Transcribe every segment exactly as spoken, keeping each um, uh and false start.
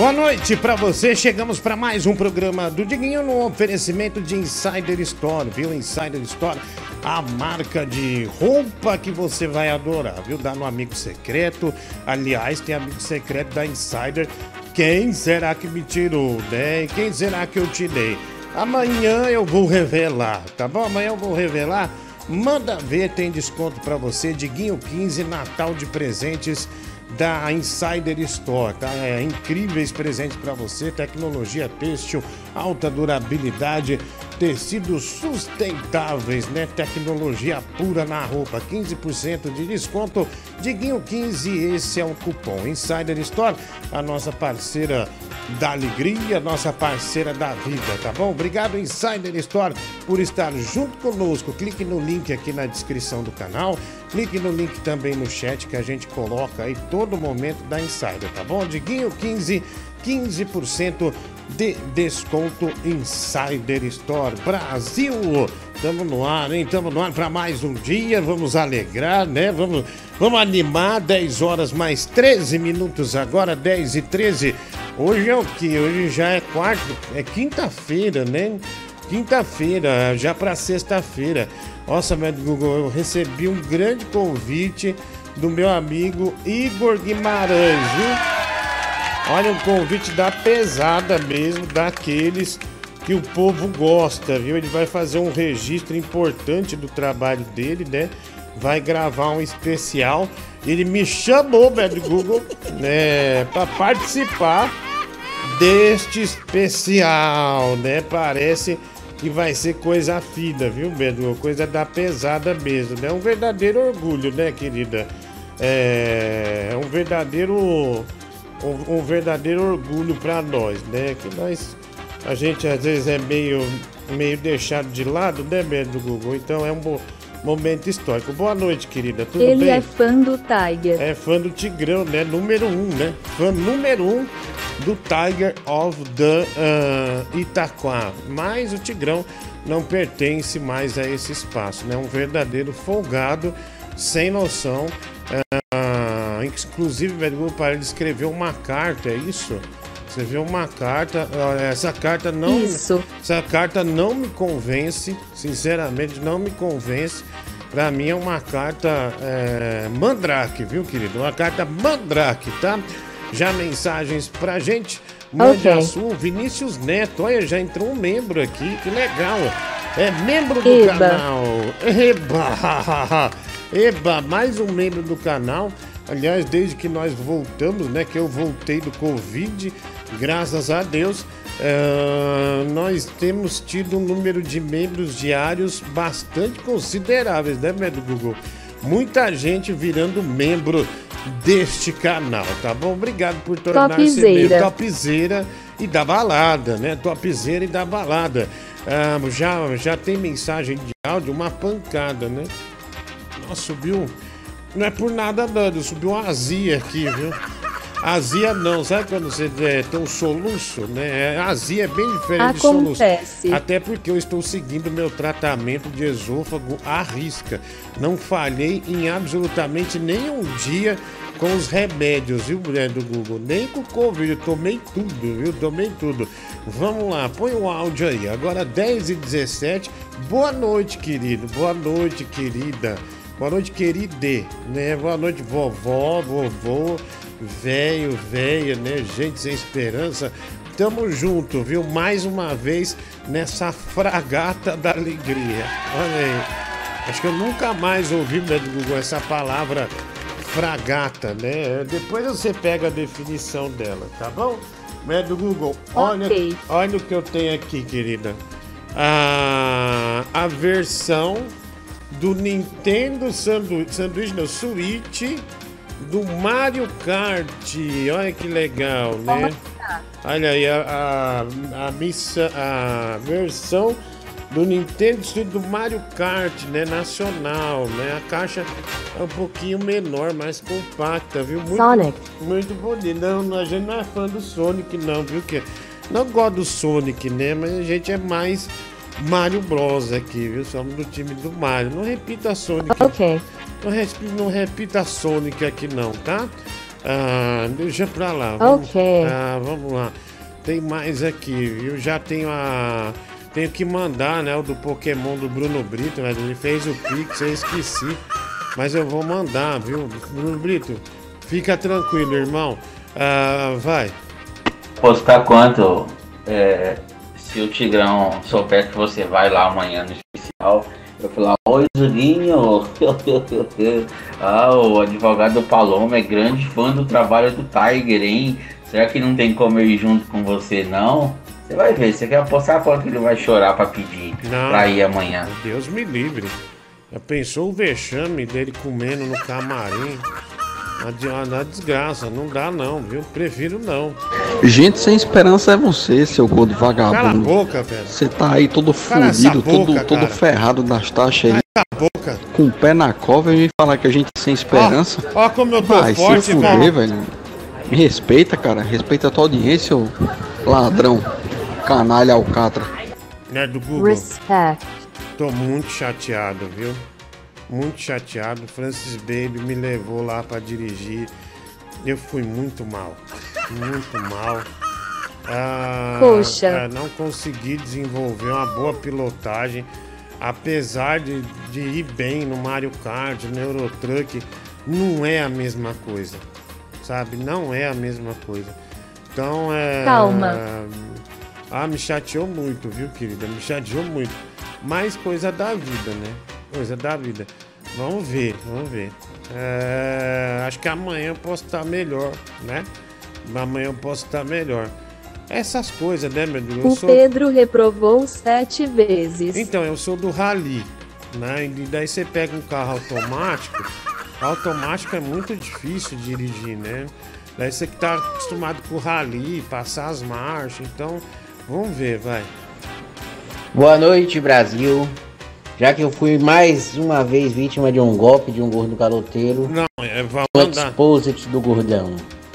Boa noite pra você, chegamos para mais um programa do Diguinho no oferecimento de Insider Store, viu? Insider Store, a marca de roupa que você vai adorar, viu? Dá no amigo secreto, aliás, tem amigo secreto da Insider. Quem será que me tirou, né? Quem será que eu tirei? Amanhã eu vou revelar, tá bom? Amanhã eu vou revelar. Manda ver, tem desconto pra você, Diguinho quinze, Natal de presentes da Insider Store, tá? É, incríveis presentes para você, tecnologia têxtil, alta durabilidade, tecidos sustentáveis, né? Tecnologia pura na roupa, quinze por cento de desconto, Diguinho quinze, esse é o cupom. Insider Store, a nossa parceira da alegria, nossa parceira da vida, tá bom? Obrigado, Insider Store, por estar junto conosco. Clique no link aqui na descrição do canal, clique no link também no chat que a gente coloca aí todo momento da Insider, tá bom? Diguinho quinze, quinze por cento de desconto Insider Store Brasil. Tamo no ar, hein? Tamo no ar para mais um dia, vamos alegrar, né? Vamos, vamos animar, dez horas mais treze minutos agora, dez e treze. Hoje é o que? Hoje já é quarto, é quinta-feira, né? Quinta-feira, já para sexta-feira. Nossa, meu Google, eu recebi um grande convite do meu amigo Igor Guimarães, viu? Olha, um convite da pesada mesmo, daqueles que o povo gosta, viu? Ele vai fazer um registro importante do trabalho dele, né? Vai gravar um especial. Ele me chamou, velho, do Google, né, para participar deste especial, né? Parece que vai ser coisa fina, viu, Bedu? Coisa da pesada mesmo, né? Um verdadeiro orgulho, né, querida? É um verdadeiro, um, um verdadeiro orgulho para nós, né? Que nós, a gente às vezes é meio, meio deixado de lado, né, Bedu, Google? Então é um bom momento histórico. Boa noite, querida. Tudo Ele bem? Ele é fã do Tiger. É fã do Tigrão, né? Número um, né? Fã número um do Tiger of the uh, Itaquá. Mas o Tigrão não pertence mais a esse espaço, né? Um verdadeiro folgado, sem noção. Uh, inclusive, velho, para ele escrever uma carta, é isso? Escreveu uma carta, essa carta não, Isso. essa carta não me convence, sinceramente não me convence. Pra mim é uma carta é, mandrake, viu, querido? Uma carta mandrake, tá? Já mensagens pra gente, mande okay. a sua. Vinícius Neto, olha, já entrou um membro aqui, que legal. É membro do Eba. canal. Eba! Eba, mais um membro do canal. Aliás, desde que nós voltamos, né, que eu voltei do Covid, graças a Deus, uh, nós temos tido um número de membros diários bastante consideráveis, né, do Google? Muita gente virando membro deste canal, tá bom? Obrigado por tornar-se membro. Topzera e da balada, né? Topzera e da balada. Uh, já, já tem mensagem de áudio, uma pancada, né? Nossa, subiu... Não é por nada não, subiu uma azia aqui, viu? Azia não, sabe quando você é, tem um soluço, né? A azia é bem diferente Acontece. de soluço. Até porque eu estou seguindo meu tratamento de esôfago à risca. Não falhei em absolutamente nenhum dia com os remédios, viu, mulher do Google? Nem com o Covid, eu tomei tudo, viu? Tomei tudo. Vamos lá, põe o áudio aí. Agora dez e dezessete. Boa noite, querido. Boa noite, querida. Boa noite, querida, né? Boa noite, vovó, vovô, velho, velha, né? Gente sem esperança. Tamo junto, viu? Mais uma vez nessa fragata da alegria. Olha aí. Acho que eu nunca mais ouvi, né, do Google, essa palavra fragata, né? Depois você pega a definição dela, tá bom? Né, do Google, olha, okay. olha o que eu tenho aqui, querida. A, a versão do Nintendo Sandu... Sanduíche, não, Switch do Mario Kart. Olha que legal, né? Olha aí a, a, a, missa, a versão do Nintendo Switch do Mario Kart, né? Nacional, né? A caixa é um pouquinho menor, mais compacta, viu? Muito, Sonic. Muito bonito. Não, a gente não é fã do Sonic, não, viu? Que não gosto do Sonic, né? Mas a gente é mais Mario Bros aqui, viu? Somos do time do Mario. Não repita Sonic. Ok. Não, respi, não repita Sonic aqui não, tá? Ah, deixa pra lá. Vamos, Ok. ah, vamos lá. Tem mais aqui. Eu já tenho a... Tenho que mandar, né, o do Pokémon do Bruno Brito, né? Ele fez o Pix, eu esqueci. Mas eu vou mandar, viu? Bruno Brito, fica tranquilo, irmão. Ah, vai. Postar quanto? É, se o Tigrão souber que você vai lá amanhã no especial, eu falar, oi Zulinho. Ah, o advogado Paloma é grande fã do trabalho do Tiger, hein? Será que não tem como eu ir junto com você, não? Você vai ver, você quer apostar quanto que ele vai chorar pra pedir Não. pra ir amanhã? Deus me livre. Já pensou o vexame dele comendo no camarim? A desgraça, não dá não, viu? Prefiro não. Gente sem esperança é você, seu gordo vagabundo. Cala a boca, velho. Você tá aí todo Cala essa fudido, boca, todo, todo cara. ferrado nas taxas aí, Cala a boca. com o pé na cova e me falar que a gente sem esperança. Ó, ó como eu tô Vai se forte, fuder, velho. velho. Me respeita, cara. Respeita a tua audiência, ô ladrão. Canalha alcatra. Né, do Google. Respect. Tô muito chateado, viu? Muito chateado. Francis Baby me levou lá pra dirigir. Eu fui muito mal. Muito mal. Ah, Poxa. ah, não consegui desenvolver uma boa pilotagem. Apesar de, de ir bem no Mario Kart, no Euro Truck, não é a mesma coisa. Sabe? Não é a mesma coisa. Então é. Calma. Ah, me chateou muito, viu, querida? Me chateou muito. Mas coisa da vida, né? Coisa da vida. Vamos ver, vamos ver. É, acho que amanhã eu posso estar melhor, né? Amanhã eu posso estar melhor. Essas coisas, né, meu Deus? Eu O sou... Pedro reprovou sete vezes. Então, eu sou do rally, né? E daí você pega um carro automático. Automático é muito difícil dirigir, né? Daí você que tá acostumado com o rally, passar as marchas. Então, vamos ver, vai. Boa noite, Brasil. Já que eu fui mais uma vez vítima de um golpe de um gordo caloteiro, Não, é, vamos o andar. exposit do gordão.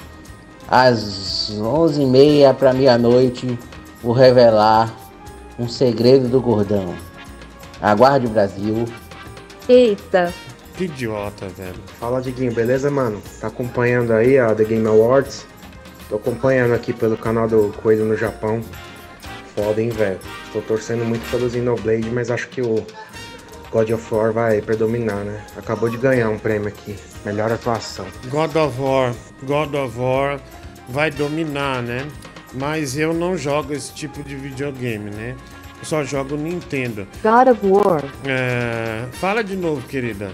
Às onze e meia para meia-noite, vou revelar um segredo do gordão. Aguarde o Brasil. Eita. Que idiota, velho. Fala, Diguinho, beleza, mano? Tá acompanhando aí a The Game Awards? Tô acompanhando aqui pelo canal do Coelho no Japão. Foda, hein, velho? Tô torcendo muito pelo Xenoblade, mas acho que o God of War vai predominar, né? Acabou de ganhar um prêmio aqui. Melhor atuação. God of War, God of War vai dominar, né? Mas eu não jogo esse tipo de videogame, né? Eu só jogo Nintendo. God of War. É... Fala de novo, querida.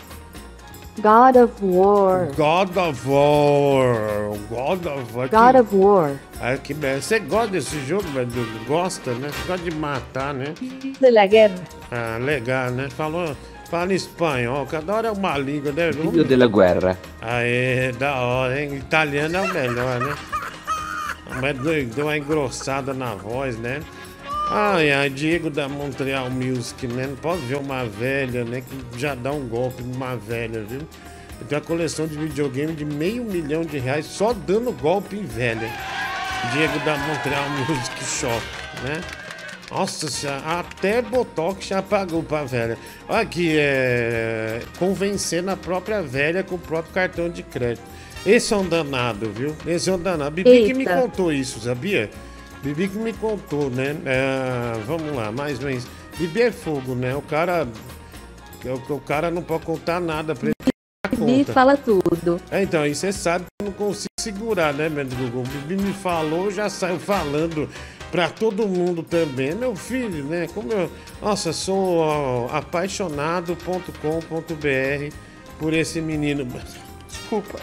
God of War. God of War. God of War. God que... of War. Ah, que belo. Você gosta desse jogo, velho? Gosta, né? Você gosta de matar, né? De la guerra. Ah, legal, né? Falou... Fala espanhol, cada hora é uma língua, né? Filho della guerra. Aê, da hora, hein? Italiano é o melhor, né? Mas deu, deu uma engrossada na voz, né? Ai, ai, Diego da Montreal Music, né? Não pode ver uma velha, né? Que já dá um golpe numa velha, viu? Eu tenho uma coleção de videogame de meio milhão de reais só dando golpe em velha. Diego da Montreal Music Shop, né? Nossa senhora, até Botox já pagou pra velha. Olha aqui, é... convencendo a própria velha com o próprio cartão de crédito. Esse é um danado, viu? Esse é um danado. Bibi Eita. que me contou isso, sabia? Bibi que me contou, né? É... Vamos lá, mais ou menos. Bibi é fogo, né? O cara... O, o cara não pode contar nada pra ele. Bibi fala tudo. É, então, aí você sabe que eu não consigo segurar, né, meu Google? O Bibi me falou, já saiu falando pra todo mundo também. Meu filho, né? Como eu. Nossa, sou ó, apaixonado ponto com ponto br por esse menino. Desculpa.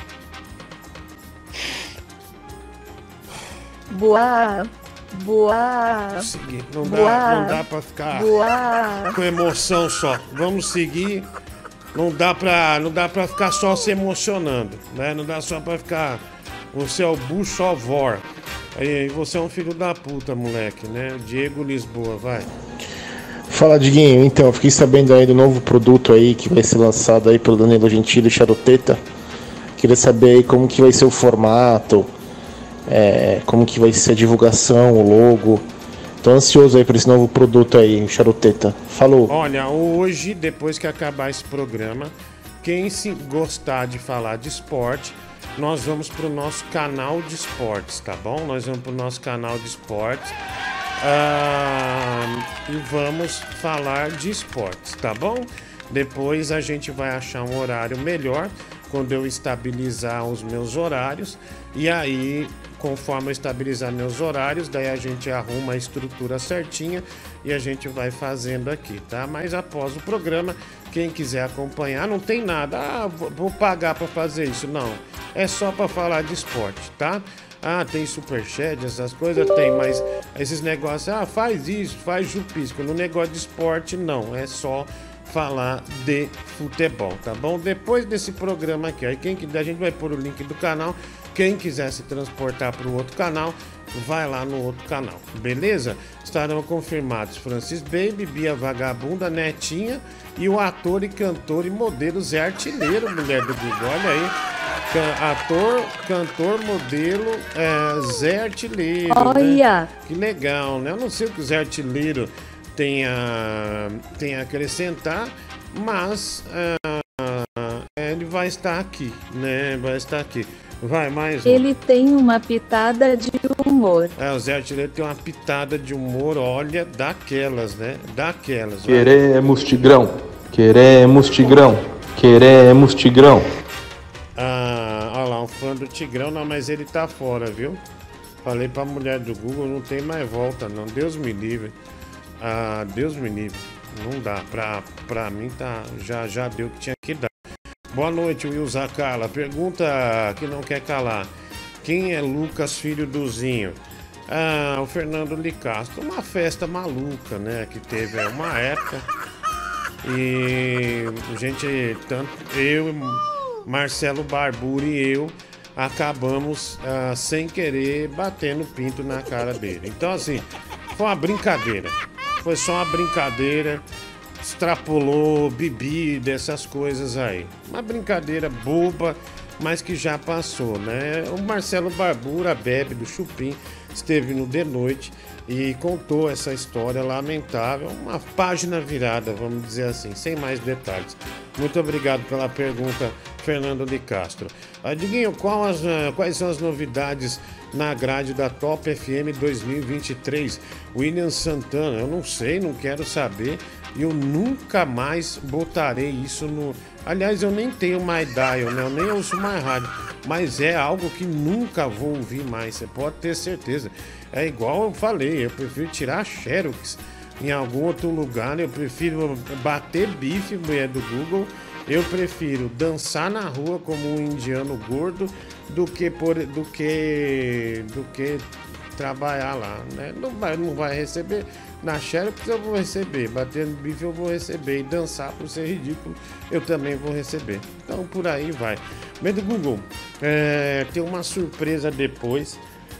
Boa. Boa. Seguir. Não Boa. dá, não dá pra ficar Boa. com emoção só. Vamos seguir. Não dá pra, não dá pra ficar só se emocionando, né? Não dá só pra ficar. Você é o Bush of War. Aí você é um filho da puta, moleque, né? Diego Lisboa, vai. Fala, Diguinho. Então, eu fiquei sabendo aí do novo produto aí que vai ser lançado aí pelo Danilo Gentili e Charuteta. Queria saber aí como que vai ser o formato, é, como que vai ser a divulgação, o logo. Tô ansioso aí por esse novo produto aí, Charuteta. Falou. Olha, hoje, depois que acabar esse programa, quem se gostar de falar de esporte, nós vamos pro nosso canal de esportes, tá bom? Nós vamos pro nosso canal de esportes ah, e vamos falar de esportes, tá bom? Depois a gente vai achar um horário melhor quando eu estabilizar os meus horários e aí, conforme eu estabilizar meus horários, daí a gente arruma a estrutura certinha e a gente vai fazendo aqui, tá? Mas após o programa, quem quiser acompanhar, não tem nada, ah, vou pagar para fazer isso, não. É só para falar de esporte, tá? Ah, tem superchat, essas coisas, tem, mas esses negócios, ah, faz isso, faz chupisco. No negócio de esporte, não, é só falar de futebol, tá bom? Depois desse programa aqui, aí quem quiser, a gente vai pôr o link do canal. Quem quiser se transportar para o outro canal, vai lá no outro canal, beleza? Estarão confirmados Francis Baby, Bia Vagabunda, Netinha e o ator e cantor e modelo Zé Artilheiro, mulher do Google, olha aí. Can- ator, cantor, modelo é, Zé Artilheiro. Olha! Né? Que legal, né? Eu não sei o que o Zé Artilheiro tem a, tem a acrescentar, mas uh, ele vai estar aqui, né? Vai estar aqui. Vai, mais um. Ele tem uma pitada de humor. É, o Zé Artilheiro tem uma pitada de humor, olha, daquelas, né? Daquelas. Vai. Queremos Tigrão, queremos Tigrão, queremos Tigrão. Ah, olha lá, um fã do Tigrão, não, mas ele tá fora, viu? Falei pra mulher do Google, não tem mais volta, não. Deus me livre. Ah, Deus me livre. Não dá. Pra, pra mim tá, já, já deu o que tinha que dar. Boa noite, Will Zacala. Pergunta que não quer calar. Quem é Lucas, filho do Zinho? Ah, o Fernando Licastro. Uma festa maluca, né? Que teve uma época. E a gente, tanto eu, Marcelo Barburi e eu, acabamos ah, sem querer batendo pinto na cara dele. Então, assim, foi uma brincadeira. Foi só uma brincadeira. Extrapolou bebida, essas coisas aí. Uma brincadeira boba, mas que já passou, né? O Marcelo Barbura, bebe do Chupim, esteve no De Noite e contou essa história lamentável. Uma página virada, vamos dizer assim, sem mais detalhes. Muito obrigado pela pergunta, Fernando de Castro. Diguinho, qual as, quais são as novidades na grade da Top F M dois mil e vinte e três? William Santana, eu não sei, não quero saber. E eu nunca mais botarei isso no... Aliás, eu nem tenho mais dial, né? Eu nem ouço mais rádio. Mas é algo que nunca vou ouvir mais, você pode ter certeza. É igual eu falei, eu prefiro tirar Xerox em algum outro lugar. Eu prefiro bater bife, mulher do Google. Eu prefiro dançar na rua como um indiano gordo do que, por, do que, do que trabalhar lá, né? Não vai, não vai receber... Na Xerox eu vou receber, batendo bife eu vou receber, e dançar por ser ridículo eu também vou receber. Então por aí vai. Medo Google, é, tem uma surpresa depois.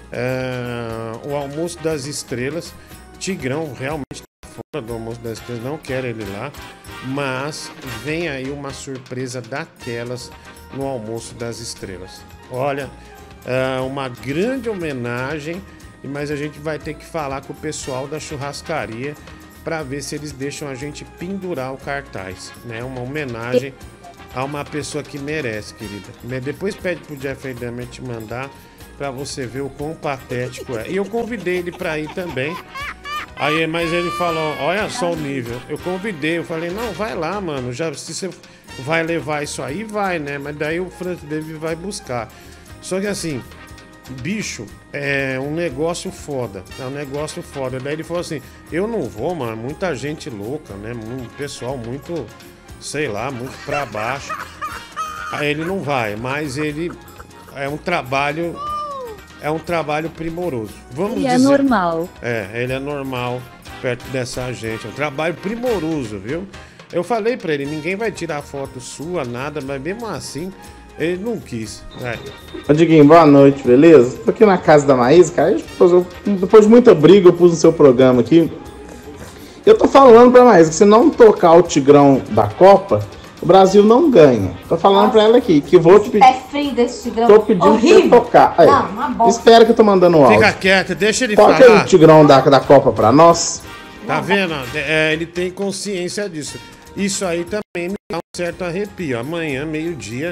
É, o Almoço das Estrelas. Tigrão realmente está fora do Almoço das Estrelas, não quero ele lá. Mas vem aí uma surpresa daquelas no Almoço das Estrelas. Olha, é uma grande homenagem. Mas a gente vai ter que falar com o pessoal da churrascaria para ver se eles deixam a gente pendurar o cartaz, né? Uma homenagem a uma pessoa que merece, querida. Depois pede pro Jeffrey Dahmer te mandar para você ver o quão patético é. E eu convidei ele para ir também. Aí, mas ele falou, olha só o nível. Eu convidei, eu falei, não, vai lá, mano. Já, se você vai levar isso aí, vai, né? Mas daí o Francis Baby vai buscar. Só que assim... Bicho, é um negócio foda, é um negócio foda. Daí ele falou assim, eu não vou, mano, muita gente louca, né, um pessoal muito, sei lá, muito pra baixo. Aí ele não vai, mas ele é um trabalho, é um trabalho primoroso. Vamos Ele dizer, é normal. É, ele é normal perto dessa gente, é um trabalho primoroso, viu? Eu falei pra ele, ninguém vai tirar foto sua, nada, mas mesmo assim... Ele não quis. É. Ô Diguinho, boa noite, beleza? Tô aqui na casa da Maísa, cara. Depois de muita briga, eu pus no seu programa aqui. Eu tô falando pra Maísa que se não tocar o Tigrão da Copa, o Brasil não ganha. Tô falando Nossa. pra ela aqui, que vou te pedir. É frio desse Tigrão. Tô pedindo horrível. pra você tocar. Aí, não, uma bosta. Espera que eu tô mandando o áudio. Fica quieto, deixa ele Toca falar. Toca aí o Tigrão da, da Copa pra nós. Tá vendo? É, ele tem consciência disso. Isso aí também me dá um certo arrepio. Amanhã, meio-dia,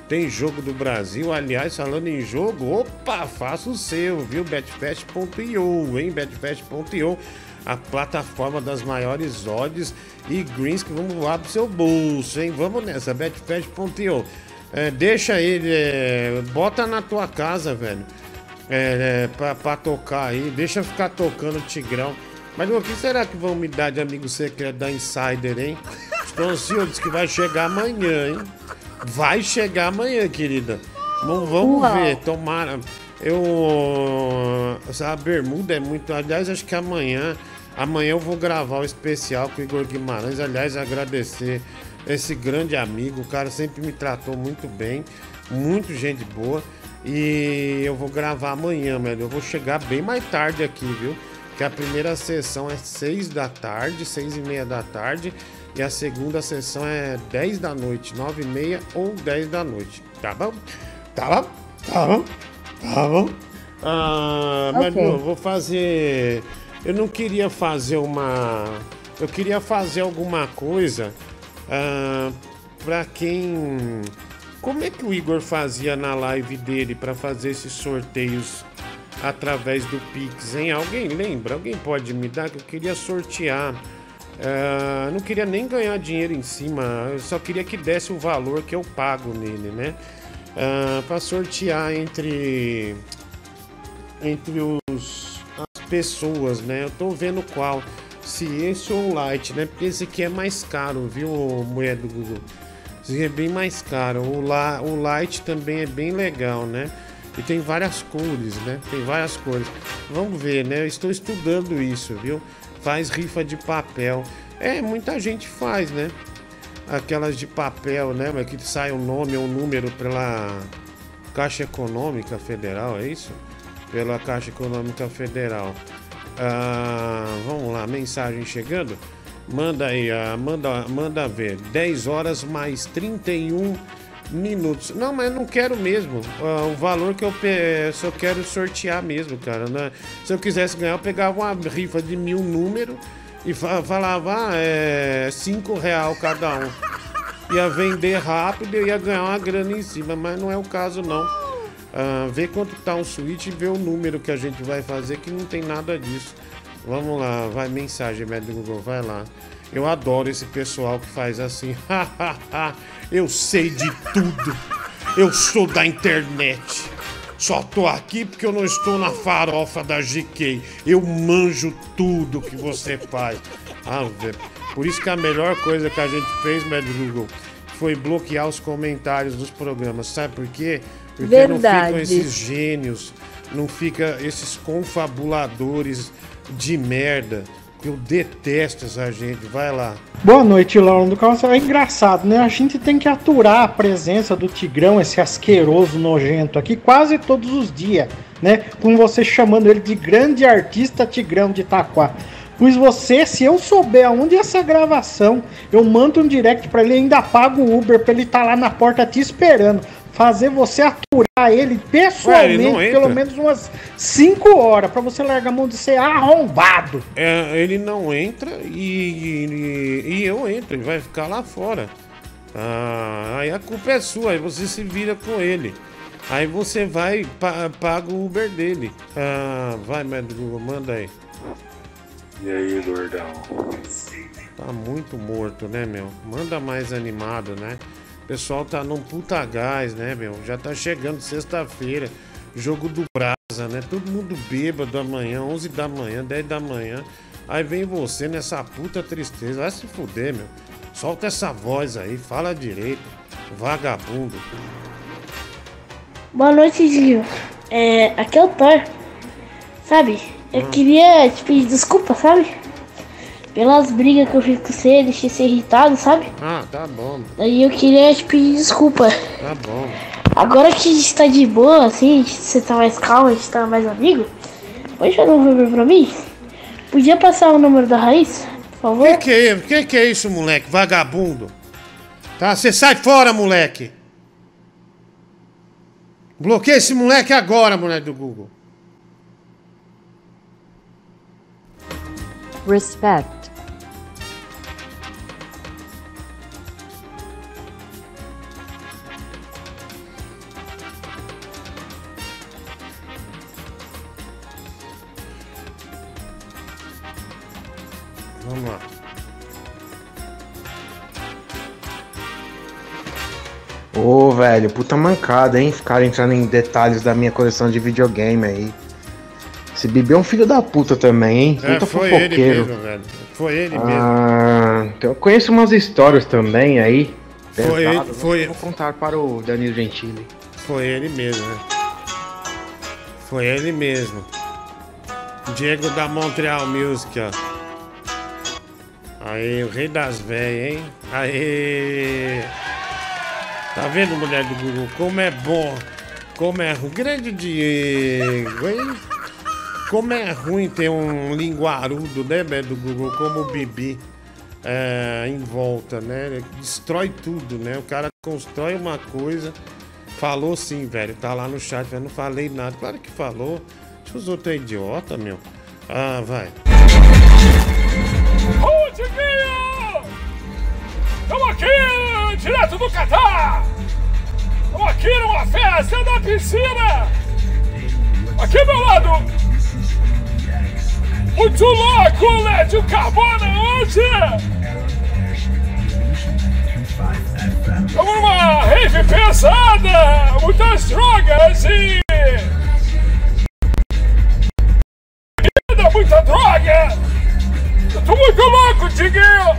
Tem jogo do Brasil. Aliás, falando em jogo, opa, faça o seu, viu? betfast ponto io, hein? betfast ponto io, a plataforma das maiores odds e greens que vão voar pro seu bolso, hein? Vamos nessa, betfast ponto io. É, deixa ele, é, bota na tua casa, velho, é, é, pra, pra tocar aí, deixa ficar tocando o Tigrão. Mas o que será que vão me dar de amigo secreto da Insider, hein? Estou ansioso, que vai chegar amanhã, hein? Vai chegar amanhã, querida. Não vamos Uau. ver, tomara. Eu. Essa bermuda é muito. Aliás, acho que amanhã. Amanhã eu vou gravar o especial com o Igor Guimarães. Aliás, agradecer esse grande amigo. O cara sempre me tratou muito bem. Muito gente boa. E eu vou gravar amanhã, velho. Eu vou chegar bem mais tarde aqui, viu? Que a primeira sessão é seis da tarde, seis e meia da tarde. E a segunda sessão é dez da noite, nove e meia ou dez da noite. Tá bom? Tá bom? Tá bom? Tá bom? Ah, okay. Mas eu vou fazer... Eu não queria fazer uma... Eu queria fazer alguma coisa ah, pra quem... Como é que o Igor fazia na live dele pra fazer esses sorteios através do Pix, hein? Alguém lembra? Alguém pode me dar? Que eu queria sortear... Uh, não queria nem ganhar dinheiro em cima, eu só queria que desse o valor que eu pago nele, né? Uh, para sortear entre entre os as pessoas, né? Eu tô vendo qual, se esse ou o Light, né? Porque esse aqui é mais caro, viu, mulher do Google? Esse aqui é bem mais caro. O, La, o Light também é bem legal, né? E tem várias cores, né? Tem várias cores. Vamos ver, né? Eu estou estudando isso, viu? Faz rifa de papel. É, muita gente faz, né? Aquelas de papel, né? Que sai o nome ou o número pela Caixa Econômica Federal, é isso? Pela Caixa Econômica Federal. Ah, vamos lá, mensagem chegando. Manda aí, ah, manda, manda ver. dez horas mais trinta e um minutos. Não, mas eu não quero mesmo. Uh, o valor que eu pe... só quero sortear mesmo, cara, né? Se eu quisesse ganhar, eu pegava uma rifa de mil números e fa falava, ah, é cinco real cada um. Ia vender rápido e ia ganhar uma grana em cima, mas não é o caso, não. Uh, vê quanto tá um switch e vê o número que a gente vai fazer, que não tem nada disso. Vamos lá, vai mensagem, médico Google, vai lá. Eu adoro esse pessoal que faz assim. Eu sei de tudo. Eu sou da internet. Só tô aqui porque eu não estou na farofa da G K. Eu manjo tudo que você faz. Ah, por isso que a melhor coisa que a gente fez, médico Google, foi bloquear os comentários dos programas. Sabe por quê? Porque Verdade. Não ficam esses gênios, não fica esses confabuladores de merda. Eu detesto essa gente, vai lá. Boa noite, Lauro do Carro. É engraçado, né? A gente tem que aturar a presença do Tigrão, esse asqueroso nojento aqui, quase todos os dias, né? Com você chamando ele de grande artista Tigrão de Itaquá. Pois você, se eu souber aonde é essa gravação, eu mando um direct pra ele e ainda pago o Uber pra ele estar tá lá na porta te esperando. Fazer você aturar ele pessoalmente, Ué, ele pelo menos umas cinco horas, pra você largar a mão de ser arrombado. É, ele não entra e, e, e eu entro, ele vai ficar lá fora. Ah, aí a culpa é sua, aí você se vira com ele. Aí você vai, pa, paga o Uber dele. Ah, vai, médico, manda aí. E aí, gordão? Tá muito morto, né, meu? Manda mais animado, né? O pessoal tá num puta gás, né, meu? Já tá chegando sexta-feira, jogo do Brasa, né? Todo mundo bêbado amanhã, onze da manhã, dez da manhã. Aí vem você nessa puta tristeza. Vai se fuder, meu. Solta essa voz aí, fala direito. Vagabundo. Boa noite, Gil. É, aqui é o Thor. Sabe? Eu hum. queria te pedir desculpa, sabe? Pelas brigas que eu fiz com você, deixei você irritado, sabe? Ah, tá bom. Aí eu queria te pedir desculpa. Tá bom. Agora que a gente tá de boa, assim, você tá mais calmo, a gente tá mais amigo, pode fazer um favor pra mim? Podia passar o número da Raíssa, por favor? Que que é, que que é isso, moleque? Vagabundo. Tá? Você sai fora, moleque. Bloqueia esse moleque agora, moleque do Google. Respect. Vamos lá. Ô, oh, velho, puta mancada, hein? Ficar entrando em detalhes da minha coleção de videogame aí. Esse Bibi é um filho da puta também, hein? Puta É, foi fofoqueiro. ele mesmo, velho. Foi ele mesmo. Ah, então eu conheço umas histórias também aí. Foi ele, pesadas, foi Vou contar para o Danilo Gentili. Foi ele mesmo, né? Foi ele mesmo. Diego da Montreal Music, ó. Aí, o rei das véias, hein? Aí. Tá vendo, mulher do Google? Como é bom. Como é ruim. Grande Diego, hein? Como é ruim ter um linguarudo, né, né, do Google, como o Bibi é, em volta, né? Destrói tudo, né? O cara constrói uma coisa. Falou sim, velho. Tá lá no chat, eu não falei nada. Claro que falou. Acho que os outros é idiota, meu. Ah, vai. Ô, Diguinho! Estamos aqui, direto do Catar! Estamos aqui numa festa da piscina! Aqui ao meu lado! Muito louco, Lédio Carbona, hoje! Estamos numa rave pesada! Muitas drogas e... muita droga! Eu tô muito louco, Diguinho!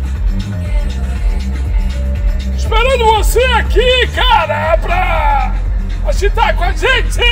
Esperando você aqui, cara, pra agitar com a gente!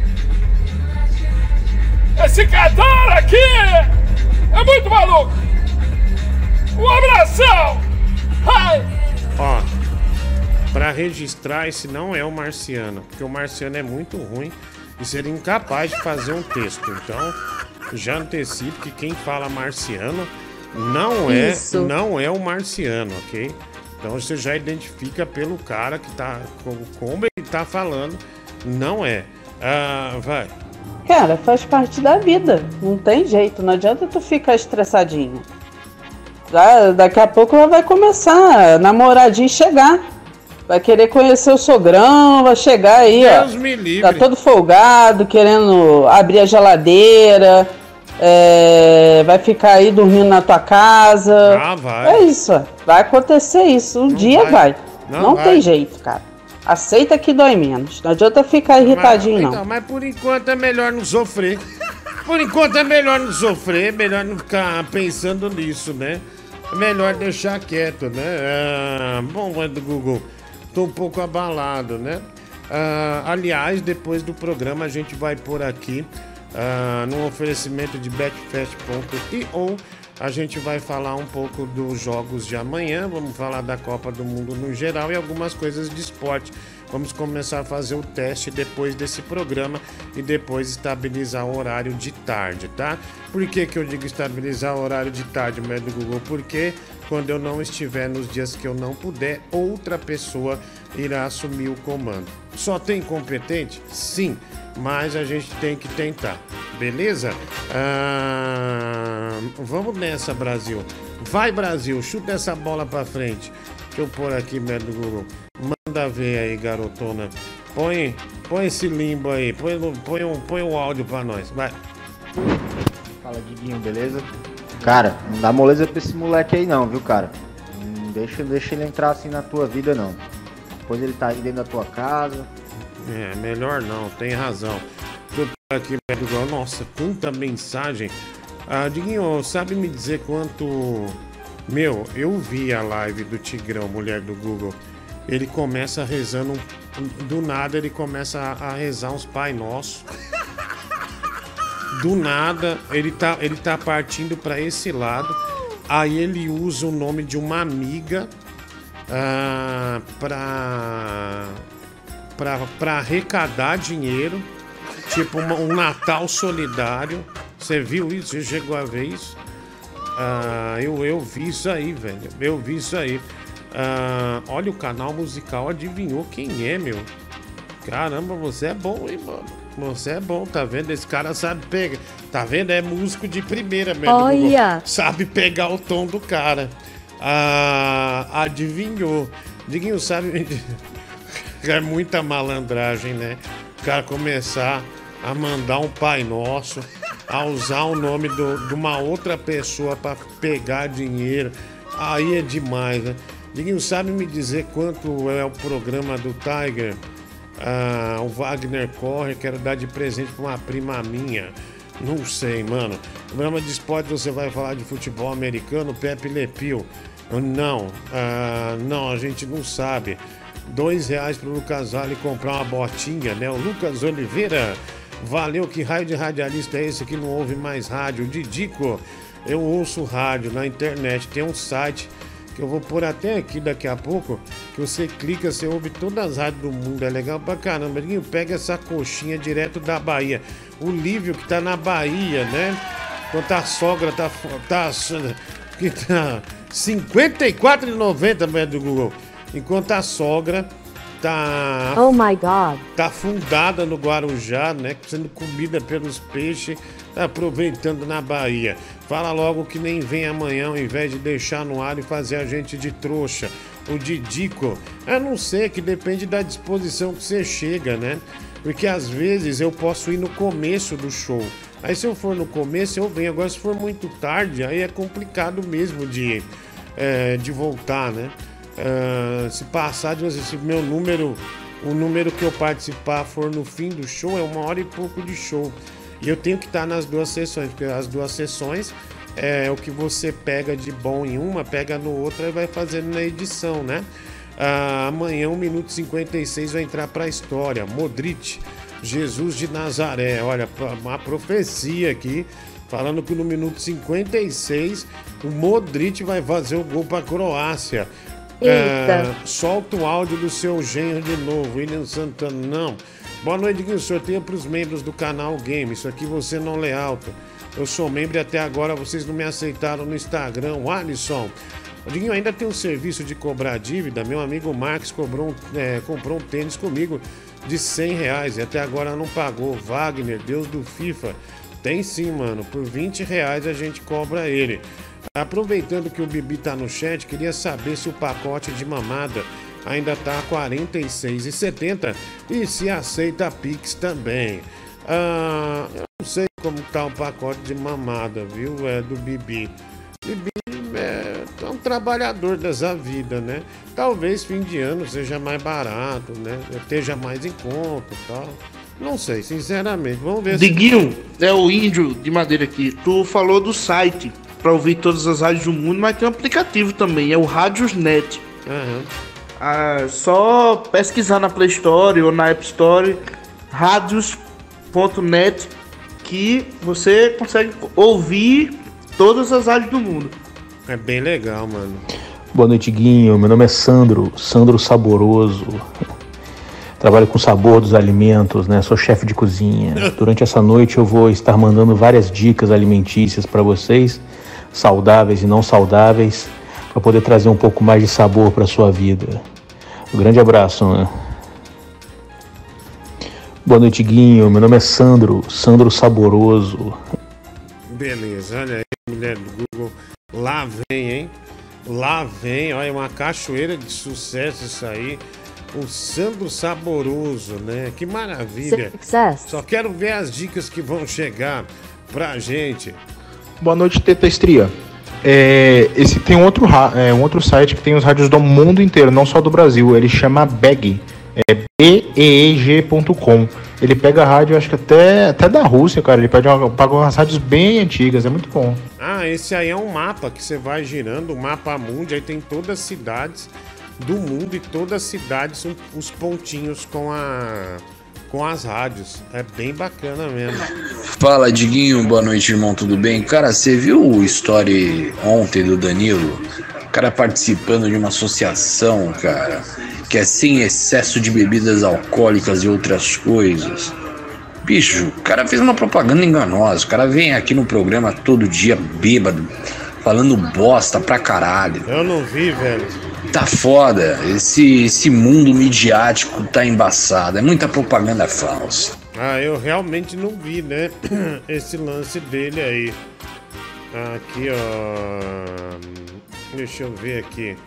Esse Catar aqui é muito maluco! Um abração! Ai. Ó, pra registrar, esse não é o Marciano, porque o Marciano é muito ruim e seria incapaz de fazer um texto. Então, já antecipo que quem fala Marciano não é, Isso. não é o Marciano, ok? Então você já identifica pelo cara que tá, como ele tá falando, não é. Ah, vai. Cara, faz parte da vida. Não tem jeito. Não adianta tu ficar estressadinho. Da- Daqui a pouco ela vai começar a namoradinha e chegar. Vai querer conhecer o sogrão, vai chegar aí, Deus ó. me livre. Tá todo folgado, querendo abrir a geladeira. é, vai ficar aí dormindo na tua casa. Ah, vai. É isso, ó. Vai acontecer isso. Um dia vai. vai. Não Não, vai. tem jeito, cara. Aceita que dói menos. Não adianta ficar irritadinho, mas, não. então, mas por enquanto é melhor não sofrer. Por enquanto é melhor não sofrer, melhor não ficar pensando nisso, né? É melhor deixar quieto, né? Ah, bom, mãe do Google, tô um pouco abalado, né? Ah, aliás, depois do programa a gente vai por aqui, ah, no oferecimento de betfest ponto io, a gente vai falar um pouco dos jogos de amanhã, vamos falar da Copa do Mundo no geral e algumas coisas de esporte. Vamos começar a fazer o teste depois desse programa e depois estabilizar o horário de tarde, tá? Por que que eu digo estabilizar o horário de tarde, meu do Google? Porque quando eu não estiver nos dias que eu não puder, outra pessoa irá assumir o comando. Só tem competente? Sim, mas a gente tem que tentar, beleza? Ah, vamos nessa, Brasil. Vai, Brasil, chuta essa bola pra frente. Deixa eu pôr aqui, meu do Google. Manda ver aí, garotona. Põe, põe esse limbo aí. Põe, põe, um, põe um áudio pra nós. Vai. Fala, Diguinho, beleza? Cara, não dá moleza pra esse moleque aí não, viu, cara? Não deixa, deixa ele entrar assim na tua vida, não. Depois ele tá aí dentro da tua casa. É, melhor não, tem razão. Deixa eu pôr aqui, meu do Google. Nossa, quanta mensagem. Ah, Diguinho, sabe me dizer quanto... Meu, eu vi a live do Tigrão, mulher do Google. Ele começa rezando, do nada ele começa a, a rezar uns Pai Nosso. Do nada, ele tá, ele tá partindo pra esse lado. Aí ele usa o nome de uma amiga ah, pra, pra, pra arrecadar dinheiro. Tipo uma- um Natal solidário. Você viu isso? Você chegou a ver isso? Ah, eu, eu vi isso aí, velho. Eu vi isso aí. Ah, olha, o canal musical adivinhou quem é, meu. Caramba, você é bom, hein, mano. Você é bom, tá vendo? Esse cara sabe pegar. Tá vendo? É músico de primeira, mesmo. Olha. Sabe pegar o tom do cara. Ah, adivinhou. Diguinho, sabe? É muita malandragem, né? O cara começar a mandar um Pai Nosso. a usar o nome do, de uma outra pessoa para pegar dinheiro. Aí é demais, né? Diguinho, sabe me dizer quanto é o programa do Tiger? Ah, o Wagner corre, quero dar de presente pra uma prima minha. Não sei, mano. No programa de esporte você vai falar de futebol americano, Pepe Le Pew. Não, ah, não, a gente não sabe. Dois reais pro Lucas Vale comprar uma botinha, né? O Lucas Oliveira, valeu, que raio de radialista é esse que não ouve mais rádio? O Didico, eu ouço rádio na internet, tem um site que eu vou pôr até aqui daqui a pouco, que você clica, você ouve todas as rádios do mundo, é legal pra caramba. Pega essa coxinha direto da Bahia. O Lívio que tá na Bahia, né? Enquanto a sogra tá... tá, que tá cinquenta e quatro reais e noventa centavos do Google. Enquanto a sogra tá... Oh my God. Tá afundada no Guarujá, né? Sendo comida pelos peixes, tá aproveitando na Bahia. Fala logo que nem vem amanhã, ao invés de deixar no ar e fazer a gente de trouxa. O Didico, eu não sei, que depende da disposição que você chega, né? Porque às vezes eu posso ir no começo do show. Aí se eu for no começo, eu venho. Agora se for muito tarde, aí é complicado mesmo de, é, de voltar, né? Uh, se passar, de se meu número, o número que eu participar for no fim do show, é uma hora e pouco de show. E eu tenho que estar nas duas sessões, porque as duas sessões é o que você pega de bom em uma, pega no outra e vai fazendo na edição, né? Uh, amanhã, um minuto e cinquenta e seis, vai entrar pra história. Modric, Jesus de Nazaré. Olha, uma profecia aqui, falando que no minuto cinquenta e seis o Modric vai fazer o gol pra Croácia. É, solta o áudio do seu genro de novo, William Santana. Não. Boa noite, Guinho. Sorteio para os membros do canal Game. Isso aqui você não lê alto. Eu sou membro e até agora vocês não me aceitaram no Instagram. O Alisson. O Diguinho, ainda tem um serviço de cobrar dívida. Meu amigo Marcos cobrou um, é, comprou um tênis comigo de cem reais e até agora não pagou. Wagner, Deus do FIFA. Tem sim, mano. Por vinte reais a gente cobra ele. Aproveitando que o Bibi tá no chat, queria saber se o pacote de mamada ainda tá quarenta e seis reais e setenta centavos e se aceita Pix também. Ah, eu não sei como tá o pacote de mamada, viu? É do Bibi. Bibi é, é um trabalhador dessa vida, né? Talvez fim de ano seja mais barato, né? Esteja mais em conta e tal. Não sei, sinceramente. Vamos ver. Diguinho, se... é o índio de madeira aqui. Tu falou do site para ouvir todas as rádios do mundo, mas tem um aplicativo também, é o Radiosnet. Uhum. Ah, só pesquisar na Play Store ou na App Store radios ponto net que você consegue ouvir todas as rádios do mundo. É bem legal, mano. Boa noite, Guinho. Meu nome é Sandro, Sandro Saboroso. Trabalho com o sabor dos alimentos, né? Sou chefe de cozinha. Durante essa noite eu vou estar mandando várias dicas alimentícias para vocês, saudáveis e não saudáveis, para poder trazer um pouco mais de sabor para sua vida. Um grande abraço, né? Boa noite, Guinho. Meu nome é Sandro, Sandro Saboroso. Beleza, olha aí, mulher do Google. Lá vem, hein? Lá vem, olha, uma cachoeira de sucesso isso aí. O Sandro Saboroso, né? Que maravilha. Success. Só quero ver as dicas que vão chegar pra gente. Boa noite, Teta Estria. É, esse tem um outro, é, um outro site que tem os rádios do mundo inteiro, não só do Brasil. Ele chama B E G. É B E E G ponto com. Ele pega a rádio, acho que até, até da Rússia, cara. Ele pega, uma, pega umas rádios bem antigas, é muito bom. Ah, esse aí é um mapa que você vai girando, o mapa mundi, aí tem todas as cidades do mundo e todas as cidades são os pontinhos com a com as rádios. É bem bacana mesmo. Fala, Diguinho, boa noite, irmão, tudo bem? Cara, você viu o story ontem do Danilo? O cara participando de uma associação, cara, que é sem excesso de bebidas alcoólicas e outras coisas. Bicho, o cara fez uma propaganda enganosa. O cara vem aqui no programa todo dia bêbado, falando bosta pra caralho. Eu não vi, velho. Tá foda, esse, esse mundo midiático tá embaçado, é muita propaganda falsa. Ah, eu realmente não vi, né? Esse lance dele aí. Aqui, ó. Deixa eu ver aqui.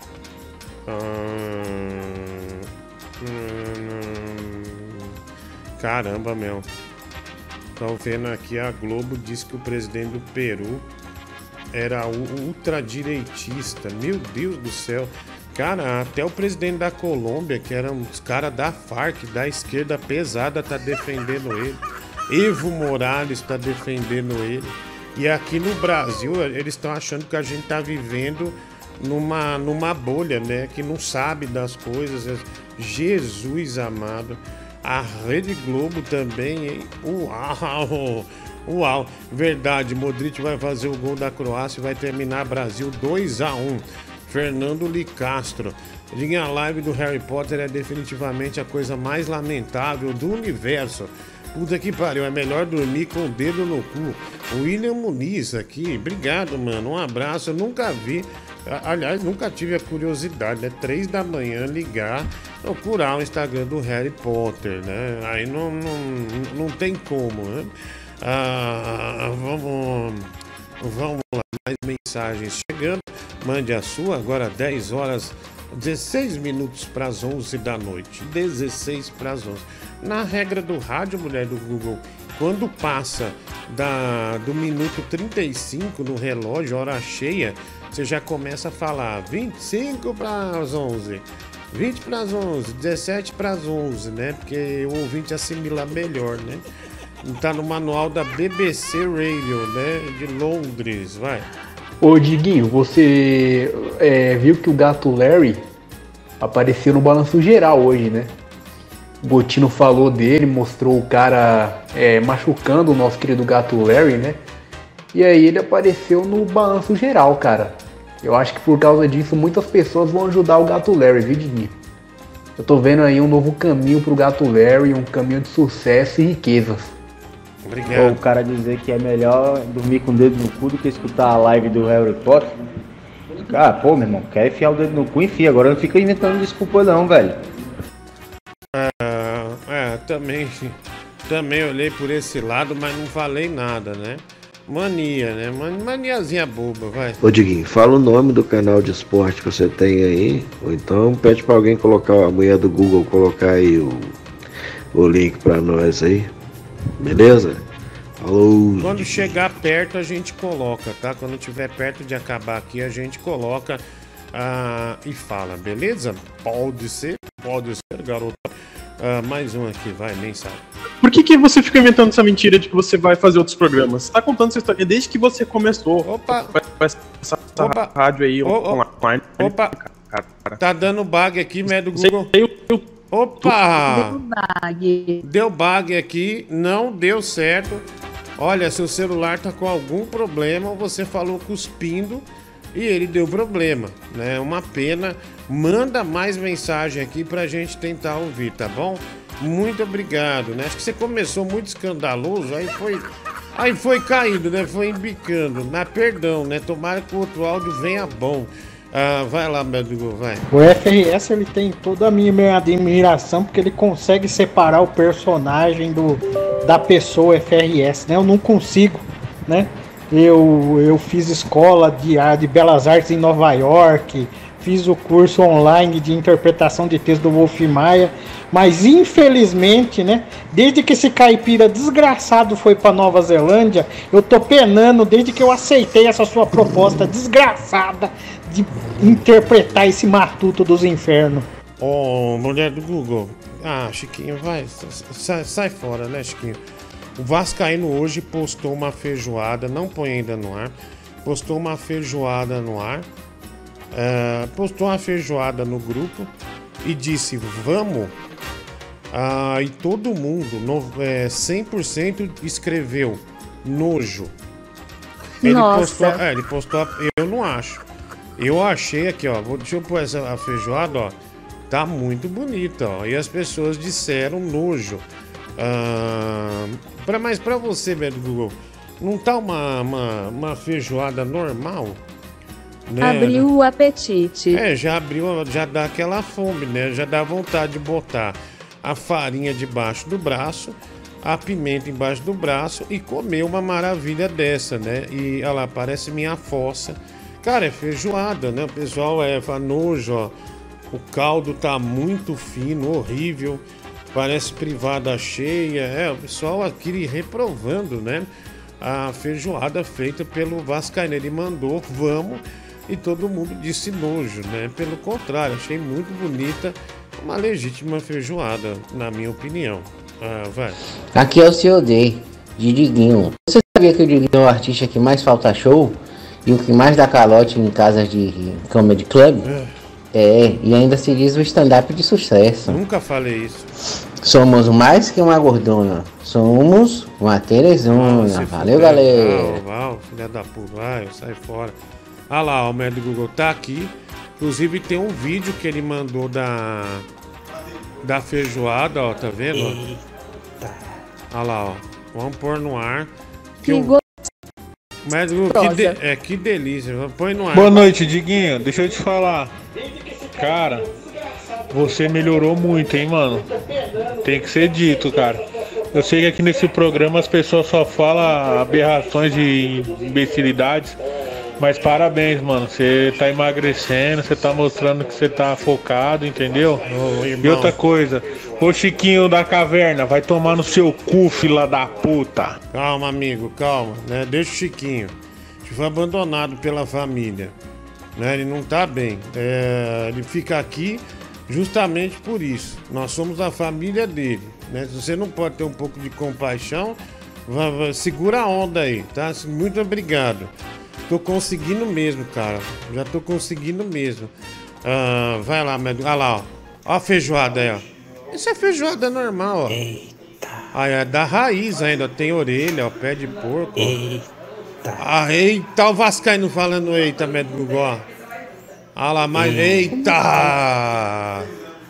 Caramba, meu. Tô vendo aqui, a Globo diz que o presidente do Peru era u- ultradireitista. Meu Deus do céu. Cara, até o presidente da Colômbia, que era um dos caras da Farc, da esquerda pesada, tá defendendo ele. Evo Morales tá defendendo ele. E aqui no Brasil, eles estão achando que a gente tá vivendo numa, numa bolha, né? Que não sabe das coisas. Jesus amado. A Rede Globo também, hein? Uau! Uau! Verdade, Modric vai fazer o gol da Croácia e vai terminar Brasil dois a um. Fernando Licastro. Linha live do Harry Potter é definitivamente a coisa mais lamentável do universo. Puta que pariu, é melhor dormir com o dedo no cu. O William Muniz aqui, obrigado, mano. Um abraço, eu nunca vi. Aliás, nunca tive a curiosidade, né? Três da manhã ligar, procurar o Instagram do Harry Potter, né? Aí não, não, não tem como, né? Ah, vamos, vamos lá, mais mensagens chegando. Mande a sua, agora dez horas, dezesseis minutos para as onze da noite. dezesseis para as onze. Na regra do rádio, mulher do Google, quando passa da, do minuto trinta e cinco no relógio, hora cheia, você já começa a falar vinte e cinco para as onze, vinte para as onze, dezessete para as onze, né? Porque o ouvinte assimila melhor, né? Tá no manual da B B C Radio, né? De Londres, vai. Ô Diguinho, você é, viu que o gato Larry apareceu no Balanço Geral hoje, né? O Gotino falou dele, mostrou o cara é, machucando o nosso querido gato Larry, né? E aí ele apareceu no Balanço Geral, cara. Eu acho que por causa disso muitas pessoas vão ajudar o gato Larry, viu, Diguinho? Eu tô vendo aí um novo caminho pro gato Larry, um caminho de sucesso e riquezas. Obrigado. Ou o cara dizer que é melhor dormir com o dedo no cu do que escutar a live do Harry Potter. Cara, pô, meu irmão, quer enfiar o dedo no cu, enfia. Agora não fica inventando desculpa não, velho. Ah, é, também, também olhei por esse lado, mas não falei nada, né? Mania, né? Maniazinha boba, vai. Ô Diguinho, fala o nome do canal de esporte que você tem aí, ou então pede pra alguém colocar, a mulher do Google colocar aí o, o link pra nós aí. Beleza? Falou. Quando chegar perto a gente coloca, tá? Quando tiver perto de acabar aqui a gente coloca ah, e fala, beleza? Pode ser, pode ser, garoto. Ah, mais um aqui, vai, mensagem. Por que, que você fica inventando essa mentira de que você vai fazer outros programas? Você tá contando essa história desde que você começou. Opa! Essa, essa Opa. rádio aí Ô, ô. online. Opa! Cara. Tá dando bug aqui, né, do Google. Opa! Deu bug. Deu bug aqui, não deu certo. Olha, seu celular tá com algum problema, você falou cuspindo e ele deu problema, né? Uma pena. Manda mais mensagem aqui pra gente tentar ouvir, tá bom? Muito obrigado, né? Acho que você começou muito escandaloso, aí foi, aí foi caindo, né? Foi embicando. Mas perdão, né? Tomara que o outro áudio venha bom. Ah, vai lá, meu amigo, vai. O F R S ele tem toda a minha, minha admiração porque ele consegue separar o personagem do, da pessoa F R S, né? Eu não consigo, né? Eu, eu fiz escola de, de Belas Artes em Nova York, fiz o curso online de interpretação de texto do Wolf Maia, mas infelizmente, né, desde que esse caipira desgraçado foi para Nova Zelândia, eu tô penando desde que eu aceitei essa sua proposta desgraçada de interpretar esse matuto dos infernos. Ô, oh, mulher do Google. Ah, Chiquinho, vai, sai, sai fora, né, Chiquinho? O Vascaíno hoje postou uma feijoada, não põe ainda no ar, postou uma feijoada no ar, uh, postou uma feijoada no grupo e disse, vamos, uh, e todo mundo, no, é, cem por cento escreveu nojo. Ele Nossa. postou, é, ele postou, eu não acho. Eu achei aqui, ó, vou, deixa eu pôr essa a feijoada, ó, tá muito bonita, ó, e as pessoas disseram nojo. Ah, pra, mas pra você, velho do Google, não tá uma, uma, uma feijoada normal? Né? Abriu o apetite. É, já abriu, já dá aquela fome, né? Já dá vontade de botar a farinha debaixo do braço, a pimenta embaixo do braço e comer uma maravilha dessa, né? E olha lá, parece minha fossa. Cara, é feijoada, né? O pessoal é, fala nojo, ó. O caldo tá muito fino, horrível. parece privada cheia. É, o pessoal aqui reprovando, né? A feijoada feita pelo Vascaíno. Ele mandou, vamos, e todo mundo disse nojo, né? Pelo contrário, achei muito bonita, uma legítima feijoada, na minha opinião. Ah, vai. Aqui é o senhor D, de Diguinho. Você sabia que o Diguinho é o artista que mais falta show? E o que mais dá calote em casas de comedy club? É, é e ainda se diz o stand-up de sucesso. Nunca falei isso. Somos mais que uma gordona. Somos uma Terezinha. Valeu, fuder, galera. Val, Val, filha da puta, vai, sai fora. Ah lá, ó, o médico Google tá aqui. Inclusive tem um vídeo que ele mandou da da feijoada, ó, tá vendo? Eita. Ah lá, ó. Vamos pôr no ar. Que o médico, que, de, é, que delícia. Põe no ar. Boa noite, Diguinho. Deixa eu te falar. Cara, você melhorou muito, hein, mano? Tem que ser dito, cara. Eu sei que aqui nesse programa as pessoas só falam aberrações e imbecilidades. Mas parabéns, mano. Você tá emagrecendo, você tá mostrando que você tá focado, entendeu? Oh, e outra coisa, ô Chiquinho da Caverna, vai tomar no seu cu, fila da puta. Calma, amigo, calma, né? Deixa o Chiquinho. Ele foi abandonado pela família, né? Ele não tá bem. É... Ele fica aqui justamente por isso. Nós somos a família dele, né? Se você não pode ter um pouco de compaixão, vai, vai, segura a onda aí, tá? Muito obrigado. Tô conseguindo mesmo, cara. Já tô conseguindo mesmo. Ah, vai lá, médico. Olha lá, ó. Ó a feijoada aí, ó. Isso é feijoada normal, ó. Eita. Aí é da raiz ainda. Tem orelha, ó. Pé de porco. Eita. Ah, eita. O Vascaíno falando eita, médico. Ó. Olha lá, mais. Eita.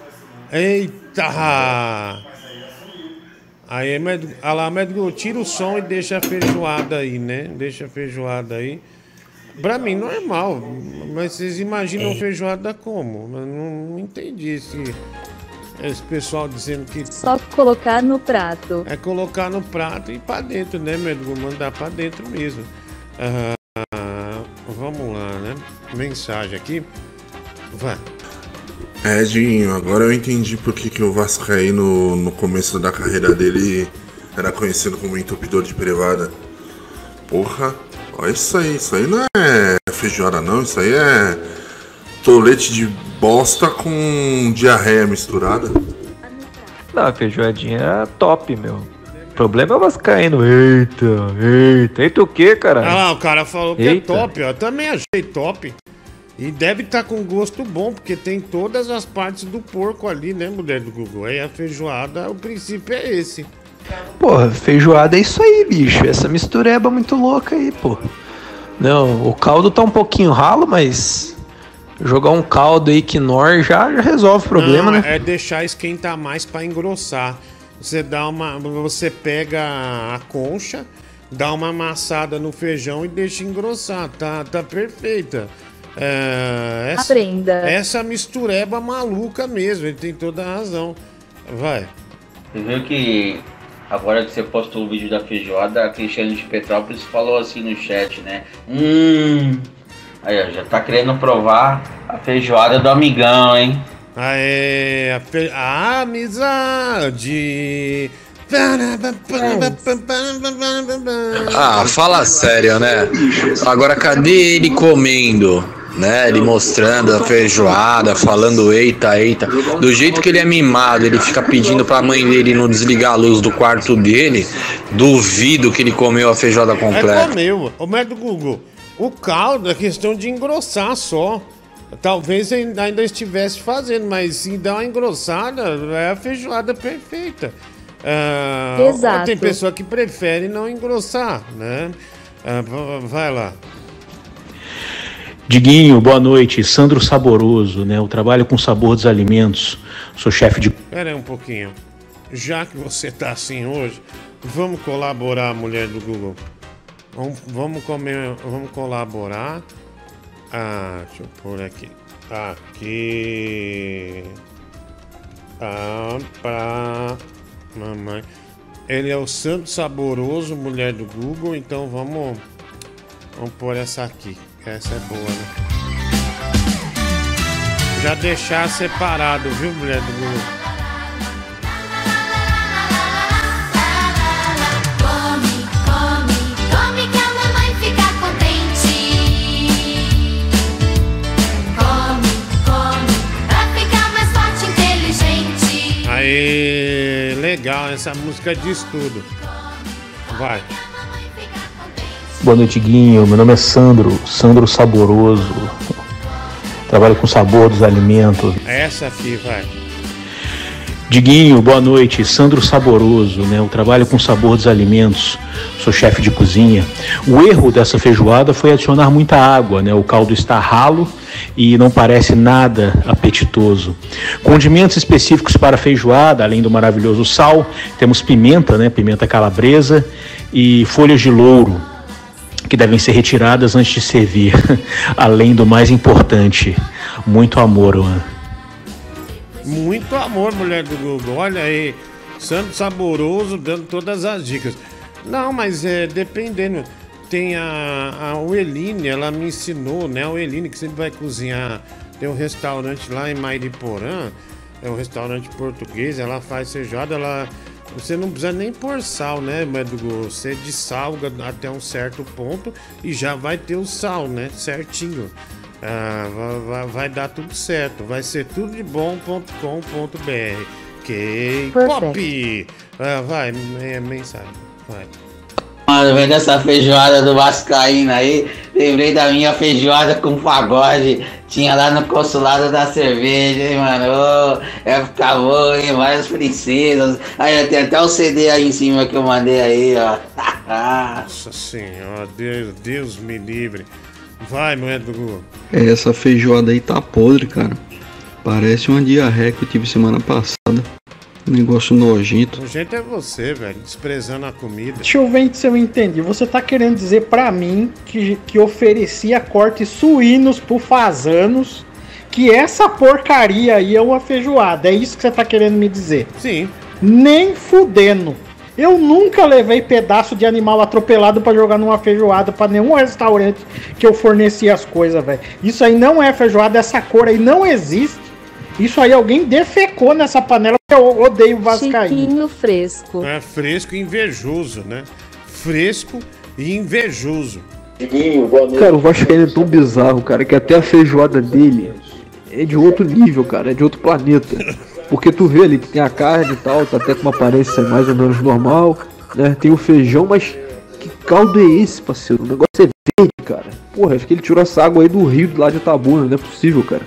Eita. Aí, médico. Olha lá, médico. Tira o som e deixa a feijoada aí, né? Deixa a feijoada aí. Pra mim, normal. Mas vocês imaginam feijoada como? Eu não, não entendi esse, esse pessoal dizendo que... Só colocar no prato. É colocar no prato e ir pra dentro, né, médico? Mandar pra dentro mesmo. Ah, vamos lá, né? Mensagem aqui. Vai. É, Dinho, agora eu entendi por que, que o Vascaíno, no começo da carreira dele, era conhecido como entupidor de privada. Porra, olha isso aí, isso aí não é feijoada não, isso aí é tolete de bosta com diarreia misturada. Não, a feijoadinha é top, meu. O problema é o Vascaíno. Eita, eita, eita o que, cara? Ah, o cara falou que Eita. é top, ó. Eu também achei top. E deve estar com gosto bom, porque tem todas as partes do porco ali, né, mulher do Google? Aí a feijoada, o princípio é esse. Porra, feijoada é isso aí, bicho. Essa mistureba muito louca aí, pô. Não, o caldo tá um pouquinho ralo, mas jogar um caldo aí quinor já, já resolve o problema, Não, né? é deixar esquentar mais para engrossar. Você dá uma, você pega a concha, dá uma amassada no feijão e deixa engrossar. Tá, tá perfeita. É, essa, Aprenda. Essa mistureba maluca mesmo, ele tem toda a razão. Vai. Você viu que agora que você postou o vídeo da feijoada, a Cristiane de Petrópolis falou assim no chat, né? Hum. Aí, ó, já tá querendo provar a feijoada do amigão, hein? Aê, a, fe... a amizade. Ah, fala sério, né? Agora cadê ele comendo? Né? Ele mostrando a feijoada, falando eita, eita. Do jeito que ele é mimado, ele fica pedindo pra mãe dele não desligar a luz do quarto dele. Duvido que ele comeu a feijoada É, completa. comeu. O médico Google, o caldo é questão de engrossar só. Talvez ainda estivesse fazendo, mas se dá uma engrossada, é a feijoada perfeita. Ah, Exato. Tem pessoa que prefere não engrossar, né? Ah, vai lá. Diguinho, boa noite. Sandro Saboroso, né? Eu trabalho com sabor dos alimentos. Sou chefe de... Pera aí um pouquinho. Já que você tá assim hoje, vamos colaborar, mulher do Google. Vamos, vamos comer, vamos colaborar. Ah, deixa eu pôr aqui. Aqui. Ah, pra mamãe. Ele é o Santo Saboroso, mulher do Google, então vamos, vamos pôr essa aqui. Essa é boa, né? Já deixar separado, viu, mulher do Google? essa música diz tudo. Vai. Boa noite, Guinho. Meu nome é Sandro, Sandro Saboroso. Trabalho com sabor dos alimentos. Essa aqui, vai. Diguinho, boa noite. Sandro Saboroso, né? Eu trabalho com sabor dos alimentos. Sou chefe de cozinha. O erro dessa feijoada foi adicionar muita água, né? O caldo está ralo e não parece nada apetitoso. Condimentos específicos para a feijoada, além do maravilhoso sal, temos pimenta, né? Pimenta calabresa e folhas de louro, que devem ser retiradas antes de servir. Além do mais importante, muito amor, mano. Muito amor, mulher do Google. Olha aí, Sandro Saboroso dando todas as dicas. Não, mas é dependendo. Tem a, a Ueline, ela me ensinou, né? A Ueline que sempre vai cozinhar. Tem um restaurante lá em Mairiporã, é um restaurante português. Ela faz feijoada, ela... Você não precisa nem pôr sal, né, Medugo? Você dessalga até um certo ponto e já vai ter o sal, né? Certinho. Ah, vai, vai, vai dar tudo certo. Vai ser tudo de bom ponto com ponto b r. K-pop! Ah, vai, é, mensagem. Vai. Mano, vendo essa feijoada do Vascaíno aí, lembrei da minha feijoada com pagode. Tinha lá no consulado da cerveja, hein, mano? Oh, época boa, hein? Várias princesas. Aí tem até o C D aí em cima que eu mandei aí, ó. Nossa senhora, Deus, Deus me livre. Vai, não é do... Essa feijoada aí tá podre, cara. Parece uma diarreia que eu tive semana passada. Um negócio nojento. O jeito é você, velho, desprezando a comida. Deixa eu ver se eu entendi. Você tá querendo dizer pra mim que, que oferecia cortes suínos pro fazanos, que essa porcaria aí é uma feijoada. É isso que você tá querendo me dizer? Sim. Nem fudendo. Eu nunca levei pedaço de animal atropelado pra jogar numa feijoada pra nenhum restaurante que eu fornecia as coisas, velho. Isso aí não é feijoada, essa cor aí não existe. Isso aí alguém defecou nessa panela. Eu odeio o Vascaíno. Chiquinho fresco. É fresco e invejoso, né? Fresco e invejoso. Cara, o Vascaíno é tão bizarro, cara, que até a feijoada dele é de outro nível, cara, é de outro planeta. Porque tu vê ali que tem a carne e tal, tá até com uma aparência mais ou menos normal, né? Tem o feijão, mas que caldo é esse, parceiro? O negócio é verde, cara. Porra, acho que ele tirou essa água aí do rio lá de Itabuna, não é possível, cara.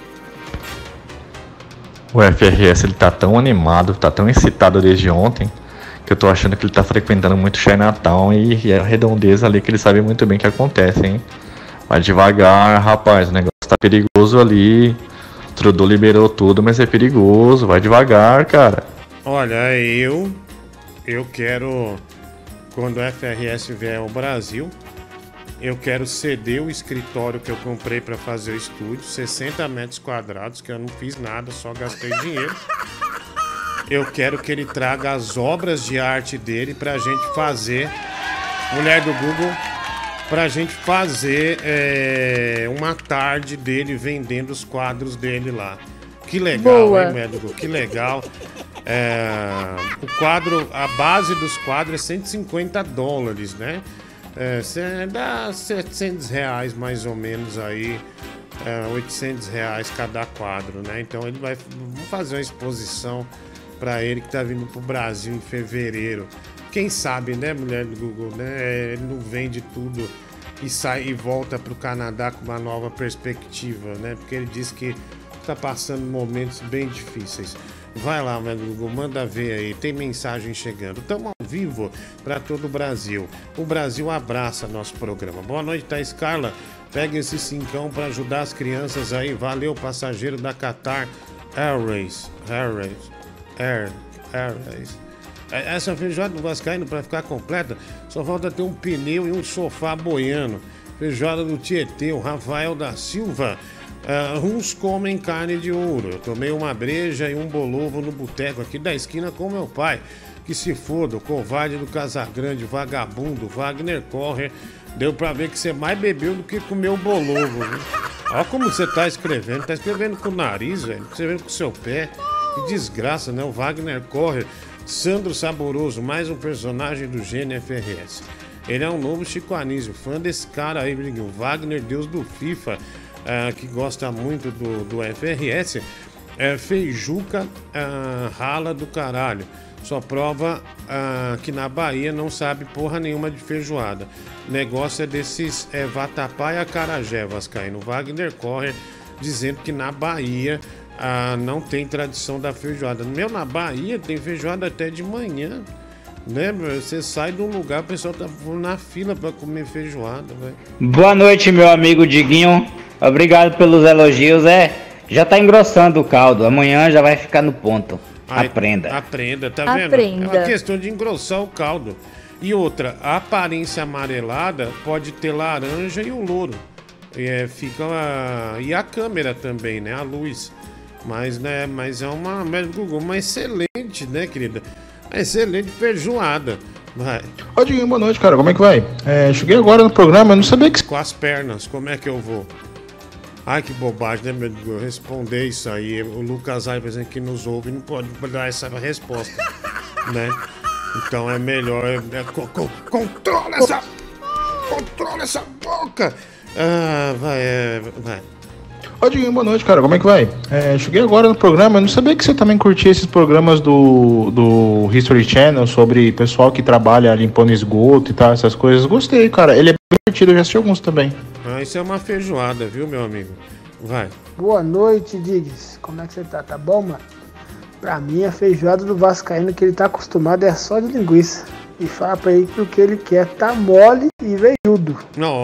O F R S ele tá tão animado, tá tão excitado desde ontem, que eu tô achando que ele tá frequentando muito Chinatown e, e a redondeza ali que ele sabe muito bem que acontece, hein? Vai devagar, rapaz, o negócio tá perigoso ali. Trudeau liberou tudo, mas é perigoso, vai devagar, cara. Olha, eu eu quero, quando o F R S vier ao Brasil, eu quero ceder o escritório que eu comprei para fazer o estúdio, sessenta metros quadrados, que eu não fiz nada, só gastei dinheiro. Eu quero que ele traga as obras de arte dele pra gente fazer, mulher do Google, pra gente fazer é, uma tarde dele vendendo os quadros dele lá. Que legal, Boa. hein, médico? Que legal. É, o quadro, a base dos quadros é cento e cinquenta dólares, né? É, dá setecentos reais mais ou menos aí, é, oitocentos reais cada quadro, né? Então ele vai vamos fazer uma exposição para ele que tá vindo pro Brasil em fevereiro. Quem sabe, né, mulher do Google, né? Ele não vende tudo e sai e volta pro Canadá com uma nova perspectiva, né? Porque ele diz que tá passando momentos bem difíceis. Vai lá, meu Google, manda ver aí, tem mensagem chegando. Estamos ao vivo para todo o Brasil. O Brasil abraça nosso programa. Boa noite, Thaís Carla. Pega esse cincão para ajudar as crianças aí. Valeu, passageiro da Qatar Airways. Airways. Air, Airways. Essa feijoada do Vascaíno, para ficar completa, só falta ter um pneu e um sofá boiano. Feijoada do Tietê, o Rafael da Silva. Uh, uns comem carne de ouro. Eu tomei uma breja e um bolovo no boteco aqui da esquina com meu pai. Que se foda, o covarde do Casagrande, vagabundo, Wagner Correr. Deu pra ver que você mais bebeu do que comeu bolovo, viu? Olha como você tá escrevendo. Tá escrevendo com o nariz, velho. Escrevendo com o seu pé. Que desgraça, né? O Wagner Correr. Sandro Saboroso, mais um personagem do Gênio F R S. Ele é um novo Chico Anísio, fã desse cara aí, o Wagner, Deus do FIFA. Uh, que gosta muito do, do F R S, é Feijuca uh, rala do caralho. Só prova ah, que na Bahia não sabe porra nenhuma de feijoada. O negócio é desses é, vatapá e acarajé, vascaíno. Wagner Correr dizendo que na Bahia ah, não tem tradição da feijoada. Meu, na Bahia tem feijoada até de manhã. Né, meu? Você sai de um lugar, o pessoal tá na fila pra comer feijoada, velho. Boa noite, meu amigo Diguinho. Obrigado pelos elogios. É, já tá engrossando o caldo. Amanhã já vai ficar no ponto. Ai, Aprenda. Aprenda, tá vendo? Aprenda. É uma questão de engrossar o caldo. E outra, a aparência amarelada pode ter laranja e o louro. E, é, fica a... e a câmera também, né? A luz. Mas, né, mas é uma, uma excelente, né, querida? Excelente feijoada. Vai. Ô, Diguinho, boa noite, cara. Como é que vai? É, cheguei agora no programa, eu não sabia que... Com as pernas, como é que eu vou? Ai, que bobagem, né, meu Deus? Responder isso aí. O Lucas Aires que nos ouve não pode dar essa resposta, né? Então é melhor... É, é, co, co, controla essa... Controla essa boca! Ah, vai, é, vai. Ô, Diguinho, boa noite, cara. Como é que vai? É, cheguei agora no programa. Eu não sabia que você também curtia esses programas do, do History Channel sobre pessoal que trabalha limpando esgoto e tal, essas coisas. Gostei, cara. Ele é bem divertido. Eu já assisti alguns também. Ah, isso é uma feijoada, viu, meu amigo? Vai. Boa noite, Diggs. Como é que você tá? Tá bom, mano? Pra mim, a feijoada do vascaíno que ele tá acostumado é só de linguiça. E fala pra ele que o que ele quer tá mole e veiudo.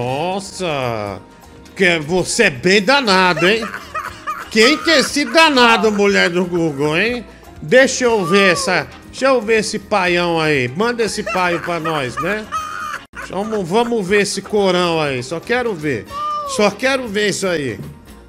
Nossa... Que você é bem danado, hein? Quem que é esse danado, mulher do Google, hein? Deixa eu ver essa... Deixa eu ver esse paião aí. Manda esse paio pra nós, né? Vamos, vamos ver esse corão aí. Só quero ver. Só quero ver isso aí.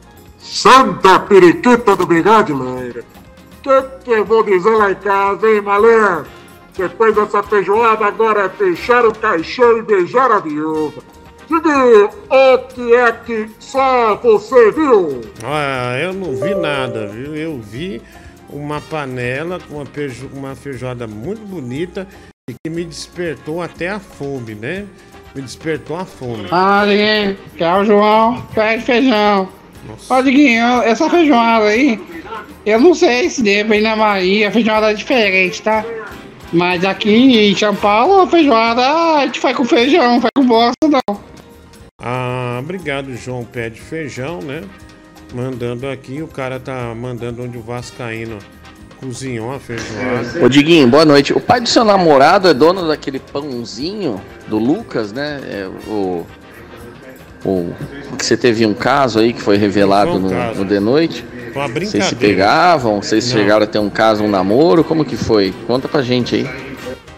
Santa periquita do bigode, loira. Que que eu vou dizer lá em casa, hein, malé? Depois dessa feijoada, agora é fechar o caixão e beijar a viúva. Diga, é que é que só você viu? Ah, eu não vi nada, viu? Eu vi uma panela com uma, feijo... uma feijoada muito bonita e que me despertou até a fome, né? Me despertou a fome. Ah, Diguinho, que é o João, pede feijão. Ó, Diguinho, essa feijoada aí, eu não sei se deve ir na Bahia, a feijoada é diferente, tá? Mas aqui em São Paulo, a feijoada a gente faz com feijão, não faz com bosta, não. Ah, obrigado, João Pede Feijão, né? Mandando aqui, o cara tá mandando onde o vascaíno cozinhou a feijoada. Ô Diguinho, boa noite. O pai do seu namorado é dono daquele pãozinho do Lucas, né? É, o, o que você teve um caso aí que foi revelado um no, caso. no The Noite. Foi uma brincadeira. Vocês se pegavam? Vocês Não. chegaram a ter um caso, um namoro? Como que foi? Conta pra gente aí.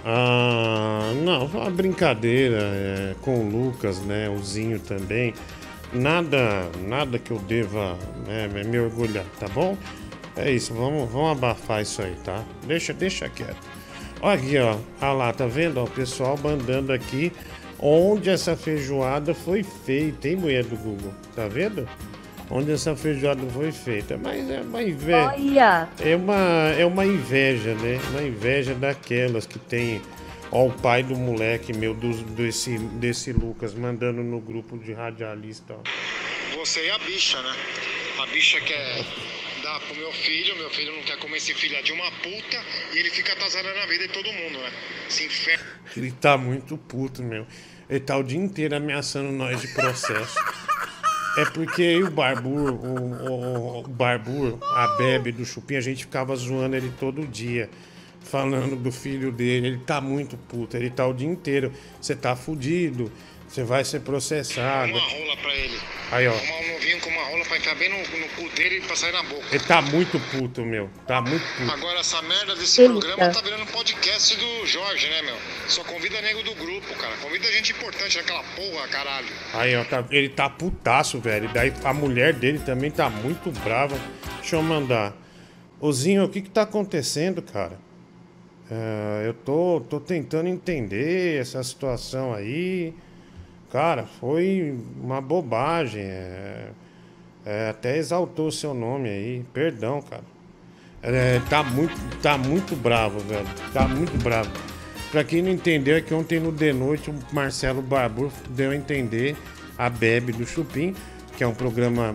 Ah, não, foi uma brincadeira é, com o Lucas, né? O Zinho também. Nada, nada que eu deva né, me orgulhar, tá bom? É isso, vamos, vamos abafar isso aí, tá? Deixa, deixa quieto. Olha aqui, ó. Ah lá, tá vendo? Ó, o pessoal mandando aqui onde essa feijoada foi feita, hein, mulher do Google? Tá vendo? Onde essa feijoada foi feita. Mas é uma inveja. Olha. É uma, é uma inveja, né? Uma inveja daquelas que tem. Ó, o pai do moleque meu, do, desse, desse Lucas, mandando no grupo de radialista, ó. Você é a bicha, né? A bicha quer dar pro meu filho, meu filho não quer comer esse filho de uma puta e ele fica atazanando a vida de todo mundo, né? Se inferno. Ele tá muito puto, meu. Ele tá o dia inteiro ameaçando nós de processo. É porque eu e o Barbur, o, o, o Barbur, a Bebe do Chupim, a gente ficava zoando ele todo dia. Falando do filho dele, ele tá muito puto, ele tá o dia inteiro. Você tá fudido, você vai ser processado. Uma rola pra ele. Aí, ó. Arrumar um novinho com uma rola pra enfiar bem no, no cu dele e pra sair na boca. Ele tá muito puto, meu. Tá muito puto. Agora essa merda desse Eita. programa tá virando podcast do Jorge, né, meu? Só convida nego do grupo, cara. Convida gente importante naquela porra, caralho. Aí, ó, tá, ele tá putaço, velho. Daí a mulher dele também tá muito brava. Deixa eu mandar. Ô Zinho, o que que tá acontecendo, cara? É, eu tô, tô tentando entender essa situação aí. Cara, foi uma bobagem. É, é, até exaltou o seu nome aí. Perdão, cara. É, tá, muito, tá muito bravo, velho. Tá muito bravo. Pra quem não entendeu, é que ontem no The Noite o Marcelo Barbur deu a entender a Bebe do Chupim, que é um programa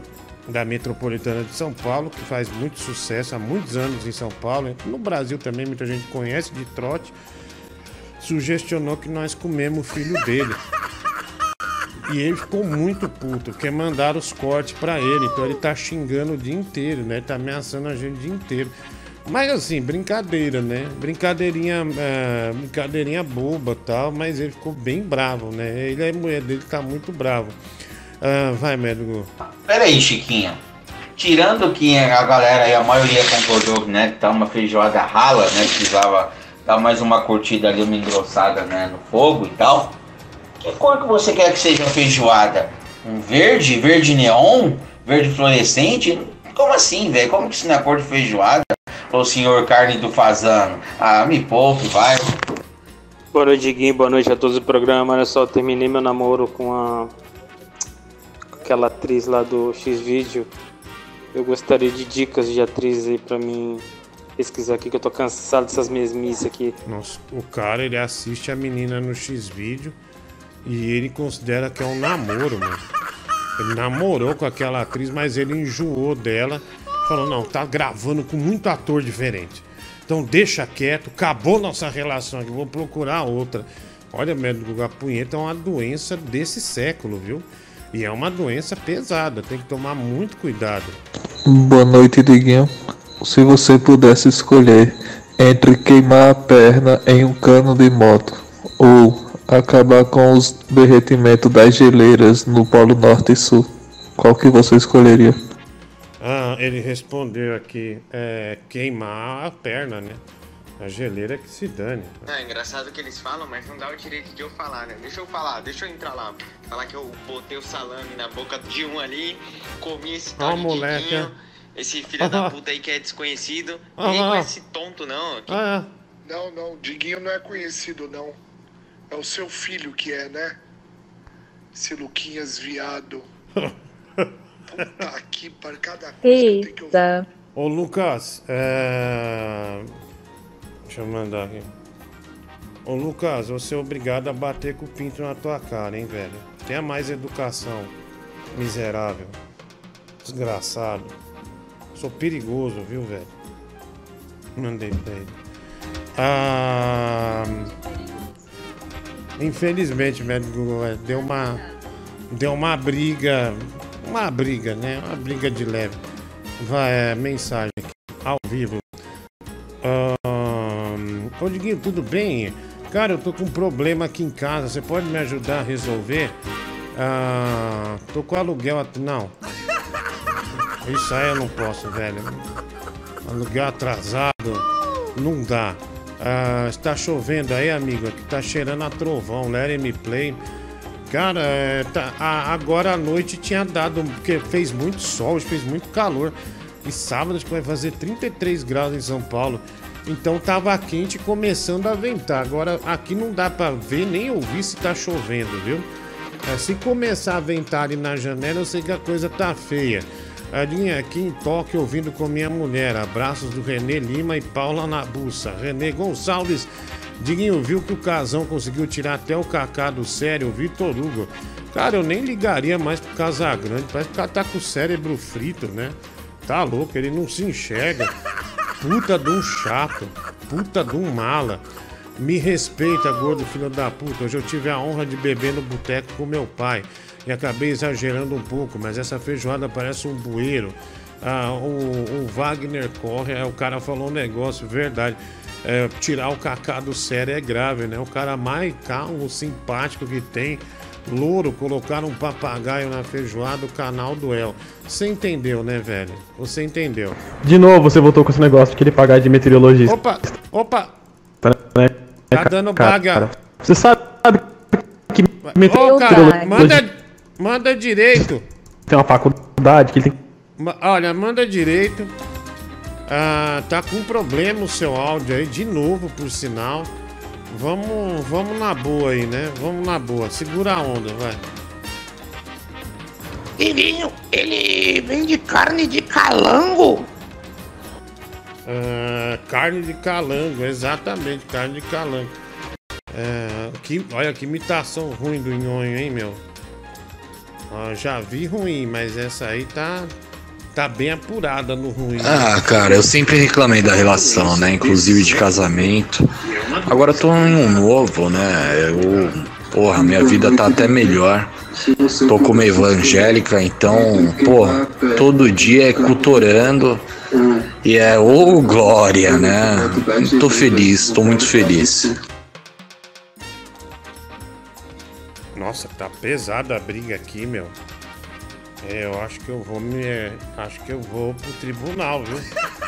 da Metropolitana de São Paulo, que faz muito sucesso há muitos anos em São Paulo. No Brasil também muita gente conhece de trote. Sugestionou que nós comemos o filho dele. E ele ficou muito puto, porque mandaram os cortes pra ele. Então ele tá xingando o dia inteiro, né? Tá ameaçando a gente o dia inteiro. Mas assim, brincadeira, né? Brincadeirinha, uh, brincadeirinha boba e tal, mas ele ficou bem bravo, né? Ele, a mulher dele tá muito bravo. Uh, vai, médico. Pera aí, Chiquinha. Tirando que a galera aí, a maioria concordou, né? Que tá uma feijoada rala, né? Precisava dar mais uma curtida ali, uma engrossada, né? No fogo e tal. Que cor que você quer que seja a feijoada? Um verde? Verde neon? Verde fluorescente? Como assim, velho? Como que isso não é cor de feijoada? Ô senhor carne do fazano. Ah, me poupe, vai. Boa noite, Diguinho. Boa noite a todos do programa. Olha só, eu terminei meu namoro com a... com aquela atriz lá do X-Vídeo. Eu gostaria de dicas de atriz aí pra mim pesquisar aqui, que eu tô cansado dessas mesmices aqui. Nossa, o cara, ele assiste a menina no X-Vídeo e ele considera que é um namoro, mano. Ele namorou com aquela atriz, mas ele enjoou dela. Falou, não, tá gravando com muito ator diferente. Então deixa quieto, acabou nossa relação aqui, vou procurar outra. Olha, médico, a punheta é uma doença desse século, viu? E é uma doença pesada, tem que tomar muito cuidado. Boa noite, Diguinho. Se você pudesse escolher entre queimar a perna em um cano de moto ou acabar com os derretimentos das geleiras no Polo Norte e Sul, qual que você escolheria? Ah, ele respondeu aqui, é, queimar a perna, né? A geleira que se dane. É engraçado que eles falam, mas não dá o direito de eu falar, né? Deixa eu falar, deixa eu entrar lá. Falar que eu botei o salame na boca de um ali, comi esse tal de moleque, Diguinho, esse filho ah, da puta aí que é desconhecido. ah, Ninguém ah, conhece esse tonto, não. Que... Ah, não, não, Diguinho não é conhecido, não. É o seu filho que é, né? Esse Luquinhas viado. Puta que para cada coisa que eu tenho que ouvir. Eita. Ô, Lucas, é... deixa eu mandar aqui. Ô, Lucas, você é obrigado a bater com o pinto na tua cara, hein, velho? Tenha mais educação, miserável. Desgraçado. Sou perigoso, viu, velho? Mandei pra ele. Ah... Infelizmente, médico, deu uma... Deu uma briga... Uma briga, né? Uma briga de leve. Vai, é, mensagem aqui, ao vivo. Um, Ô, Diguinho, tudo bem? Cara, eu tô com um problema aqui em casa. Você pode me ajudar a resolver? Uh, tô com aluguel... At... Não. Isso aí eu não posso, velho. Aluguel atrasado. Não dá. Uh, está chovendo aí, amigo. Aqui tá cheirando a trovão. Let me play. Cara, é, tá, a, agora à noite tinha dado, porque fez muito sol, fez muito calor. E sábado acho que vai fazer trinta e três graus em São Paulo. Então tava quente e começando a ventar. Agora aqui não dá pra ver nem ouvir se tá chovendo, viu? É, se começar a ventar ali na janela, eu sei que a coisa tá feia. Ali aqui em Tóquio, ouvindo com minha mulher. Abraços do Renê Lima e Paula Nabuça. Renê Gonçalves. Diguinho, viu que o Casão conseguiu tirar até o Kaká do sério, o Vitor Hugo. Cara, eu nem ligaria mais pro Casagrande. Parece que o cara tá com o cérebro frito, né? Tá louco, ele não se enxerga. Puta de um chato. Puta de um mala. Me respeita, gordo filho da puta. Hoje eu tive a honra de beber no boteco com meu pai. E acabei exagerando um pouco, mas essa feijoada parece um bueiro. Ah, o, o Wagner corre, aí o cara falou um negócio, verdade. É, tirar o Kaká do sério é grave, né? O cara mais calmo, simpático que tem, louro, colocar um papagaio na feijoada do canal do El. Você entendeu, né, velho? Você entendeu. De novo você voltou com esse negócio de querer pagar de meteorologista. Opa, opa! Né? Tá dando baga. Você sabe que Ô, cara, manda, manda direito. Tem uma faculdade que ele tem. Olha, manda direito. Ah, tá com problema o seu áudio aí, de novo, por sinal. Vamos, vamos na boa aí, né? Vamos na boa. Segura a onda, vai. Diguinho, ele vende carne de calango. Ah, carne de calango, exatamente, carne de calango. É, que, olha que imitação ruim do nhonho, hein, meu? Ah, já vi ruim, mas essa aí tá, tá bem apurada no ruim. Ah, cara, eu sempre reclamei da relação, né? Inclusive de casamento. Agora eu tô em um novo, né? Eu, porra, minha vida tá até melhor. Tô como evangélica, então, porra, todo dia é culturando. E é, ô, glória, né? Tô feliz, tô muito feliz. Nossa, tá pesada a briga aqui, meu. É, eu acho que eu vou me. Acho que eu vou pro tribunal, viu?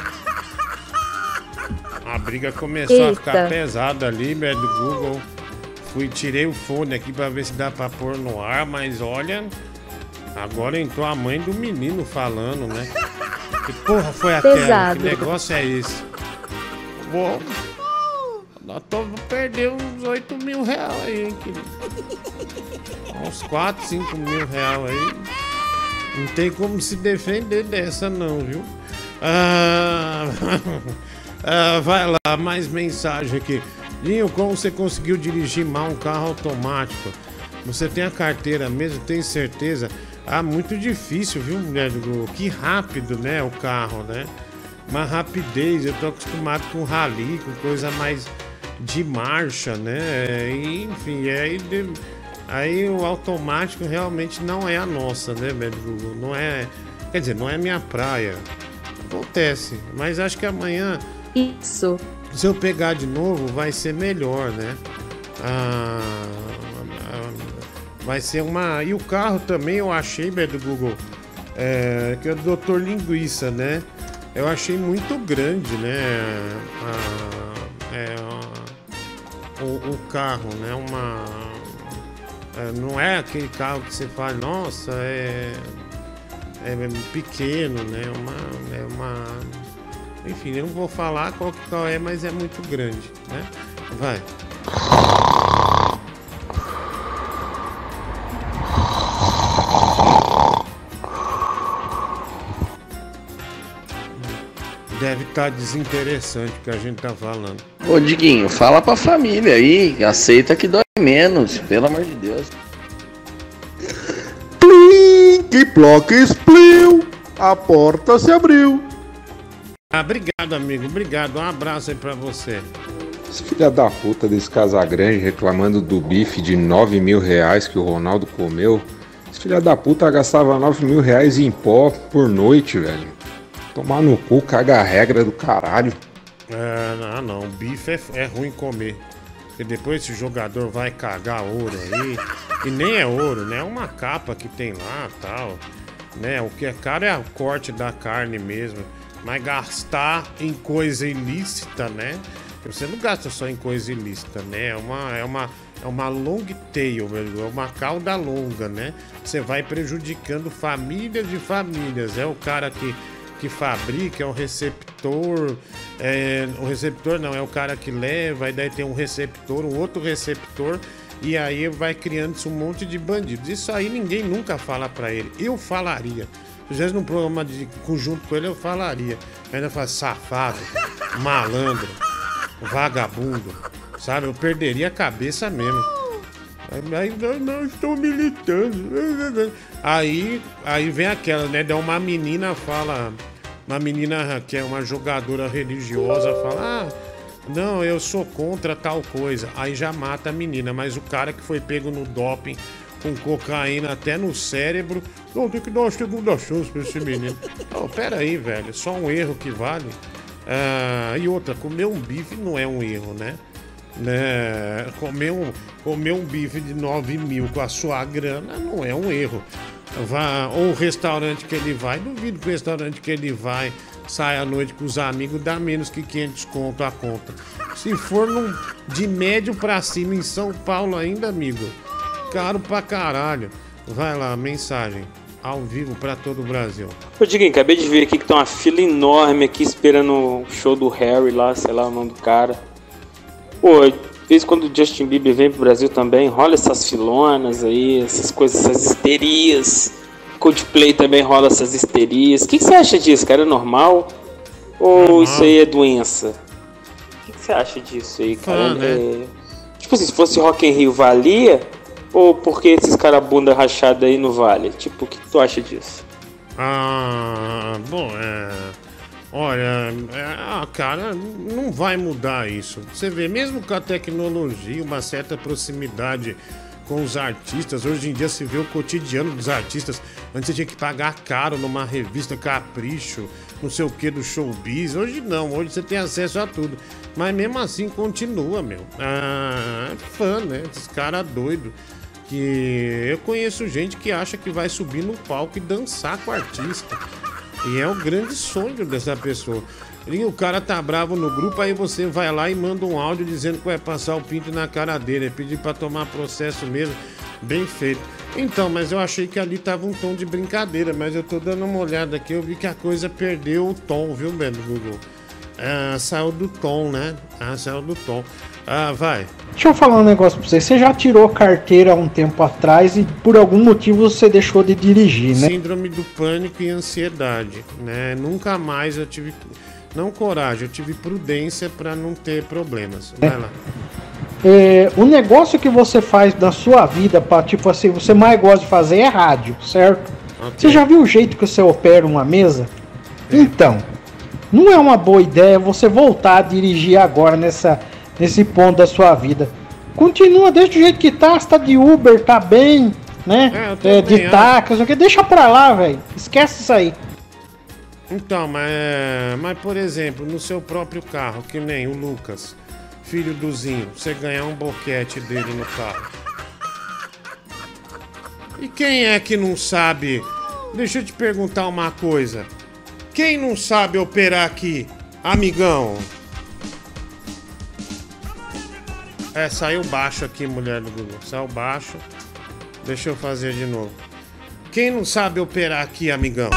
A briga começou Eita. a ficar pesada ali, velho, do Google. Fui, tirei o fone aqui pra ver se dá pra pôr no ar, mas olha. Agora entrou a mãe do menino falando, né? Que porra foi aquela? Pesado. Que negócio é esse? Vou. Nós vamos perder uns oito mil reais aí, hein, querido? Uns quatro, cinco mil reais aí. Não tem como se defender dessa não, viu? Ah, ah, vai lá, mais mensagem aqui. Linho, como você conseguiu dirigir mal um carro automático? Você tem a carteira mesmo, tem certeza? Ah, muito difícil, viu, mulher do Google? Que rápido, né, o carro, né? Uma rapidez, eu tô acostumado com rally, com coisa mais de marcha, né? E, enfim, aí, aí o automático realmente não é a nossa, né, mulher do Google? Não é, quer dizer, não é minha praia. Acontece, mas acho que amanhã... Isso. Se eu pegar de novo, vai ser melhor, né? Ah, ah, vai ser uma... E o carro também eu achei, velho, do Google, é, que é o doutor Linguiça, né? Eu achei muito grande, né? Ah, é, o, o carro, né? Uma... É, não é aquele carro que você fala, nossa, é... É pequeno, né? Uma... É uma... Enfim, eu não vou falar qual que qual é, mas é muito grande, né? Vai. Deve estar desinteressante o que a gente tá falando. Ô, Diguinho, fala pra família aí, aceita que dói menos, pelo amor de Deus. Plim, que ploca explodiu, a porta se abriu. Ah, obrigado, amigo. Obrigado. Um abraço aí pra você. Esse filho da puta desse Casagrande reclamando do bife de nove mil reais que o Ronaldo comeu. Esse filho da puta gastava nove mil reais em pó por noite, velho. Tomar no cu, caga a regra do caralho. É, não, não. Bife é, é ruim comer. Porque depois esse jogador vai cagar ouro aí. E nem é ouro, né? É uma capa que tem lá e tal. Né? O que é caro é o corte da carne mesmo. Mas gastar em coisa ilícita, né? Você não gasta só em coisa ilícita, né? É uma, é uma, é uma long tail, é uma cauda longa, né? Você vai prejudicando famílias de famílias. É o cara que, que fabrica, é o receptor. É, o receptor não, é o cara que leva, e daí tem um receptor, um outro receptor. E aí vai criando-se um monte de bandidos. Isso aí ninguém nunca fala pra ele. Eu falaria. Se fizesse num programa de conjunto com ele, eu falaria. Eu ainda falo safado, malandro, vagabundo, sabe? Eu perderia a cabeça mesmo. Aí, não, não estou militando. Aí, aí vem aquela, né? Daí uma menina fala, uma menina que é uma jogadora religiosa fala, ah, não, eu sou contra tal coisa. Aí já mata a menina, mas o cara que foi pego no doping, com cocaína até no cérebro, não, tem que dar uma segunda chance pra esse menino. Não, pera aí, velho, só um erro que vale. Ah, e outra, comer um bife não é um erro, né? né? Comer, um, comer um bife de nove mil com a sua grana não é um erro. Vá, ou o restaurante que ele vai, duvido que o restaurante que ele vai sai à noite com os amigos, dá menos que quinhentos conto a conta. Se for num, de médio pra cima em São Paulo ainda, amigo, caro pra caralho. Vai lá, mensagem ao vivo pra todo o Brasil. Ô Diguinho, acabei de ver aqui que tem uma fila enorme aqui esperando o show do Harry lá, sei lá o nome do cara. Pô, de vez em quando o Justin Bieber vem pro Brasil também, rola essas filonas aí, essas coisas, essas histerias. Coldplay também rola essas histerias. O que, que você acha disso, cara? É normal? Ou normal. Isso aí é doença? O que, que você acha disso aí, cara? Fã, né? É... Tipo assim, se fosse Rock in Rio, valia? Ou porque esses caras bunda rachada aí não vale? Tipo, o que tu acha disso? Ah, bom, é... Olha, é, ah, cara, não vai mudar isso. Você vê, mesmo com a tecnologia, uma certa proximidade com os artistas, hoje em dia se vê o cotidiano dos artistas. Antes você tinha que pagar caro numa revista Capricho, não sei o que, do Showbiz. Hoje não, hoje você tem acesso a tudo. Mas mesmo assim continua, meu. Ah, é fã, né? Esses caras doidos. Que eu conheço gente que acha que vai subir no palco e dançar com o artista. E é o grande sonho dessa pessoa. E o cara tá bravo no grupo, aí você vai lá e manda um áudio dizendo que vai passar o pinto na cara dele. É pedir pra tomar processo mesmo. Bem feito. Então, mas eu achei que ali tava um tom de brincadeira. Mas eu tô dando uma olhada aqui, eu vi que a coisa perdeu o tom, viu, Ben, do Google? Ah, saiu do tom, né? Ah, saiu do tom. Ah, vai. Deixa eu falar um negócio pra você. Você já tirou carteira há um tempo atrás e por algum motivo você deixou de dirigir, né? Síndrome do pânico e ansiedade, né? Nunca mais eu tive, não coragem, eu tive prudência pra não ter problemas. Vai lá. É, o negócio que você faz da sua vida, pra, tipo assim, você mais gosta de fazer é rádio, certo? Okay. Você já viu o jeito que você opera uma mesa? É. Então, não é uma boa ideia você voltar a dirigir agora nessa... nesse ponto da sua vida. Continua, deixa do jeito que tá, você tá de Uber, tá bem, né? É, é, de táxi, não sei o que, deixa pra lá, velho. Esquece isso aí. Então, mas, mas por exemplo, no seu próprio carro, que nem o Lucas, filho do Zinho, você ganhar um boquete dele no carro. E quem é que não sabe? Deixa eu te perguntar uma coisa. Quem não sabe operar aqui, amigão? É, saiu baixo aqui, mulher do Google. Saiu baixo. Deixa eu fazer de novo. Quem não sabe operar aqui, amigão?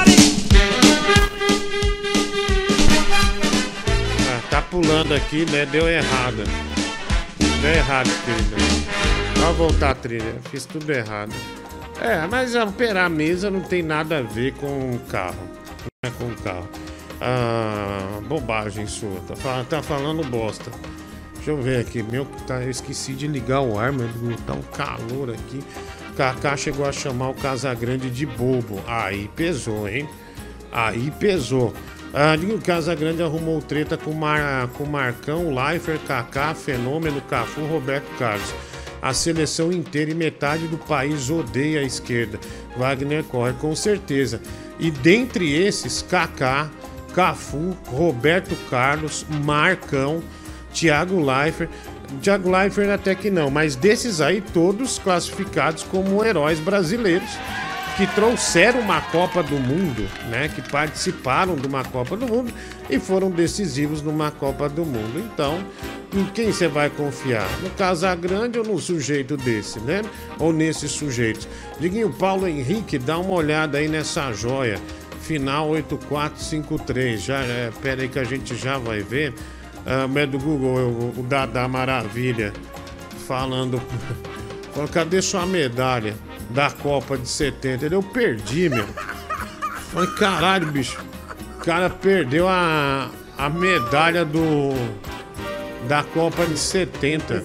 Ah, tá pulando aqui, né? Deu errado. Deu errado, querida. Vou voltar a trilha. Fiz tudo errado. É, mas operar a mesa não tem nada a ver com o carro. Não é com o carro. Ah, bobagem sua. Tá falando, tá falando bosta. Deixa eu ver aqui, meu, tá, eu esqueci de ligar o ar, mas tá um calor aqui. Kaká chegou a chamar o Casagrande de bobo. Aí pesou, hein? Aí pesou. Ah, o Casagrande arrumou treta com, Mar, com Marcão, Leifert, Kaká, Fenômeno, Cafu, Roberto Carlos. A seleção inteira e metade do país odeia a esquerda. Wagner corre, com certeza. E dentre esses, Kaká, Cafu, Roberto Carlos, Marcão, Thiago Leifert. Thiago Leifert até que não, mas desses aí todos classificados como heróis brasileiros que trouxeram uma Copa do Mundo, né? Que participaram de uma Copa do Mundo e foram decisivos numa Copa do Mundo. Então, em quem você vai confiar? No Casagrande ou no sujeito desse, né? Ou nesses sujeitos? Diguinho, Paulo Henrique, dá uma olhada aí nessa joia. Final oito quatro cinco três. Já, é, pera aí que a gente já vai ver. Ah, uh, do Google, o, o Dada Maravilha, falando, falando, cadê sua medalha da Copa de setenta? Eu perdi, meu. Falei, caralho, bicho. O cara perdeu a, a medalha do da Copa de setenta.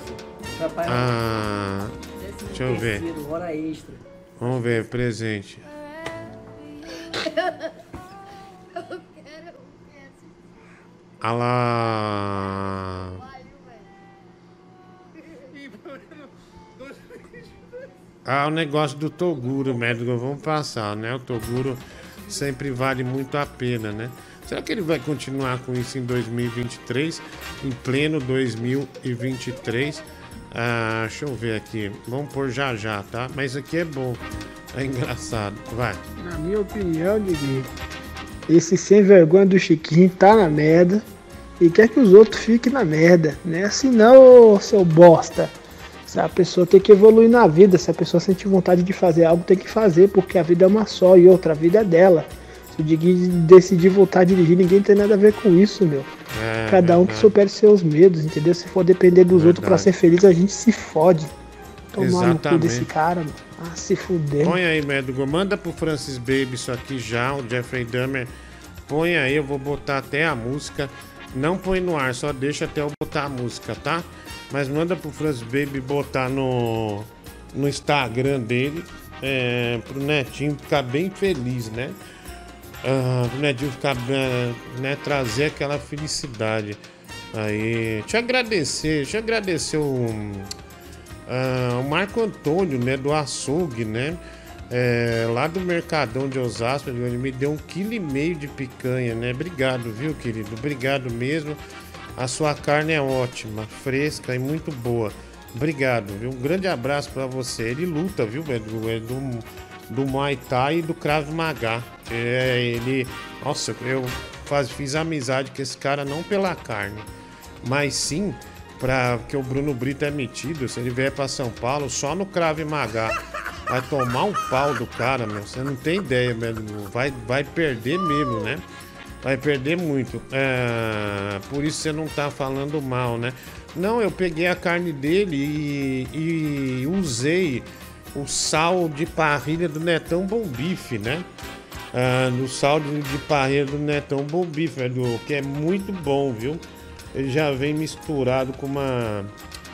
Ah, deixa eu ver. Vamos ver, presente. Ah lá. Ah, o negócio do Toguro, médico, vamos passar, né? O Toguro sempre vale muito a pena, né? Será que ele vai continuar com isso em dois mil e vinte e três? Em pleno dois mil e vinte e três? Ah, deixa eu ver aqui. Vamos pôr já já, tá? Mas isso aqui é bom. É engraçado. Vai. Na minha opinião, Diguinho, esse sem vergonha do Chiquinho tá na merda e quer que os outros fiquem na merda, né? Assim não, seu bosta. Se a pessoa tem que evoluir na vida, se a pessoa sente vontade de fazer algo, tem que fazer, porque a vida é uma só e outra, a vida é dela. Se o Diguinho decidir voltar a dirigir, ninguém tem nada a ver com isso, meu. É, Cada um verdade. que supere seus medos, entendeu? Se for depender dos verdade. outros pra ser feliz, a gente se fode. Tomar no cu desse cara, mano. Ah, se fuder. Põe aí, médico. Manda pro Francis Baby isso aqui já, o Jeffrey Dahmer. Põe aí, eu vou botar até a música. Não põe no ar, só deixa até eu botar a música, tá? Mas manda pro Francis Baby botar no, no Instagram dele. é, pro Netinho ficar bem feliz, né? Ah, pro Netinho ficar, né, trazer aquela felicidade. Aí, deixa eu agradecer, deixa eu agradecer o, ah, o Marco Antônio, né, do açougue, né? É, lá do Mercadão de Osasco, ele me deu um quilo e meio de picanha, né? Obrigado, viu, querido? Obrigado mesmo. A sua carne é ótima, fresca e muito boa. Obrigado, viu? Um grande abraço pra você. Ele luta, viu, é do, é do, do Muay Thai e do Krav Maga. É, ele... Nossa, eu faz, fiz amizade com esse cara não pela carne, mas sim pra... Porque o Bruno Brito é metido. Se ele vier pra São Paulo, só no Krav Maga vai tomar um pau do cara, meu. Você não tem ideia, velho. Vai, vai perder mesmo, né? Vai perder muito. É, por isso você não tá falando mal, né? Não, eu peguei a carne dele e, e usei o sal de parrilha do Netão Bom Bife, né? Ah, no sal de, de parrilha do Netão Bom Bife, velho, que é muito bom, viu? Ele já vem misturado com uma,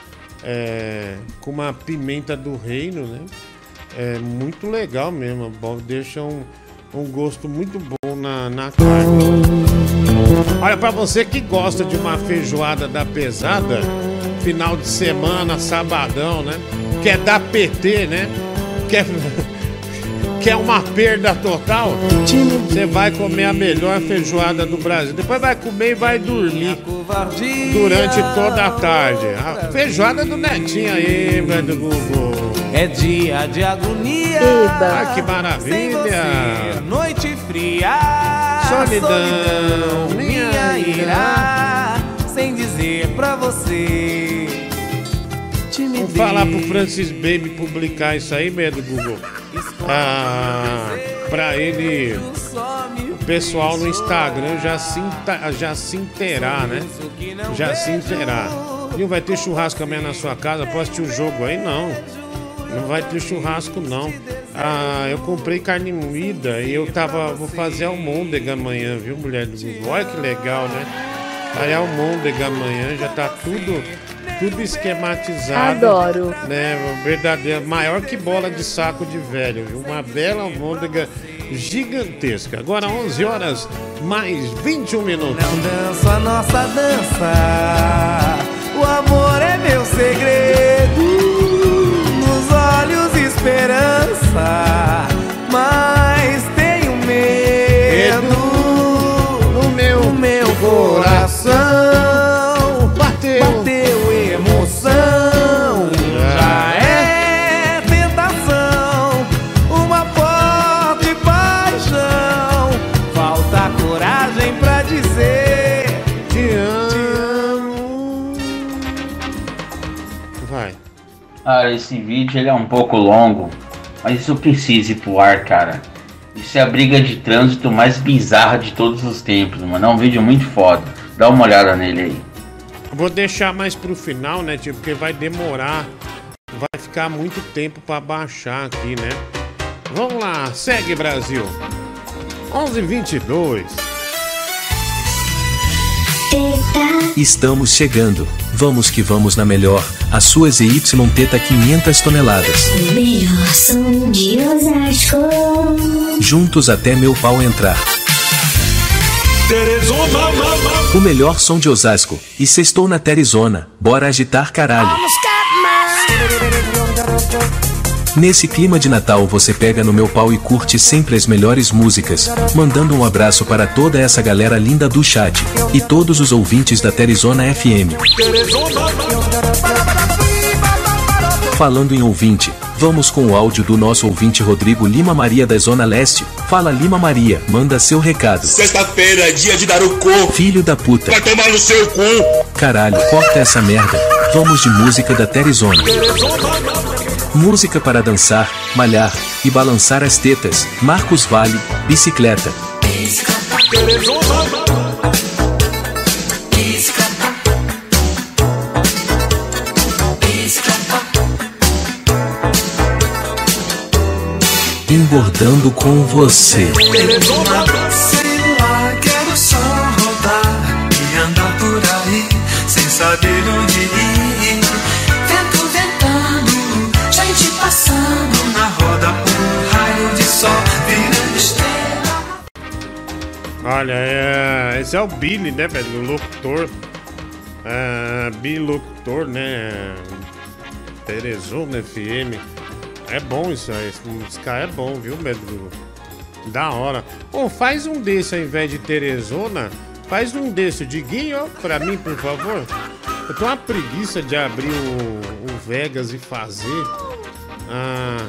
é, com uma pimenta do reino, né? É muito legal mesmo, bom, deixa um, um gosto muito bom na, na carne. Olha, pra você que gosta de uma feijoada da pesada, final de semana, sabadão, né? Quer dar P T, né? Quer, quer uma perda total? Você vai comer a melhor feijoada do Brasil. Depois vai comer e vai dormir durante toda a tarde. A feijoada do Netinho aí, velho, do Google. É dia de agonia. Ah, que maravilha. Noite fria. Solidão, solidão minha ira. Sem dizer pra você. Vamos falar pro Francis Baby publicar isso aí, mesmo, Google. Ah, pra ele, o pessoal no Instagram já se, já se inteirar, né? Já se inteirar. E vai ter churrasco amanhã na sua casa? Posso assistir o jogo aí? Não. Não vai ter churrasco, não. Ah, eu comprei carne moída e eu tava... Vou fazer almôndega amanhã, viu, mulher do Google? Olha que legal, né? Aí almôndega amanhã, já tá tudo... Tudo esquematizado. Adoro. Né? Verdadeira, maior que bola de saco de velho, viu? Uma bela almôndega gigantesca. Agora onze horas mais vinte e um minutos. Não danço a nossa dança. O amor é meu segredo. Nos olhos esperança, mas tenho medo. No meu, no meu coração bateu, bateu emoção. Já é tentação, uma forte paixão. Falta coragem pra dizer te amo. Vai. Ah, esse vídeo ele é um pouco longo, mas isso precisa ir pro ar, cara. Isso é a briga de trânsito mais bizarra de todos os tempos, mano. É um vídeo muito foda. Dá uma olhada nele aí. Vou deixar mais pro final, né, tio? Porque vai demorar. Vai ficar muito tempo pra baixar aqui, né? Vamos lá, segue, Brasil. onze e vinte e dois. Estamos chegando. Vamos que vamos na melhor. A sua Z Y Teta quinhentas toneladas. O melhor som de Osasco. Juntos até meu pau entrar. Teresona. O melhor som de Osasco. E sextou na Teresona. Bora agitar, caralho. Nesse clima de Natal você pega no meu pau e curte sempre as melhores músicas, mandando um abraço para toda essa galera linda do chat e todos os ouvintes da Teresona F M. Falando em ouvinte, vamos com o áudio do nosso ouvinte Rodrigo Lima Maria da Zona Leste. Fala Lima Maria, manda seu recado. Sexta-feira é dia de dar o cu. Filho da puta. Vai tomar no seu cu. Caralho, corta essa merda. Vamos de música da Teresona. Música para dançar, malhar e balançar as tetas. Marcos Vale, bicicleta. Engordando com você. Celular, quero só rodar e andar por aí sem saber onde ir. Vento ventando, gente passando na roda. Olha, é, esse é o Billy, né, velho? O locutor. É, bilocutor, né? Teresona F M. É bom isso aí. Esse cara é bom, viu, velho? Da hora. Ô, faz um desse ao invés de Teresona. Faz um desse, Diguinho, ó, pra mim, por favor. Eu tô uma preguiça de abrir o, o Vegas e fazer. Ah.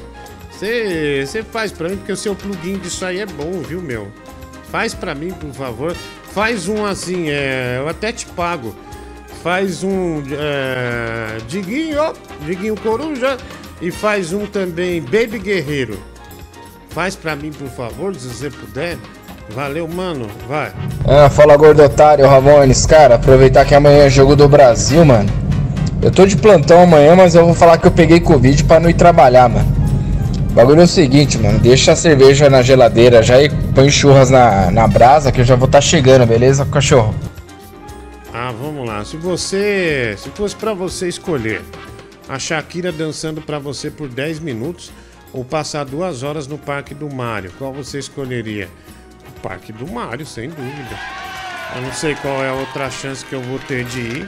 Você faz pra mim, porque o seu plugin disso aí é bom, viu, meu? Faz pra mim, por favor. Faz um assim, é, eu até te pago. Faz um é, Diguinho, ó, Diguinho Coruja. E faz um também Baby Guerreiro. Faz pra mim, por favor, se você puder. Valeu, mano, vai. Ah, fala gordo otário, Ramones. Cara, aproveitar que amanhã é jogo do Brasil, mano. Eu tô de plantão amanhã, mas eu vou falar que eu peguei Covid pra não ir trabalhar, mano. O bagulho é o seguinte, mano, deixa a cerveja na geladeira já e põe churras na, na brasa que eu já vou tá chegando, beleza, cachorro? Ah, vamos lá, se você, se fosse pra você escolher a Shakira dançando pra você por dez minutos ou passar duas horas no Parque do Mário, qual você escolheria? O Parque do Mário, sem dúvida. Eu não sei qual é a outra chance que eu vou ter de ir.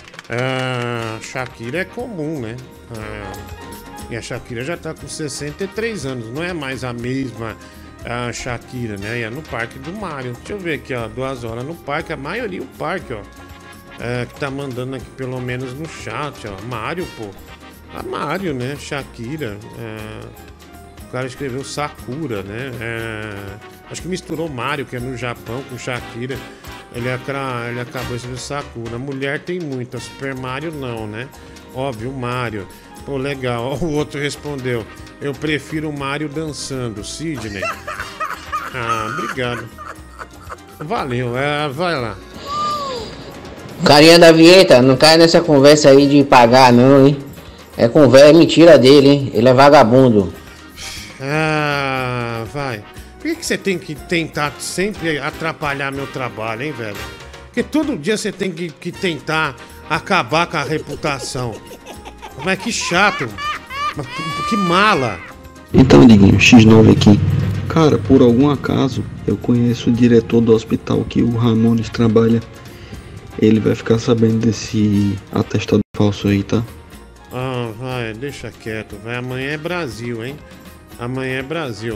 Ah, Shakira é comum, né? Ah, E a Shakira já tá com sessenta e três anos, não é mais a mesma a Shakira, né? E é no Parque do Mário. Deixa eu ver aqui, ó, duas horas no parque, a maioria o parque, ó. É, que tá mandando aqui pelo menos no chat, ó. Mário, pô. A Mário, né? Shakira. É, o cara escreveu Sakura, né? É, acho que misturou Mário, que é no Japão, com Shakira. Ele, acra, ele acabou escrevendo Sakura. Mulher tem muita, Super Mario não, né? Óbvio, Mário. Pô, legal. O outro respondeu: eu prefiro o Mário dançando. Sidney. Ah, obrigado. Valeu, é, vai lá. Carinha da vinheta, não cai nessa conversa aí de pagar não, hein? É conversa, é mentira dele, hein? Ele é vagabundo. Ah, vai. Por que, que você tem que tentar sempre atrapalhar meu trabalho, hein, velho? Porque todo dia você tem que, que tentar acabar com a reputação. Mas que chato. Que mala. Então, Diguinho, xis nove aqui. Cara, por algum acaso, eu conheço o diretor do hospital que o Ramones trabalha. Ele vai ficar sabendo desse atestado falso aí, tá? Ah, vai, deixa quieto. Vai. Amanhã é Brasil, hein? Amanhã é Brasil.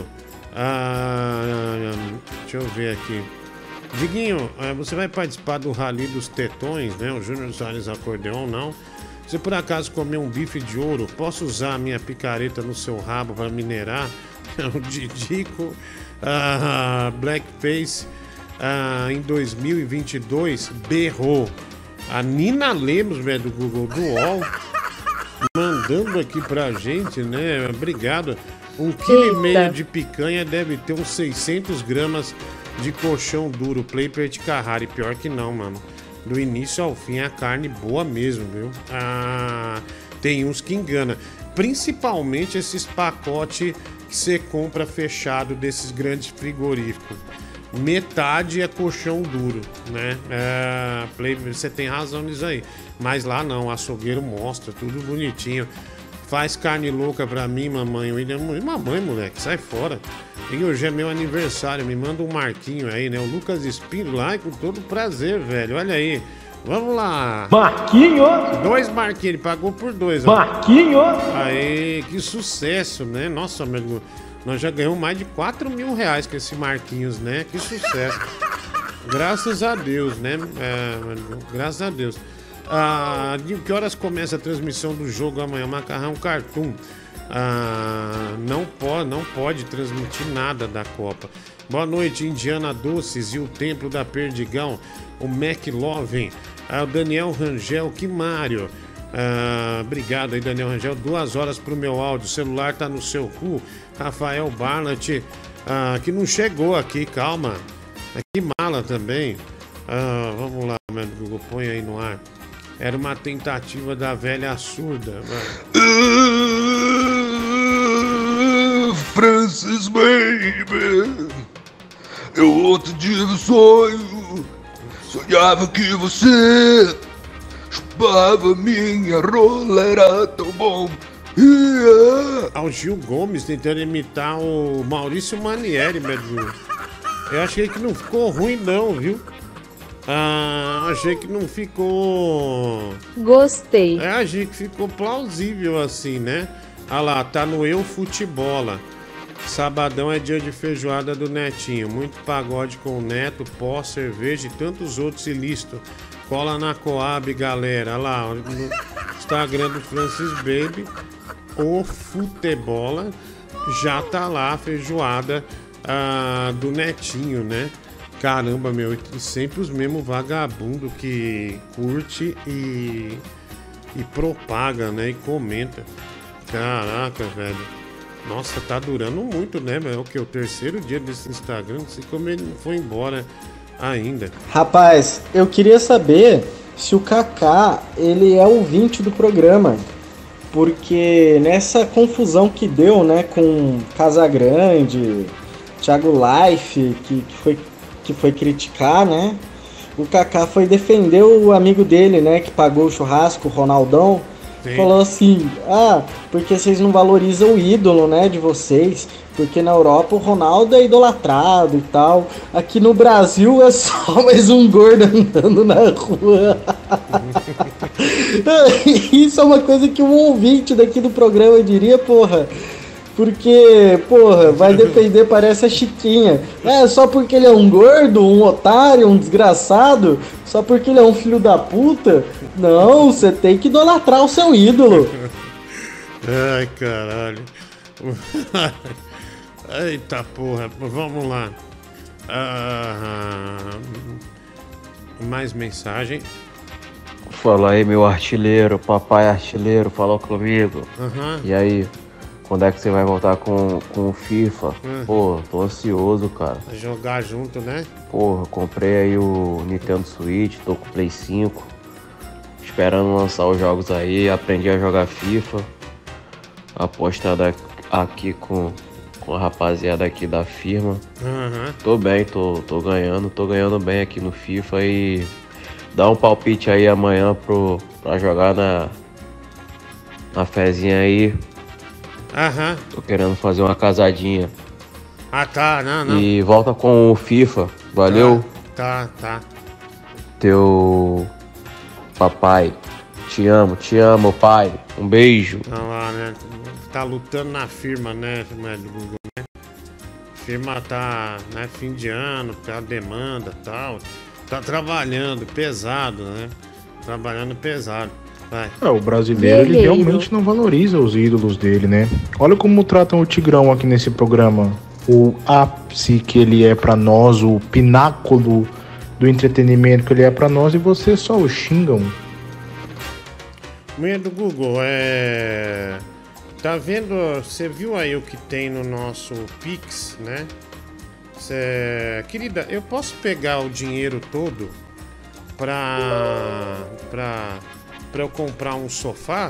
Ah, deixa eu ver aqui. Diguinho, você vai participar do Rally dos Tetões, né? O Júnior Soares Acordeon, não? Se por acaso comer um bife de ouro, posso usar a minha picareta no seu rabo para minerar? O Didico, ah, Blackface, ah, em dois mil e vinte e dois, berrou. A Nina Lemos, velho, do Google, do U O L, mandando aqui pra gente, né? Obrigado. Um quilo e meio de picanha deve ter uns seiscentos gramas de colchão duro. Playper de Carrari. Pior que não, mano. Do início ao fim, a carne boa mesmo, viu? Ah, tem uns que engana. Principalmente esses pacotes que você compra fechado desses grandes frigoríficos. Metade é colchão duro, né? É, você tem razão nisso aí. Mas lá não, o açougueiro mostra, tudo bonitinho. Faz carne louca pra mim, mamãe. William, mamãe, moleque, sai fora. E hoje é meu aniversário, me manda um marquinho aí, né? O Lucas Espírito lá, com todo prazer, velho. Olha aí. Vamos lá. Marquinho. Dois marquinhos, ele pagou por dois. Ó. Marquinho. Aí, que sucesso, né? Nossa, amigo, nós já ganhamos mais de quatro mil reais com esse Marquinhos, né? Que sucesso. Graças a Deus, né? É, graças a Deus. Ah, de que horas começa a transmissão do jogo amanhã? Macarrão Cartoon. Ah, não pode, não pode transmitir nada da Copa. Boa noite, Indiana Doces e o Templo da Perdigão. O McLovin. Ah, o Daniel Rangel, que Mário. Ah, obrigado aí, Daniel Rangel. Duas horas pro meu áudio. O celular tá no seu cu. Rafael Barnett, ah, que não chegou aqui, calma. Que mala também. Ah, vamos lá, meu Google, põe aí no ar. Era uma tentativa da velha surda. Uh, Francis Baby, eu outro dia no sonho sonhava que você chupava minha rola, era tão bom. Yeah. Ao Gil Gomes tentando imitar o Maurício Manieri, meu Deus. Eu achei que não ficou ruim não, viu? Ah, achei que não ficou... Gostei. É, achei que ficou plausível assim, né? Ah lá, tá no Eu Futebola. Sabadão é dia de feijoada do Netinho. Muito pagode com o Neto, pó, cerveja e tantos outros ilícitos. Cola na Coab, galera. Olha lá, no Instagram do Francis Baby, o Futebola, já tá lá a feijoada ah, do Netinho, né? Caramba, meu, e sempre os mesmos vagabundos que curte e, e propaga, né? E comenta. Caraca, velho. Nossa, tá durando muito, né? É o que? O terceiro dia desse Instagram. Não sei como ele não foi embora ainda. Rapaz, eu queria saber se o Kaká, ele é ouvinte do programa. Porque nessa confusão que deu, né? Com Casagrande, Thiago Life, que, que, foi, que foi criticar, né? O Kaká foi defender o amigo dele, né? Que pagou o churrasco, o Ronaldão. Sim. Falou assim, ah, porque vocês não valorizam o ídolo, né, de vocês, porque na Europa o Ronaldo é idolatrado e tal, aqui no Brasil é só mais um gordo andando na rua. Isso é uma coisa que um ouvinte daqui do programa diria, porra, porque, porra, vai depender, parece a Chiquinha. É, só porque ele é um gordo, um otário, um desgraçado, só porque ele é um filho da puta. Não, você tem que idolatrar o seu ídolo. Ai, caralho. Eita porra, vamos lá. Ah, mais mensagem. Fala aí, meu artilheiro, papai artilheiro, falou comigo. Uhum. E aí? Quando é que você vai voltar com, com o FIFA? Hum. Pô, tô ansioso, cara. Jogar junto, né? Porra, comprei aí o Nintendo Switch, tô com o Play cinco. Esperando lançar os jogos aí, aprendi a jogar FIFA. Apostado aqui com, com a rapaziada aqui da firma. Uhum. Tô bem, tô, tô ganhando, tô ganhando bem aqui no FIFA e dá um palpite aí amanhã pro, pra jogar na, na fezinha aí. Aham. Tô querendo fazer uma casadinha. Ah, tá, não, não. E volta com o FIFA, valeu? Tá, tá. Teu papai, te amo, te amo, pai. Um beijo. Olha lá, né? Tá lutando na firma, né? Firma do Google, né? Firma tá, né? Fim de ano, tá demanda e tal. Tá trabalhando pesado, né? Trabalhando pesado. Vai. É, o brasileiro ele realmente não valoriza os ídolos dele, né? Olha como tratam o Tigrão aqui nesse programa. O ápice que ele é pra nós, o pináculo do entretenimento que ele é pra nós, e vocês só o xingam. Mulher do Google, é... Tá vendo, você viu aí o que tem no nosso Pix, né? Cê... Querida, eu posso pegar o dinheiro todo pra... pra... pra eu comprar um sofá?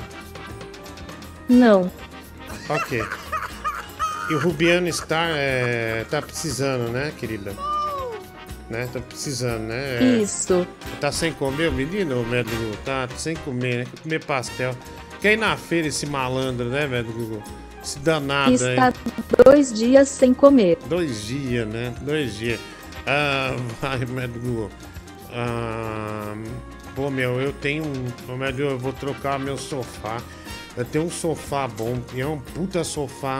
Não. Ok. E o Rubiano está, é, tá precisando, né, querida? Né? Tá precisando, né? É, Isso. Tá sem comer, o menino, médico? Tá sem comer, né? Quer comer pastel. Quer ir na feira esse malandro, né, médico? Esse danado aí. Está dois dias sem comer. Dois dias, né? Dois dias. Ah, vai, médico. Ah... Pô, meu, eu tenho um... Eu vou trocar meu sofá. Eu tenho um sofá bom. E é um puta sofá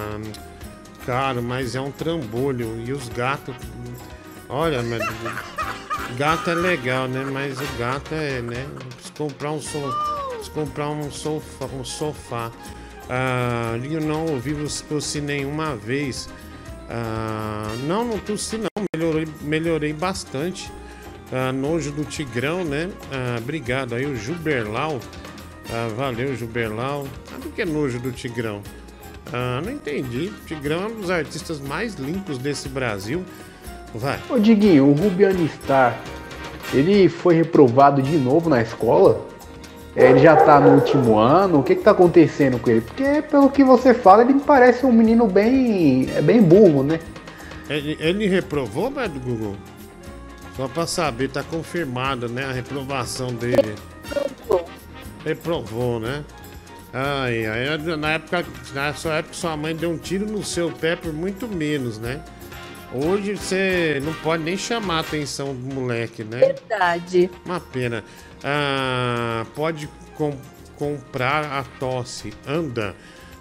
caro, mas é um trambolho. E os gatos... Olha, meu... Gato é legal, né? Mas o gato é, né? Preciso comprar um, so... Preciso comprar um sofá. Um sofá. Ah, eu não ouvi você tossir nenhuma vez. Ah, não, não tossi não. Melhorei, melhorei bastante. Ah, nojo do Tigrão, né? Ah, obrigado aí, o Juberlau. Ah, valeu, Juberlau. Ah, por que nojo do Tigrão? Ah, não entendi. O Tigrão é um dos artistas mais limpos desse Brasil. Vai. Ô Diguinho, o Rubiano Star, ele foi reprovado de novo na escola? É, ele já tá no último ano? O que que tá acontecendo com ele? Porque, pelo que você fala, ele me parece um menino bem, é bem burro, né? Ele, ele reprovou, mas do Google? Só pra saber, tá confirmado, né? A reprovação dele. Reprovou. Reprovou, né? Ai, ai, na época, na sua época, sua mãe deu um tiro no seu pé por muito menos, né? Hoje você não pode nem chamar a atenção do moleque, né? Verdade. Uma pena. Ah, pode com, comprar a tosse. Anda.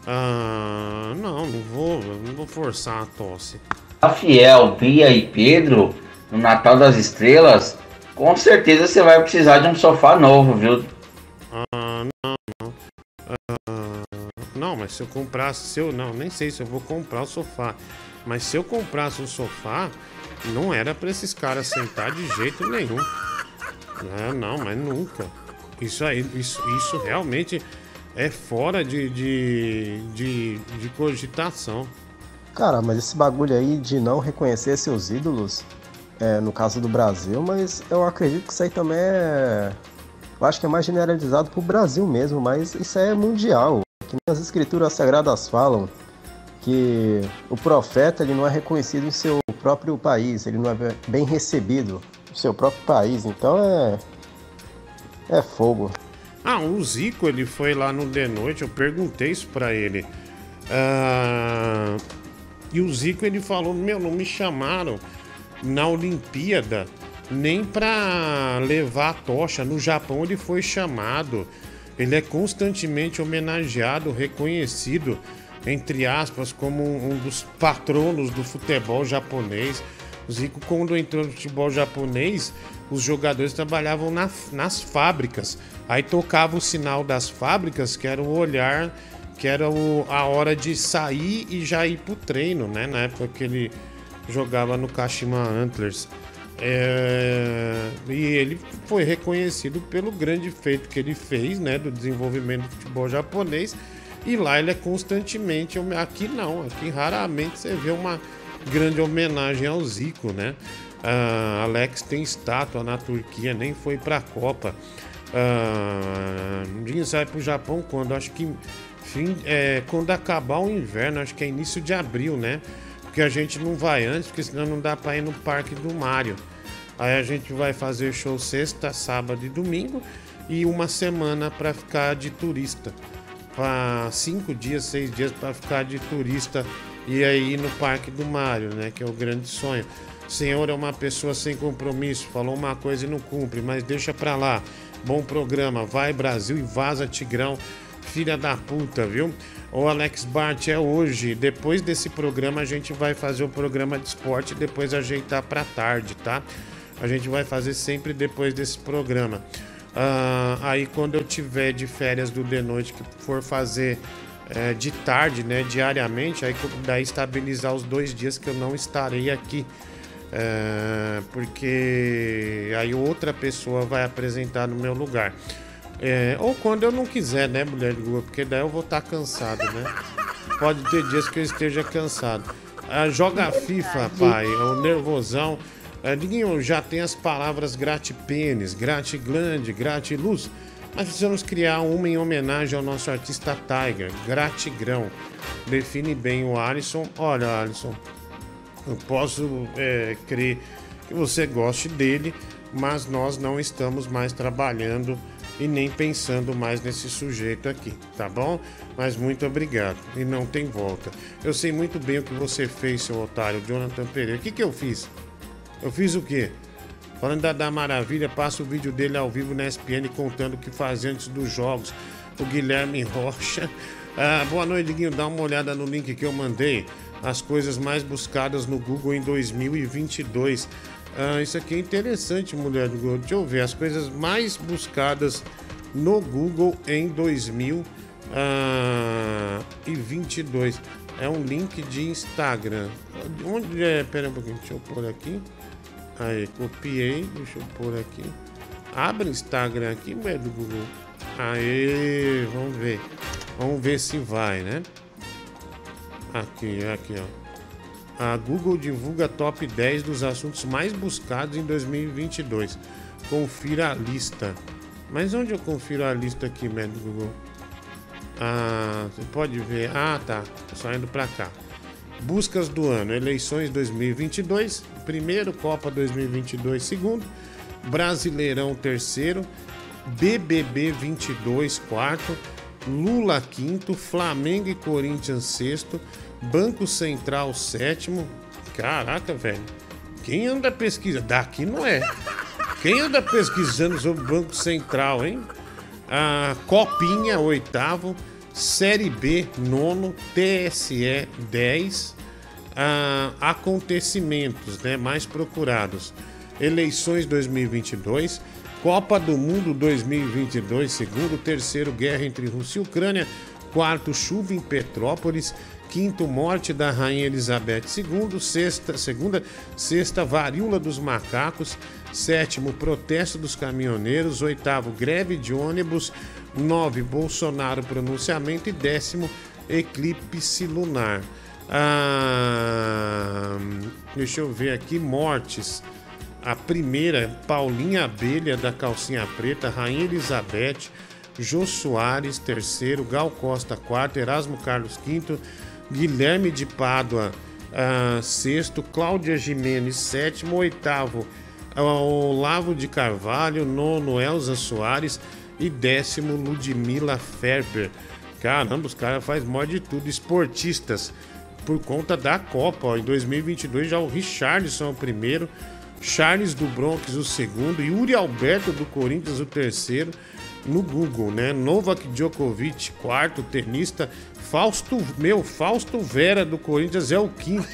Ah, não, não vou, não vou forçar a tosse. Rafael, Bia e Pedro, no Natal das Estrelas, com certeza você vai precisar de um sofá novo, viu? Ah, não, não. Ah, não, mas se eu comprasse, se eu não, nem sei se eu vou comprar o sofá. Mas se eu comprasse um sofá, não era pra esses caras sentar de jeito nenhum. Ah, não, mas nunca. Isso aí, isso, isso realmente é fora de, de, de, de cogitação. Cara, mas esse bagulho aí de não reconhecer seus ídolos, é, no caso do Brasil, mas eu acredito que isso aí também é... Eu acho que é mais generalizado pro Brasil mesmo, mas isso aí é mundial. Que nem as escrituras sagradas falam, que o profeta ele não é reconhecido em seu próprio país, ele não é bem recebido no seu próprio país, então é é fogo. Ah, o Zico, ele foi lá no The Noite, eu perguntei isso pra ele. Ah, e o Zico, ele falou, meu, não me chamaram na Olimpíada nem pra levar a tocha. No Japão ele foi chamado, ele é constantemente homenageado, reconhecido, entre aspas, como um dos patronos do futebol japonês. O Zico, quando entrou no futebol japonês, os jogadores trabalhavam na, nas fábricas. Aí tocava o sinal das fábricas, que era o olhar, que era o, a hora de sair e já ir pro treino, né? Na época que ele jogava no Kashima Antlers. É, e ele foi reconhecido pelo grande feito que ele fez, né? Do desenvolvimento do futebol japonês. E lá ele é constantemente... Aqui não, aqui raramente você vê uma grande homenagem ao Zico, né? Ah, Alex tem estátua na Turquia, nem foi pra Copa. Ah, ninguém sai pro Japão quando? Acho que fim, é, quando acabar o inverno, acho que é início de abril, né? Porque a gente não vai antes, porque senão não dá pra ir no Parque do Mário. Aí a gente vai fazer show sexta, sábado e domingo e uma semana pra ficar de turista. Para cinco dias, seis dias para ficar de turista e aí no Parque do Mário, né? Que é o grande sonho. O senhor é uma pessoa sem compromisso, falou uma coisa e não cumpre, mas deixa pra lá. Bom programa, vai Brasil e vaza Tigrão, filha da puta, viu? O Alex Bart, é hoje, depois desse programa a gente vai fazer o programa de esporte e depois ajeitar pra tarde, tá? A gente vai fazer sempre depois desse programa. Uh, aí quando eu tiver de férias do The Noite, que for fazer é, de tarde, né, diariamente, aí daí estabilizar os dois dias que eu não estarei aqui, é, porque aí outra pessoa vai apresentar no meu lugar, é, ou quando eu não quiser, né, mulher de Google, porque daí eu vou estar cansado, né? Pode ter dias que eu esteja cansado. Uh, joga FIFA, pai, o nervosão. É, Diguinho, já tem as palavras gratipênis, gratiglande, gratiluz, mas precisamos criar uma em homenagem ao nosso artista Tiger, gratigrão. Define bem o Alisson. Olha, Alisson, eu posso é, crer que você goste dele, mas nós não estamos mais trabalhando e nem pensando mais nesse sujeito aqui, tá bom? Mas muito obrigado, e não tem volta. Eu sei muito bem o que você fez, seu otário, Jonathan Pereira. O que que eu fiz? Eu fiz o quê? Falando da, da Maravilha, passa o vídeo dele ao vivo na E S P N contando o que fazia antes dos jogos. O Guilherme Rocha. Ah, boa noite, Diguinho. Dá uma olhada no link que eu mandei. As coisas mais buscadas no Google em dois mil e vinte e dois. Ah, isso aqui é interessante, mulher do Google. Deixa eu ver. As coisas mais buscadas no Google em dois mil e vinte e dois. É um link de Instagram. Onde é? Pera um pouquinho. Deixa eu pôr aqui. Aí, copiei, deixa eu pôr aqui. Abre o Instagram aqui, mulher do Google. Aí, vamos ver. Vamos ver se vai, né? Aqui, aqui, ó. A Google divulga top dez dos assuntos mais buscados em dois mil e vinte e dois. Confira a lista. Mas onde eu confiro a lista aqui, mulher do Google? Ah, você pode ver. Ah, tá. Só indo pra cá. Buscas do ano, eleições dois mil e vinte e dois, primeiro, Copa dois mil e vinte e dois, segundo, Brasileirão terceiro, B B B vinte e dois, quarto, Lula quinto, Flamengo e Corinthians sexto, Banco Central sétimo, Caraca, velho. Quem anda pesquisando? Daqui não é. Quem anda pesquisando sobre o Banco Central, hein? A Copinha, oitavo. Série B, nono. T S E, dez. Ah, acontecimentos, né, mais procurados: eleições dois mil e vinte e dois, Copa do Mundo dois mil e vinte e dois, segundo, terceiro, guerra entre Rússia e Ucrânia, quarto, chuva em Petrópolis, quinto, morte da Rainha Elizabeth segundo, sexta, segunda, sexta, varíola dos macacos, sétimo, protesto dos caminhoneiros, oitavo, greve de ônibus, nove, Bolsonaro pronunciamento e décimo, eclipse lunar. Ah, deixa eu ver aqui, mortes. A primeira, Paulinha Abelha da calcinha preta, Rainha Elizabeth, Jô Soares, terceiro, Gal Costa, quarto, Erasmo Carlos, quinto, Guilherme de Pádua, ah, sexto, Cláudia Gimenez, sétimo, oitavo, Olavo de Carvalho, nono, Elza Soares e décimo, Ludmila Ferber. Caramba, os caras fazem mó de tudo. Esportistas, por conta da Copa, ó, em dois mil e vinte e dois já o Richarlison é o primeiro, Charles do Bronx o segundo, Yuri Alberto do Corinthians o terceiro, no Google, né? Novak Djokovic, quarto, tenista, Fausto, meu, Fausto Vera do Corinthians é o quinto.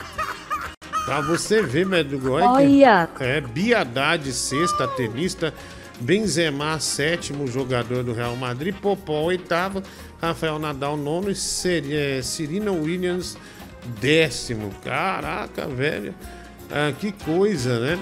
Pra você ver, Medrugo, Olha. É, Bia Haddad, sexta, tenista, Benzema, sétimo, jogador do Real Madrid, Popó, oitavo, Rafael Nadal, nono, e Serena Williams, décimo. Caraca, velho. Ah, que coisa, né?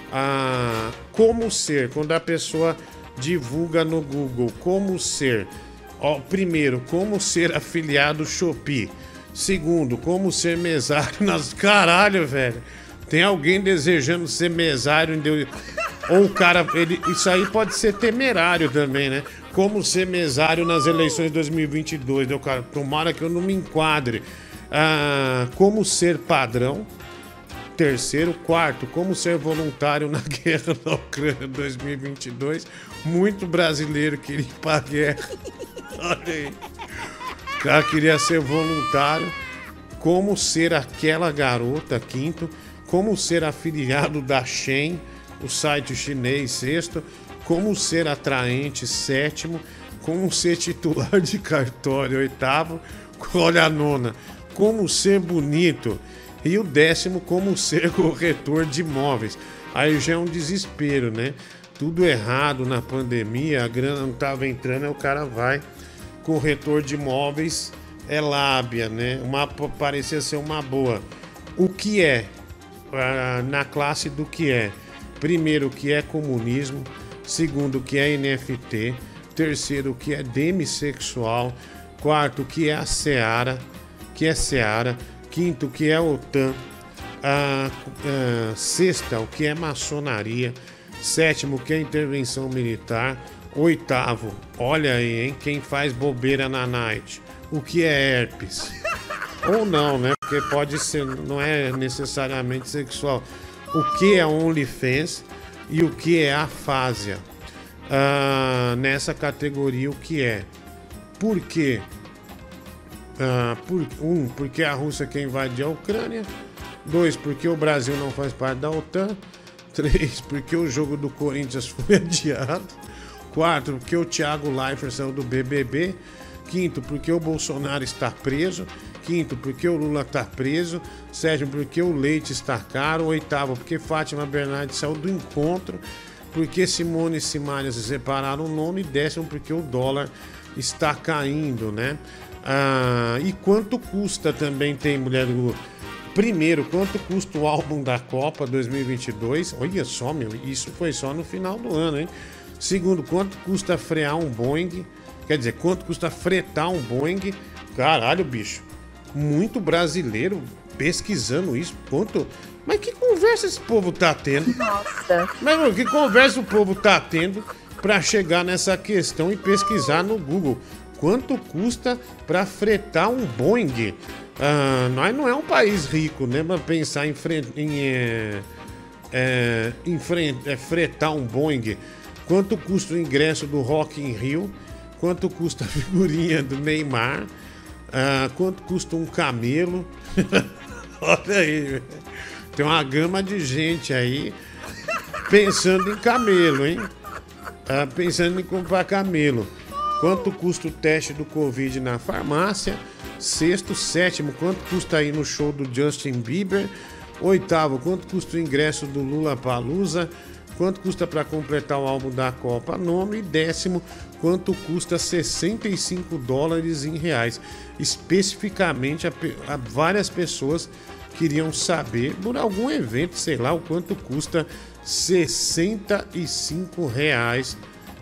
Ah, como ser, quando a pessoa divulga no Google como ser, ó, primeiro, como ser afiliado Shopee. Segundo, como ser mesário nas... Caralho, velho. Tem alguém desejando ser mesário em Deus... Ou o cara, ele, isso aí pode ser temerário também, né? Como ser mesário nas eleições de dois mil e vinte e dois, né? O cara, tomara que eu não me enquadre. Ah, como ser padrão. Terceiro, quarto, como ser voluntário na guerra da Ucrânia dois mil e vinte e dois. Muito brasileiro queria ir pra guerra. Olha aí. O cara queria ser voluntário. Como ser aquela garota, quinto. Como ser afiliado da Shein, o site chinês, sexto. Como ser atraente, sétimo. Como ser titular de cartório, oitavo. Olha a nona. Como ser bonito. E o décimo, como ser corretor de imóveis. Aí já é um desespero, né? Tudo errado na pandemia, a grana não tava entrando, aí o cara vai. Corretor de imóveis é lábia, né? Uma, parecia ser uma boa. O que é? Ah, na classe do que é? Primeiro, o que é comunismo. Segundo, o que é N F T. Terceiro, o que é demissexual. Quarto, o que é a Seara. Que é Seara. Quinto, o que é OTAN. Ah, ah, sexta, o que é maçonaria. Sétimo, o que é intervenção militar. Oitavo, olha aí, hein? Quem faz bobeira na night. O que é herpes? Ou não, né? Porque pode ser, não é necessariamente sexual. O que é OnlyFans e o que é afásia? Ah, nessa categoria, o que é? Por quê? Uh, por, um, porque a Rússia quer invadir a Ucrânia. Dois, porque o Brasil não faz parte da OTAN. Três, porque o jogo do Corinthians foi adiado. Quatro, porque o Thiago Leifert saiu do B B B. Quinto, porque o Bolsonaro está preso. Quinto, porque o Lula está preso. Sétimo, porque o leite está caro. Oitavo, porque Fátima Bernardes saiu do encontro. Porque Simone e Simaria se separaram. Nono. E décimo, porque o dólar está caindo, né? Ah, e quanto custa também tem mulher do Google. Primeiro, quanto custa o álbum da Copa dois mil e vinte e dois? Olha só, meu, isso foi só no final do ano, hein? Segundo, quanto custa frear um Boeing? Quer dizer, quanto custa fretar um Boeing? Caralho, bicho. Muito brasileiro pesquisando isso. Quanto... Mas que conversa esse povo tá tendo? Nossa. Mas, mano, que conversa o povo tá tendo pra chegar nessa questão e pesquisar no Google? Quanto custa para fretar um Boeing? Ah, nós não é um país rico, né? Para pensar em, fre em, é, é, em fre é, fretar um Boeing. Quanto custa o ingresso do Rock in Rio? Quanto custa a figurinha do Neymar? Ah, quanto custa um camelo? Olha aí, tem uma gama de gente aí pensando em camelo, hein? Ah, pensando em comprar camelo. Quanto custa o teste do Covid na farmácia? Sexto, sétimo, quanto custa aí no show do Justin Bieber? Oitavo, quanto custa o ingresso do Lollapalooza? Quanto custa para completar o álbum da Copa Nome? E décimo, quanto custa sessenta e cinco dólares em reais? Especificamente, a, a várias pessoas queriam saber, por algum evento, sei lá, o quanto custa sessenta e cinco reais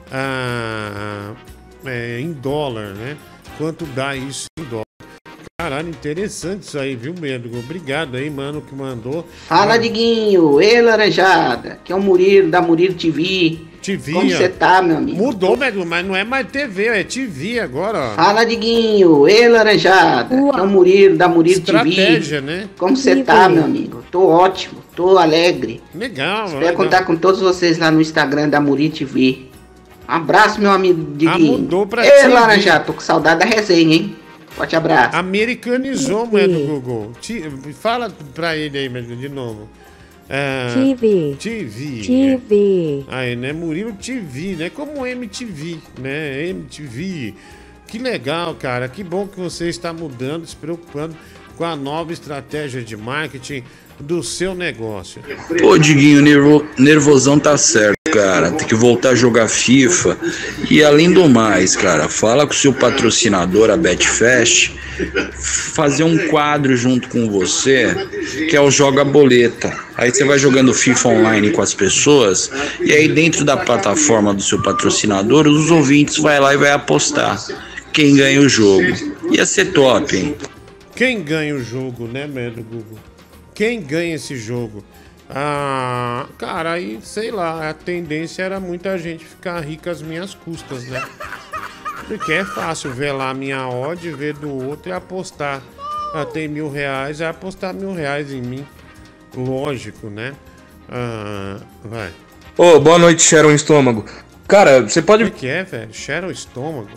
ah, é, em dólar, né? Quanto dá isso em dólar? Caralho, interessante isso aí, viu, Medgo? Obrigado aí, mano, que mandou. Fala, Diguinho. Ei, Laranjada. Que é o Murilo, da Murilo T V. T V. Como você tá, meu amigo? Mudou, Medgo, mas não é mais T V, é T V agora, ó. Fala, Diguinho. Ei, Laranjada. Uau. Que é o Murilo, da Murilo T V. Estratégia, né? Como você tá, meu amigo? Tô ótimo, tô alegre. Legal, Espero legal. contar com todos vocês lá no Instagram da Murilo T V. Um abraço, meu amigo Diguinho. Ah, mudou pra Ei, T V. Laranjada, tô com saudade da resenha, hein? Forte abraço. Americanizou, mano, do Google. T- Fala pra ele aí, Medgo, de novo. Ah, T V. T V. T V. É. Aí, né? Murilo T V, né? Como M T V, né? M T V. Que legal, cara. Que bom que você está mudando, se preocupando com a nova estratégia de marketing do seu negócio. Pô, Diguinho, nervo, nervosão tá certo, cara. Tem que voltar a jogar FIFA. E além do mais, cara, fala com o seu patrocinador, a Betfest, fazer um quadro junto com você, que é o Joga Boleta. Aí você vai jogando FIFA online com as pessoas, e aí dentro da plataforma do seu patrocinador, os ouvintes vai lá e vai apostar quem ganha o jogo. Ia ser top, hein? Quem ganha o jogo, né, Medgo Google? Quem ganha esse jogo? Ah, cara, aí, sei lá, a tendência era muita gente ficar rica às minhas custas, né? Porque é fácil ver lá a minha odd, ver do outro e apostar. Ah, tem mil reais, é apostar mil reais em mim. Lógico, né? Ah, vai. Ô, oh, boa noite, Sharon Estômago. Cara, você pode... O que, que é, velho? Sharon Estômago?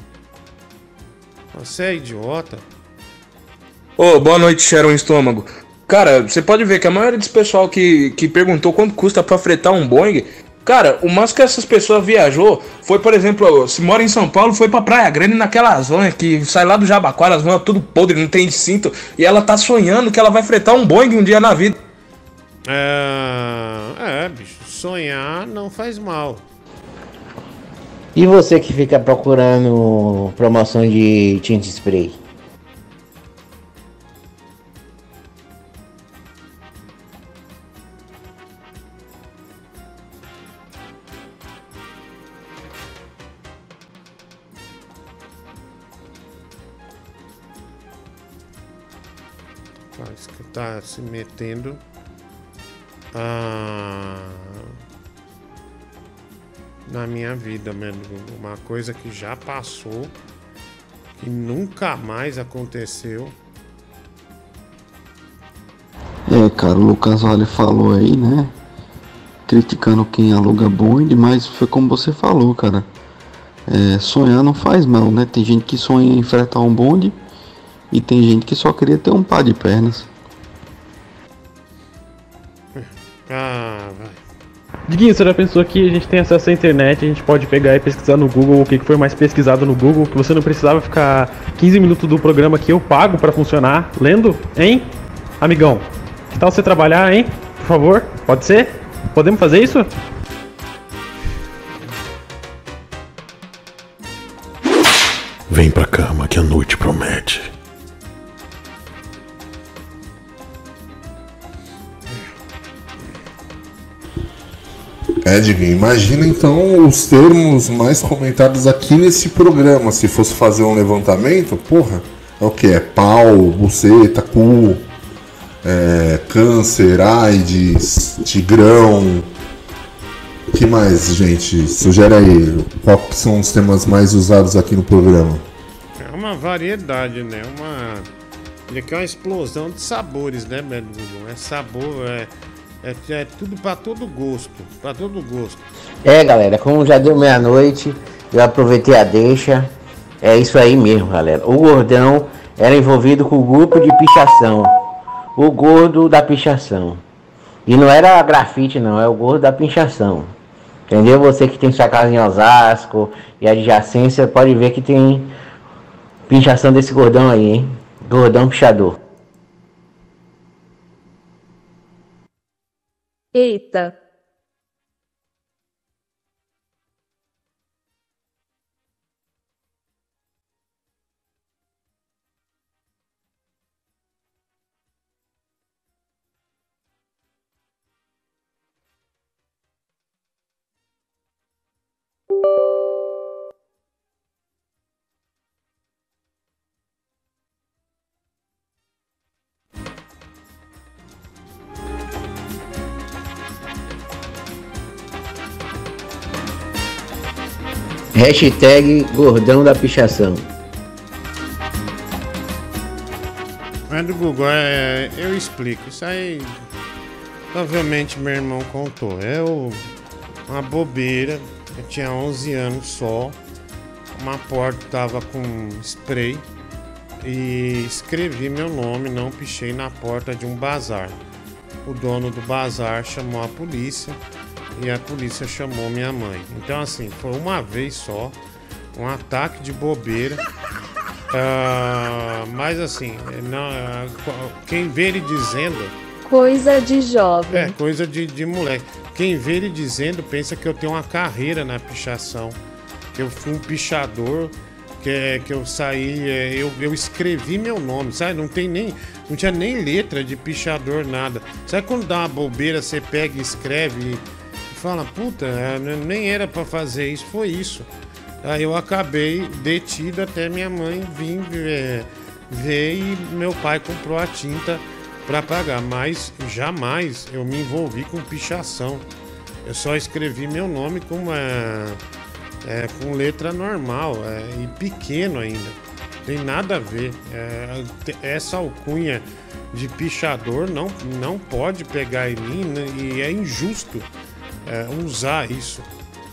Você é idiota? Ô, oh, boa noite, Sharon Estômago. Cara, você pode ver que a maioria desse pessoal que, que perguntou quanto custa pra fretar um Boeing, cara, o máximo que essas pessoas viajou foi, por exemplo, se mora em São Paulo, foi pra Praia Grande naquela zona que sai lá do Jabaquara, as zonas tudo podre, não tem cinto, e ela tá sonhando que ela vai fretar um Boeing um dia na vida. É, é bicho, sonhar não faz mal. E você que fica procurando promoção de tinta spray? Tá se metendo ah, na minha vida, mano. Uma coisa que já passou, que nunca mais aconteceu. É, cara, o Lucas Vale falou aí, né? Criticando quem aluga bonde, mas foi como você falou, cara. É, sonhar não faz mal, né? Tem gente que sonha em fretar um bonde e tem gente que só queria ter um par de pernas. Ah, vai. Diguinho, você já pensou que a gente tem acesso à internet, a gente pode pegar e pesquisar no Google o que foi mais pesquisado no Google, que você não precisava ficar quinze minutos do programa que eu pago pra funcionar lendo, hein? Amigão, que tal você trabalhar, hein? Por favor, pode ser? Podemos fazer isso? Vem pra cama que a noite promete. É, Diguinho, imagina então os termos mais comentados aqui nesse programa. Se fosse fazer um levantamento, porra, é o que? É pau, buceta, cu, é, câncer, AIDS, tigrão. O que mais, gente? Sugere aí quais são os temas mais usados aqui no programa. É uma variedade, né? Uma... Ele quer uma explosão de sabores, né, Medgo? É sabor, é... É, é tudo pra todo gosto, pra todo gosto. É, galera, como já deu meia-noite, eu aproveitei a deixa. É isso aí mesmo, galera. O Gordão era envolvido com o grupo de pichação. o gordo da pichação. E não era grafite não, é o gordo da pichação. Entendeu? Você que tem sua casa em Osasco e adjacência, pode ver que tem pichação desse gordão aí, hein? Gordão pichador. Eita. Hashtag gordão da pichação. É do Google, é, eu explico. Isso aí, provavelmente meu irmão contou. É o, uma bobeira. Eu tinha onze anos só. Uma porta tava com spray e escrevi meu nome, não pichei na porta de um bazar. O dono do bazar chamou a polícia e a polícia chamou minha mãe. Então assim, foi uma vez só, um ataque de bobeira. Uh, mas assim, não, uh, quem vê ele dizendo... Coisa de jovem. É, coisa de, de moleque. Quem vê ele dizendo pensa que eu tenho uma carreira na pichação. Que eu fui um pichador, que, que eu saí, eu, eu escrevi meu nome, sabe? Não tem nem, não tinha nem letra de pichador, nada. Sabe quando dá uma bobeira, você pega e escreve e, e fala, puta, nem era pra fazer isso, foi isso. Aí eu acabei detido até minha mãe vir ver, ver e meu pai comprou a tinta pra pagar. Mas jamais eu me envolvi com pichação. Eu só escrevi meu nome com uma... É, com letra normal é, e pequeno ainda. Tem nada a ver. É, essa alcunha de pichador não, não pode pegar em mim, né, e é injusto é, usar isso.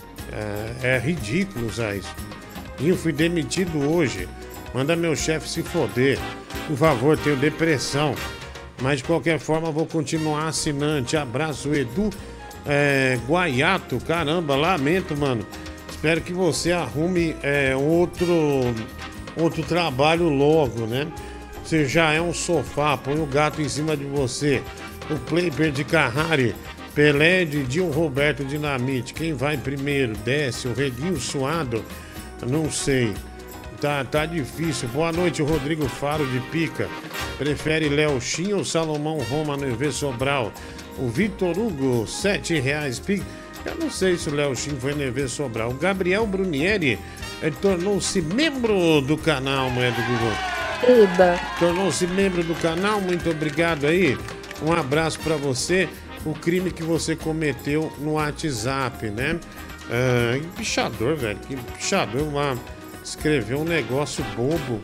É, é ridículo usar isso. E eu fui demitido hoje. Manda meu chefe se foder. Por favor, tenho depressão. Mas de qualquer forma vou continuar assinante. Abraço, Edu é, Guaiato. Caramba, lamento, mano. Espero que você arrume é, outro, outro trabalho logo, né? Você já é um sofá, põe o gato em cima de você. O Playper de Carrari, Pelé de Dil Roberto Dinamite. Quem vai primeiro? Desce, o Reguinho Suado? Não sei. Tá, tá difícil. Boa noite, Rodrigo Faro de Pica. Prefere Léo Chin ou Salomão Roma no E V Sobral? O Vitor Hugo, sete reais. Pica. Eu não sei se o Léo Chin foi no E V Sobral. O Gabriel Brunieri eh, tornou-se membro do canal, mulher do Google. Eba. Tornou-se membro do canal, muito obrigado aí. Um abraço pra você. O crime que você cometeu no WhatsApp, né? Ah, que pichador, velho. Que pichador, uma... escreveu um negócio bobo.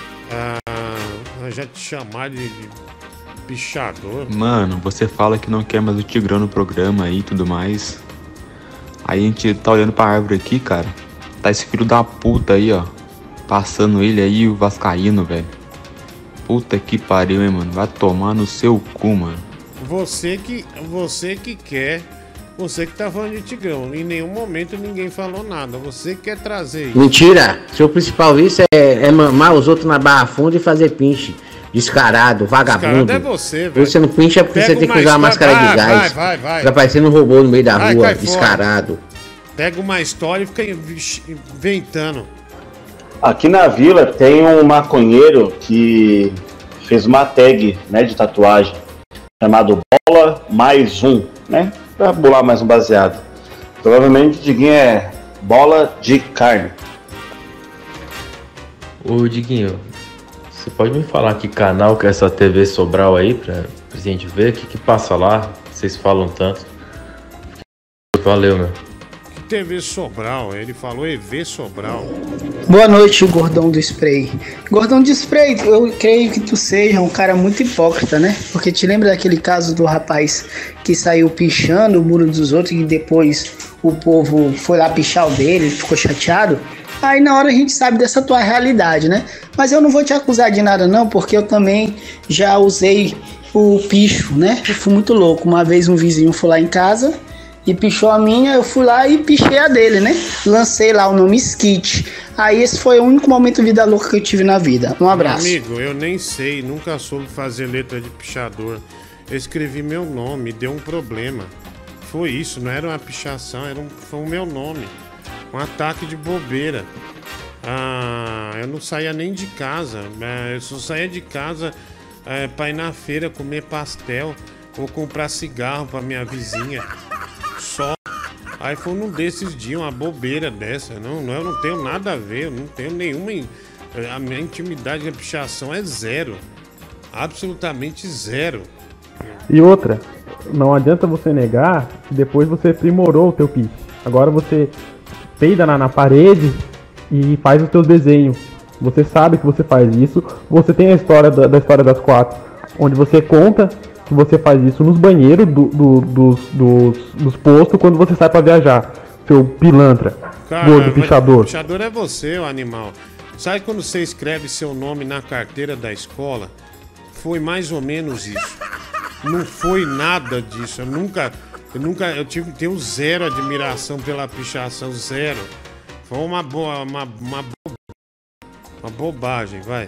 Ah, já te chamar de, de pichador. Mano, você fala que não quer mais o Tigrão no programa aí e tudo mais. Aí a gente tá olhando pra árvore aqui, cara. Tá esse filho da puta aí, ó. Passando ele aí, o vascaíno, velho. Puta que pariu, hein, mano. Vai tomar no seu cu, mano. Você que, você que quer... Você que tá falando de Tigrão. Em nenhum momento ninguém falou nada. Você quer trazer isso. Mentira. Seu principal vício é, é mamar os outros na barra funda e fazer pinche. Descarado, vagabundo. Descarado é você, velho. Você não pincha porque Pega você tem que uma usar a máscara história- de vai, gás. vai, vai, vai. Fica parecendo um robô no meio da Vai, rua, cai fora. descarado. Pega uma história e fica inventando. Aqui na vila tem um maconheiro que fez uma tag, né, de tatuagem chamado Bola Mais Um, né? Pra bolar mais um baseado. Provavelmente o Diguinho é bola de carne. Ô Diguinho, você pode me falar que canal que é essa T V Sobral aí pra, pra gente ver? O que que passa lá? Vocês falam tanto. Valeu, meu. Que T V Sobral? Ele falou E V Sobral. Boa noite, gordão do spray. Gordão do spray, eu creio que tu seja um cara muito hipócrita, né? Porque te lembra daquele caso do rapaz que saiu pichando o muro dos outros e depois o povo foi lá pichar o dele, ficou chateado? Aí na hora a gente sabe dessa tua realidade, né? Mas eu não vou te acusar de nada não, porque eu também já usei o picho, né? Eu fui muito louco. Uma vez um vizinho foi lá em casa e pichou a minha, eu fui lá e pichei a dele, né? Lancei lá o nome Skit. Aí esse foi o único momento vida louca que eu tive na vida. Um abraço. Amigo, eu nem sei, nunca soube fazer letra de pichador. Eu escrevi meu nome, deu um problema. Foi isso, não era uma pichação, era um, foi o meu nome. Um ataque de bobeira. Ah, eu não saía nem de casa. Eu só saía de casa é, pra ir na feira comer pastel ou comprar cigarro pra minha vizinha. Só. Aí foi num desses dias, uma bobeira dessa. Não, não, eu não tenho nada a ver, eu não tenho nenhuma. A minha intimidade na pichação é zero. Absolutamente zero. E outra, não adianta você negar que depois você aprimorou o teu piche. Agora você peida na, na parede e faz os teus desenhos. Você sabe que você faz isso. Você tem a história da, da história das quatro, onde você conta que você faz isso nos banheiros do, do, dos, dos, dos postos quando você sai pra viajar. Seu pilantra, Cara, gordo, pichador. Pichador é você, o animal. Sabe quando você escreve seu nome na carteira da escola? Foi mais ou menos isso. Não foi nada disso. Eu nunca, eu nunca, eu tive tenho zero admiração pela pichação, zero. Foi uma boa, uma, uma, bo... uma bobagem, vai.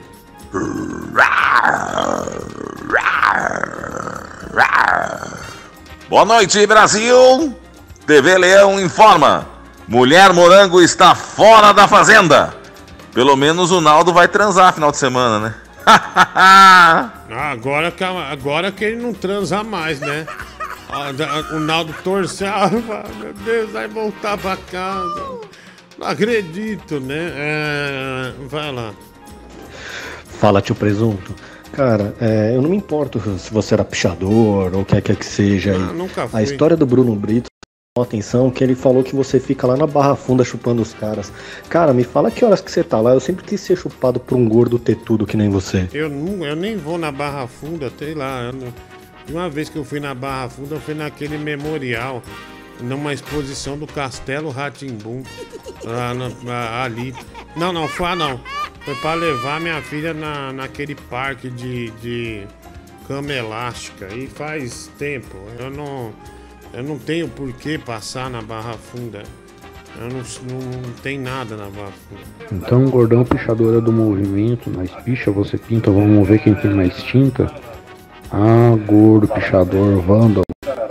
Boa noite, Brasil. T V Leão informa: Mulher Morango está fora da fazenda. Pelo menos o Naldo vai transar final de semana, né? Ah, agora, que, agora que ele não transa mais, né? O Naldo torceu, ah, meu Deus, vai voltar pra casa. Não acredito, né? É, vai lá. Fala, tio Presunto. Cara, é, eu não me importo se você era pichador ou o que quer que seja aí. Ah, nunca fui. A história do Bruno Brito chamou a atenção que ele falou que você fica lá na Barra Funda chupando os caras. Cara, me fala que horas que você tá lá. Eu sempre quis ser chupado por um gordo tetudo que nem você. Eu, não, eu nem vou na Barra Funda, sei lá. Eu não, uma vez que eu fui na Barra Funda, eu fui naquele memorial, numa exposição do Castelo Rá-Tim-Bum, lá na, ali. Não, não, foi não. Foi pra levar minha filha na, naquele parque de, de cama elástica. E faz tempo. Eu não, eu não tenho por que passar na Barra Funda. Eu não, não, não tem nada na Barra Funda. Então, gordão pichador é do movimento. Nós picha, você pinta. Vamos ver quem tem mais tinta. Ah, gordo pichador, vândalo.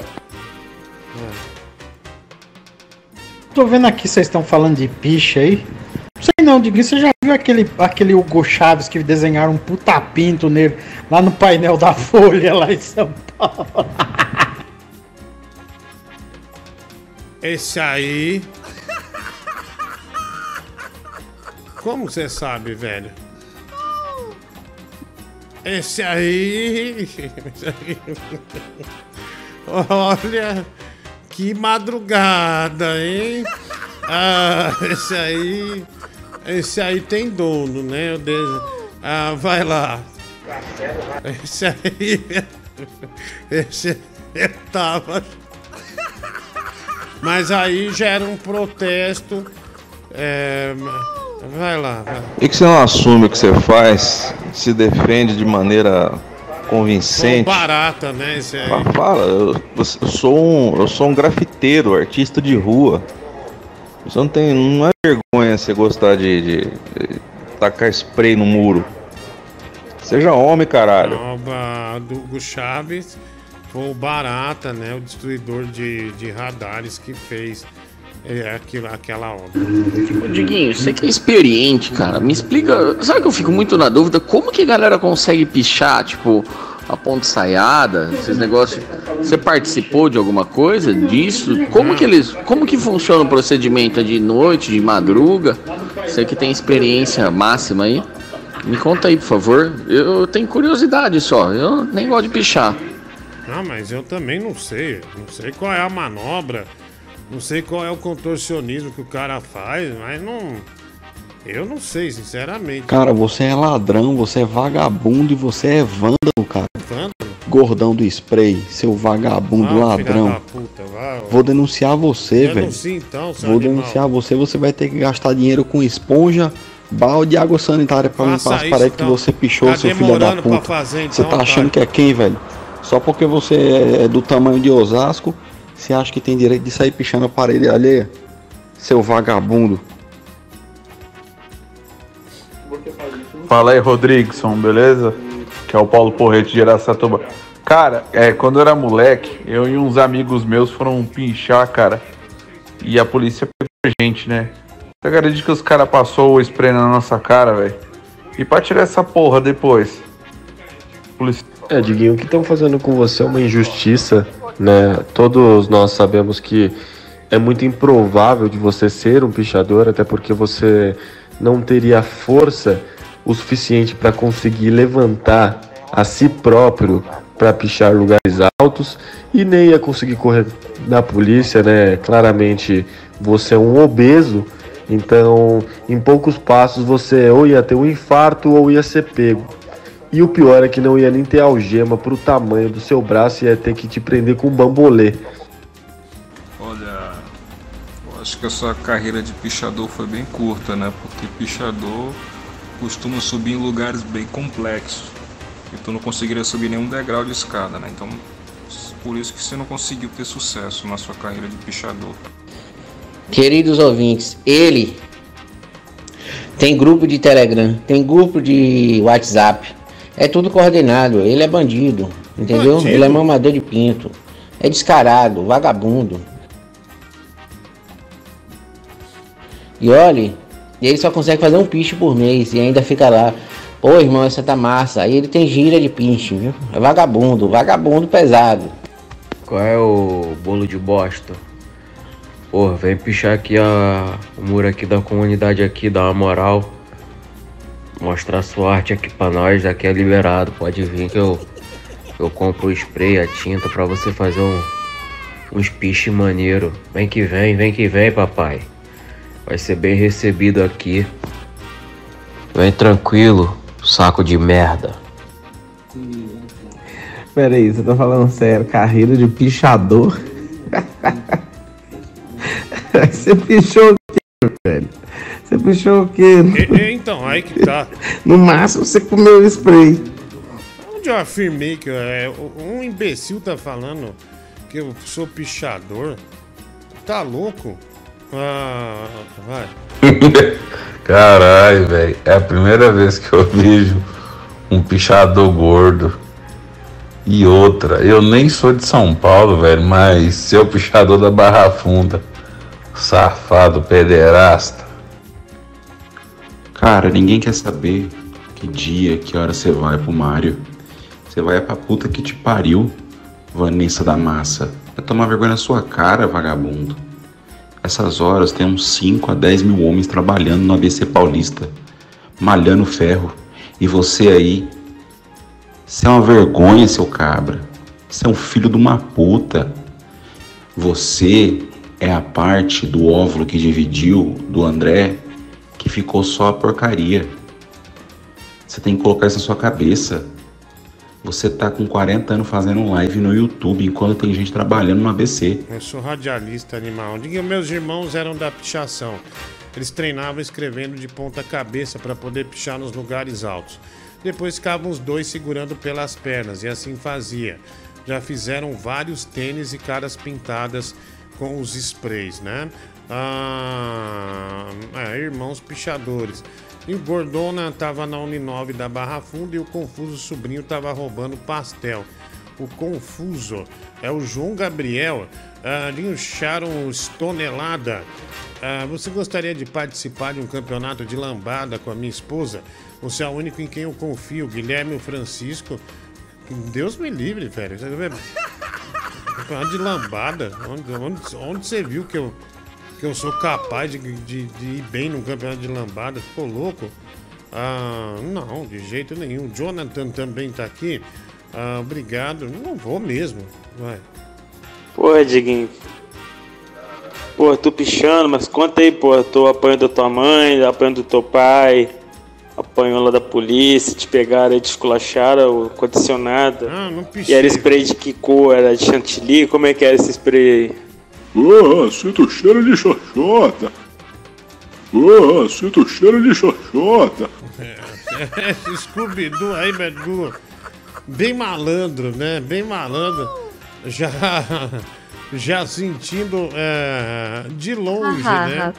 Tô vendo aqui, vocês estão falando de picha aí. Não sei não, Diguinho, você já viu aquele, aquele Hugo Chaves que desenharam um puta pinto nele lá no painel da Folha, lá em São Paulo? Esse aí... Como você sabe, velho? Esse aí... Olha... Que madrugada, hein? Ah, esse aí... Esse aí tem dono, né? Ah, vai lá. Esse aí... Esse eu tava... Mas aí gera um protesto. É... Vai lá, vai. E que você não assume o que você faz, se defende de maneira convincente. Pô, barata, né? Esse aí. Ah, fala, eu, eu, sou um, eu sou um grafiteiro, artista de rua. Você não tem, não é vergonha você gostar de, de, de tacar spray no muro. Seja homem, caralho. Nova do Hugo Chaves foi o Barata, né? O destruidor de, de radares que fez é, aquilo, aquela obra. Ô, Diguinho, você que é experiente, cara, me explica. Sabe que eu fico muito na dúvida? Como que a galera consegue pichar, tipo, a ponta ensaiada, esses negócios? Você participou de alguma coisa disso? Como que eles. Como que funciona o procedimento? É de noite, de madruga? Você que tem experiência máxima aí? Me conta aí, por favor. Eu tenho curiosidade só. Eu nem gosto de pichar. Não, mas eu também não sei. Não sei qual é a manobra. Não sei qual é o contorcionismo que o cara faz, mas não. Eu não sei, sinceramente. Cara, você é ladrão, você é vagabundo e você é vândalo, cara. Vândalo? Gordão do spray, seu vagabundo, Ah, ladrão. filha da puta, vai, Vou denunciar você, velho. Denuncie então, seu Vou animal. denunciar você, você vai ter que gastar dinheiro com esponja, balde e água sanitária pra Faça limpar as isso, paredes então. que você pichou, Tá seu filho da demorando pra puta. fazer, Você então, tá achando otário. que é quem, velho? Só porque você é do tamanho de Osasco, você acha que tem direito de sair pichando a parede alheia? Seu vagabundo. Fala aí, Rodrigson, beleza? Que é o Paulo Porrete de Araçatuba. Cara, é, quando eu era moleque, eu e uns amigos meus foram pinchar, cara. E a polícia pegou a gente, né? Você acredita que os caras passou o spray na nossa cara, velho? E pra tirar essa porra depois? Polícia... É, Diguinho, o que estão fazendo com você é uma injustiça, né? Todos nós sabemos que é muito improvável de você ser um pichador, até porque você não teria força o suficiente para conseguir levantar a si próprio para pichar lugares altos e nem ia conseguir correr da polícia, né? Claramente você é um obeso, então em poucos passos você ou ia ter um infarto ou ia ser pego. E o pior é que não ia nem ter algema pro tamanho do seu braço e ia ter que te prender com um bambolê. Olha, eu acho que a sua carreira de pichador foi bem curta, né? Porque pichador costuma subir em lugares bem complexos. E tu não conseguiria subir nenhum degrau de escada, né? Então, por isso que você não conseguiu ter sucesso na sua carreira de pichador. Queridos ouvintes, ele tem grupo de Telegram, tem grupo de WhatsApp, é tudo coordenado, ele é bandido, entendeu? Bandido. Ele é mamador de pinto, é descarado, vagabundo. E olhe, ele só consegue fazer um piche por mês e ainda fica lá. Ô irmão, essa tá massa. Aí ele tem gíria de pinche, viu? É vagabundo, vagabundo pesado. Qual é o bolo de bosta? Porra, vem pichar aqui a... o muro aqui da comunidade aqui, dar uma moral. Mostrar sua arte aqui pra nós, aqui é liberado. Pode vir que eu, eu compro o spray, a tinta pra você fazer um, uns piche maneiro. Vem que vem, vem que vem, papai. Vai ser bem recebido aqui. Vem tranquilo, saco de merda. Pera aí, você tá falando sério? Carreira de pichador? Você pichou o quê, velho? Você pichou o quê? E- e- então, aí que tá. No máximo você comeu spray. Onde eu afirmei que é, um imbecil tá falando que eu sou pichador? Tá louco? Ah, vai. Caralho, velho. É a primeira vez que eu vejo um pichador gordo. E outra, eu nem sou de São Paulo, velho, mas seu pichador da Barra Funda. Safado, pederasta. Cara, ninguém quer saber que dia, que hora você vai pro Mário. Você vai pra puta que te pariu, Vanessa da Massa. Vai tomar vergonha na sua cara, vagabundo. Essas horas tem uns cinco a dez mil homens trabalhando no A B C Paulista, malhando ferro. E você aí, você é uma vergonha, seu cabra. Você é um filho de uma puta. Você é a parte do óvulo que dividiu do André, que ficou só a porcaria. Você tem que colocar isso na sua cabeça. Você tá com quarenta anos fazendo um live no YouTube enquanto tem gente trabalhando no A B C. Eu sou radialista animal. Diga, meus irmãos eram da pichação. Eles treinavam escrevendo de ponta cabeça para poder pichar nos lugares altos. Depois ficavam os dois segurando pelas pernas e assim fazia. Já fizeram vários tênis e caras pintadas com os sprays, né? Ah, é, irmãos pichadores. E o Gordona tava na Uninove da Barra Funda e o Confuso sobrinho tava roubando pastel. O Confuso é o João Gabriel. Ah, lincharam Stonelada. Ah, você gostaria de participar de um campeonato de lambada com a minha esposa? Você é o único em quem eu confio, Guilherme Francisco. Deus me livre, velho. Campeonato de lambada? Onde, onde, onde você viu que eu, que eu sou capaz de, de, de ir bem num campeonato de lambada? Ficou louco? Ah, não, de jeito nenhum. Jonathan também tá aqui. Ah, obrigado. Não vou mesmo. Vai. Porra, Diguinho. Porra, tô pichando, mas conta aí, porra. Tô apanhando da tua mãe, apanhando do teu pai. Apanhou lá da polícia, te pegaram aí, te esculacharam o condicionado. Ah, não pichei. E era spray de que cor? Era de chantilly? Como é que era esse spray aí? Ah, sinto cheiro de xoxota. Ah, sinto cheiro de xoxota. Scooby-Doo aí, Bergu. bem malandro, né? Bem malandro. Já, já sentindo é, de longe, Ah, né?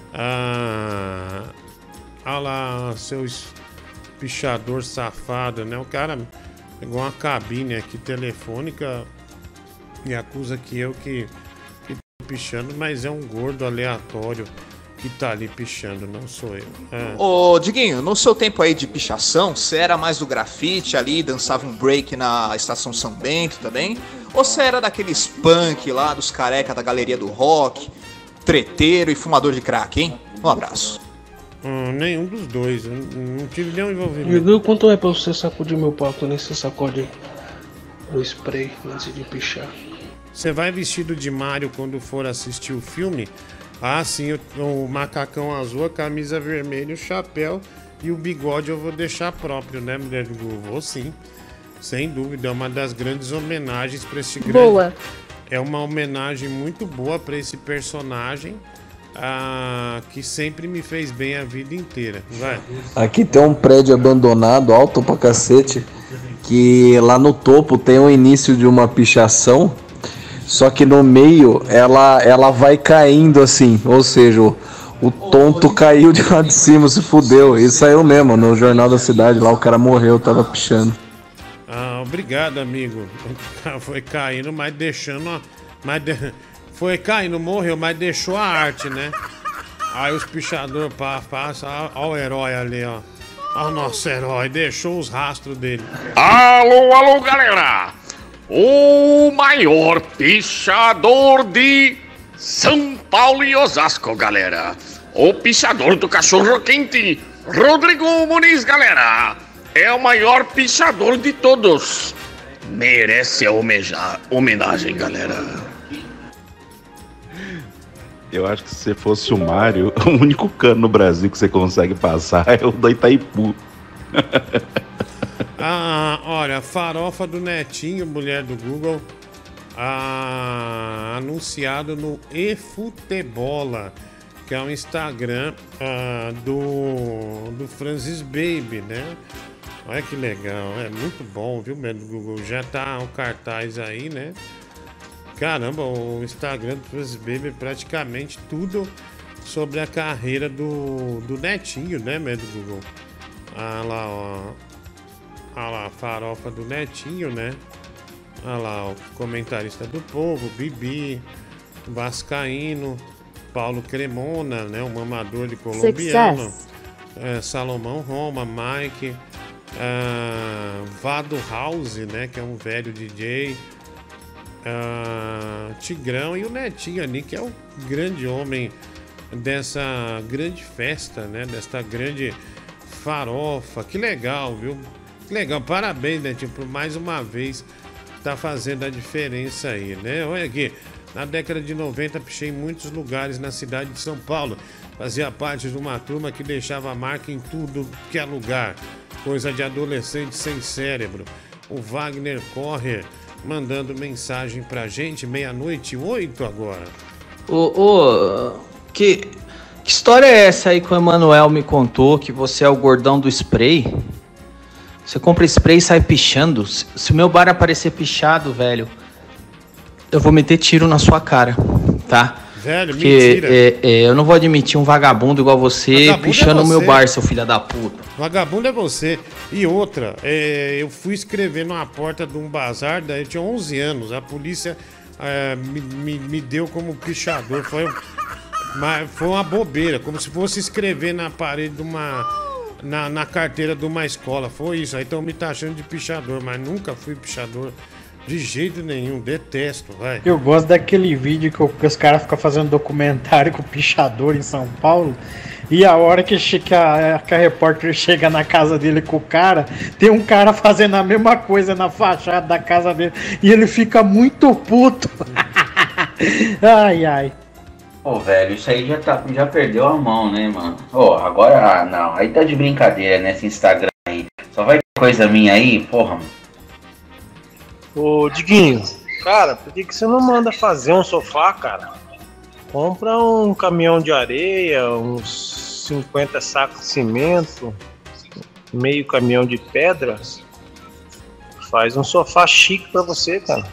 Ah, olha lá, seu pichador safado, né? O cara pegou uma cabine aqui telefônica e acusa que eu que, que tô pichando, mas é um gordo aleatório que tá ali pichando, não sou eu. É. Ô, Diguinho, no seu tempo aí de pichação, você era mais do grafite ali, dançava um break na Estação São Bento também? Ou você era daqueles punk lá, dos careca da galeria do rock, treteiro e fumador de crack, hein? Um abraço. Hum, nenhum dos dois, eu não tive nenhum envolvimento. Diguinho, quanto é pra você sacudir meu pau quando você sacode o spray antes de pichar? Você vai vestido de Mario quando for assistir o filme? Ah, sim, o, o macacão azul, a camisa vermelha, o chapéu e o bigode eu vou deixar próprio, né, mulher do Google? Vou sim, sem dúvida. É uma das grandes homenagens para esse grande... Boa. É uma homenagem muito boa para esse personagem ah, que sempre me fez bem a vida inteira. Vai. Aqui tem um prédio abandonado, alto pra cacete, que lá no topo tem o início de uma pichação. Só que no meio ela, ela vai caindo assim, ou seja, o, o tonto caiu de lá de cima, se fudeu. E saiu mesmo no Jornal da Cidade, lá o cara morreu, tava pichando. Ah, obrigado, amigo. Foi caindo, mas deixando. A, mas de, foi caindo, morreu, mas deixou a arte, né? Aí os pichadores passam, ó, o herói ali, ó. Ó o nosso herói, deixou os rastros dele. Alô, alô, galera! O maior pichador de São Paulo e Osasco, galera. O pichador do cachorro quente, Rodrigo Muniz, galera. É o maior pichador de todos. Merece a homeja- homenagem, galera. Eu acho que se você fosse o Mário, o único cano no Brasil que você consegue passar é o da Itaipu. Ah, olha, farofa do Netinho, mulher do Google, ah, anunciado no eFutebola, que é um Instagram ah, do, do Francis Baby, né? Olha que legal, é muito bom, viu, mulher do Google? Já tá o cartaz aí, né? Caramba, o Instagram do Francis Baby é praticamente tudo sobre a carreira do, do Netinho, né, mulher do Google? Ah lá, ó. Olha lá, a farofa do Netinho, né? Olha lá, o comentarista do Povo, Bibi, Vascaíno, Paulo Cremona, né? O mamador de colombiano, é, Salomão Roma, Mike, é, Vado House, né? Que é um velho D J, é, Tigrão e o Netinho ali, que é o grande homem dessa grande festa, né? Desta grande farofa. Que legal, viu? Que legal, parabéns, Netinho, por mais uma vez tá fazendo a diferença aí, né? Olha aqui, na década de noventa pichei em muitos lugares na cidade de São Paulo. Fazia parte de uma turma que deixava marca em tudo que é lugar. Coisa de adolescente sem cérebro. O Wagner Correr mandando mensagem pra gente, meia-noite, oito agora. Ô, ô, que, que história é essa aí que o Emanuel me contou, que você é o gordão do spray? Você compra spray e sai pichando? Se, se o meu bar aparecer pichado, velho, eu vou meter tiro na sua cara, tá? Velho, Porque mentira. é, é, eu não vou admitir um vagabundo igual você Vagabundo pichando é o meu você. bar, seu filho da puta. Vagabundo é você. E outra, é, eu fui escrever numa porta de um bazar, daí eu tinha onze anos. A polícia é, me, me, me deu como pichador. Foi, mas foi uma bobeira, como se fosse escrever na parede de uma. Na, na carteira de uma escola. Foi isso. Aí estão me taxando de pichador, mas nunca fui pichador de jeito nenhum. Detesto, vai. Eu gosto daquele vídeo que, o- que os caras ficam fazendo documentário com o pichador em São Paulo. E a hora que, che- que, a, que a repórter chega na casa dele com o cara, tem um cara fazendo a mesma coisa na fachada da casa dele. E ele fica muito puto. Ai, ai. Pô, velho, isso aí já, tá, já perdeu a mão, né, mano? Ô, agora, ah, não, aí tá de brincadeira nesse Instagram aí. Só vai ter coisa minha aí, porra, mano. Ô, Diguinho, cara, por que, que você não manda fazer um sofá, cara? Compra um caminhão de areia, uns cinquenta sacos de cimento, meio caminhão de pedra, Faz um sofá chique pra você, cara.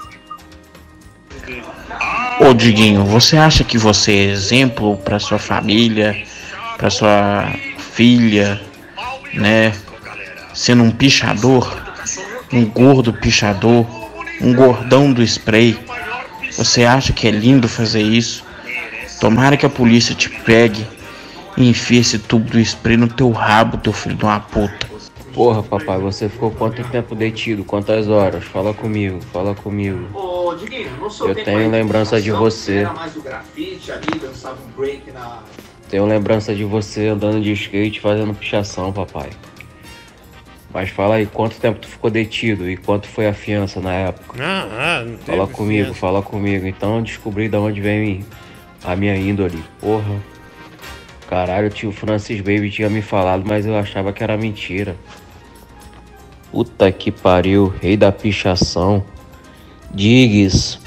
Ô Diguinho, você acha que você é exemplo pra sua família, pra sua filha, né? Sendo um pichador, um gordo pichador, um gordão do spray. Você acha que é lindo fazer isso? Tomara que a polícia te pegue e enfie esse tubo do spray no teu rabo, teu filho de uma puta. Porra, papai, você ficou quanto tempo detido? Quantas horas? Fala comigo, fala comigo. Ô, Diguinho, no seu Eu tempo tenho aí de lembrança de pichação, você. Era mais do grafite ali, dançava um break na... Tenho lembrança de você andando de skate fazendo pichação, papai. Mas fala aí, quanto tempo tu ficou detido e quanto foi a fiança na época? Ah, ah, não teve Fala comigo, fiança. fala comigo. Então eu descobri de onde vem a minha índole. Porra. Caralho, o tio Francis Baby tinha me falado, mas eu achava que era mentira. Puta que pariu, rei da pichação. Diggs.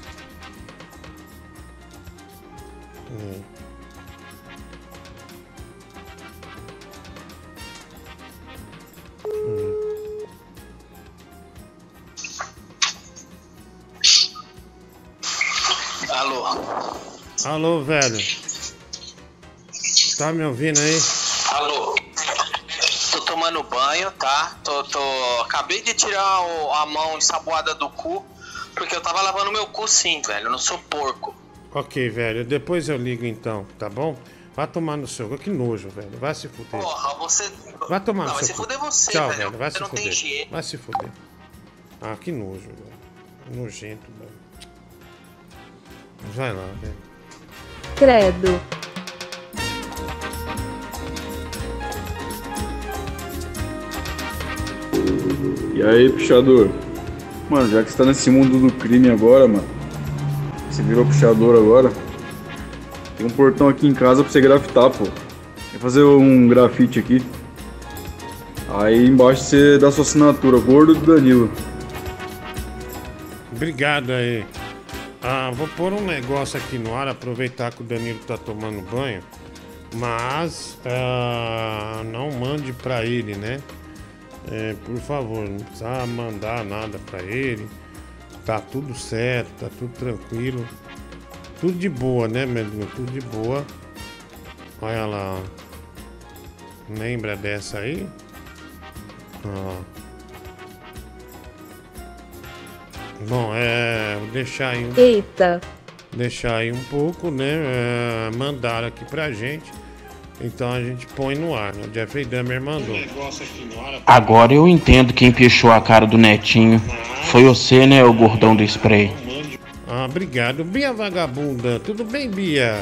Alô? Alô, velho. Tá me ouvindo aí? Alô? Tô tomando banho, tá? Tô, tô... Acabei de tirar o- a mão ensaboada do cu, porque eu tava lavando meu cu sim, velho. Eu não sou porco. Ok, velho. Depois eu ligo então, tá bom? Vai tomar no seu. Que nojo, velho. Vai se fuder. Porra, você... Vai tomar Não, no vai seu. se cu. fuder você, Tchau, velho. velho. Vai Você se não tem fuder. higiene. Vai se fuder. Ah, que nojo, velho. Nojento, velho. Vai lá, velho. Credo. E aí, pichador? Mano, já que você tá nesse mundo do crime agora, mano, você virou pichador agora, tem um portão aqui em casa pra você grafitar, pô. Quer fazer um grafite aqui? Aí embaixo você dá sua assinatura, Gordo do Danilo. Obrigado aí. Ah, vou pôr um negócio aqui no ar, aproveitar que o Danilo tá tomando banho. Mas ah, não mande pra ele, né? É, por favor, não precisa mandar nada pra ele. Tá tudo certo, tá tudo tranquilo. Tudo de boa, né, meu amigo? Tudo de boa. Olha lá. Lembra dessa aí? Ó. Bom, é. Vou deixar aí um. Eita. Deixar aí um pouco, né? É, mandaram aqui pra gente. Então a gente põe no ar, né? O Jeffrey Dahmer mandou. Agora eu entendo quem pichou a cara do Netinho. Foi você, né, o gordão do spray. Ah, obrigado. Bia Vagabunda. Tudo bem, Bia?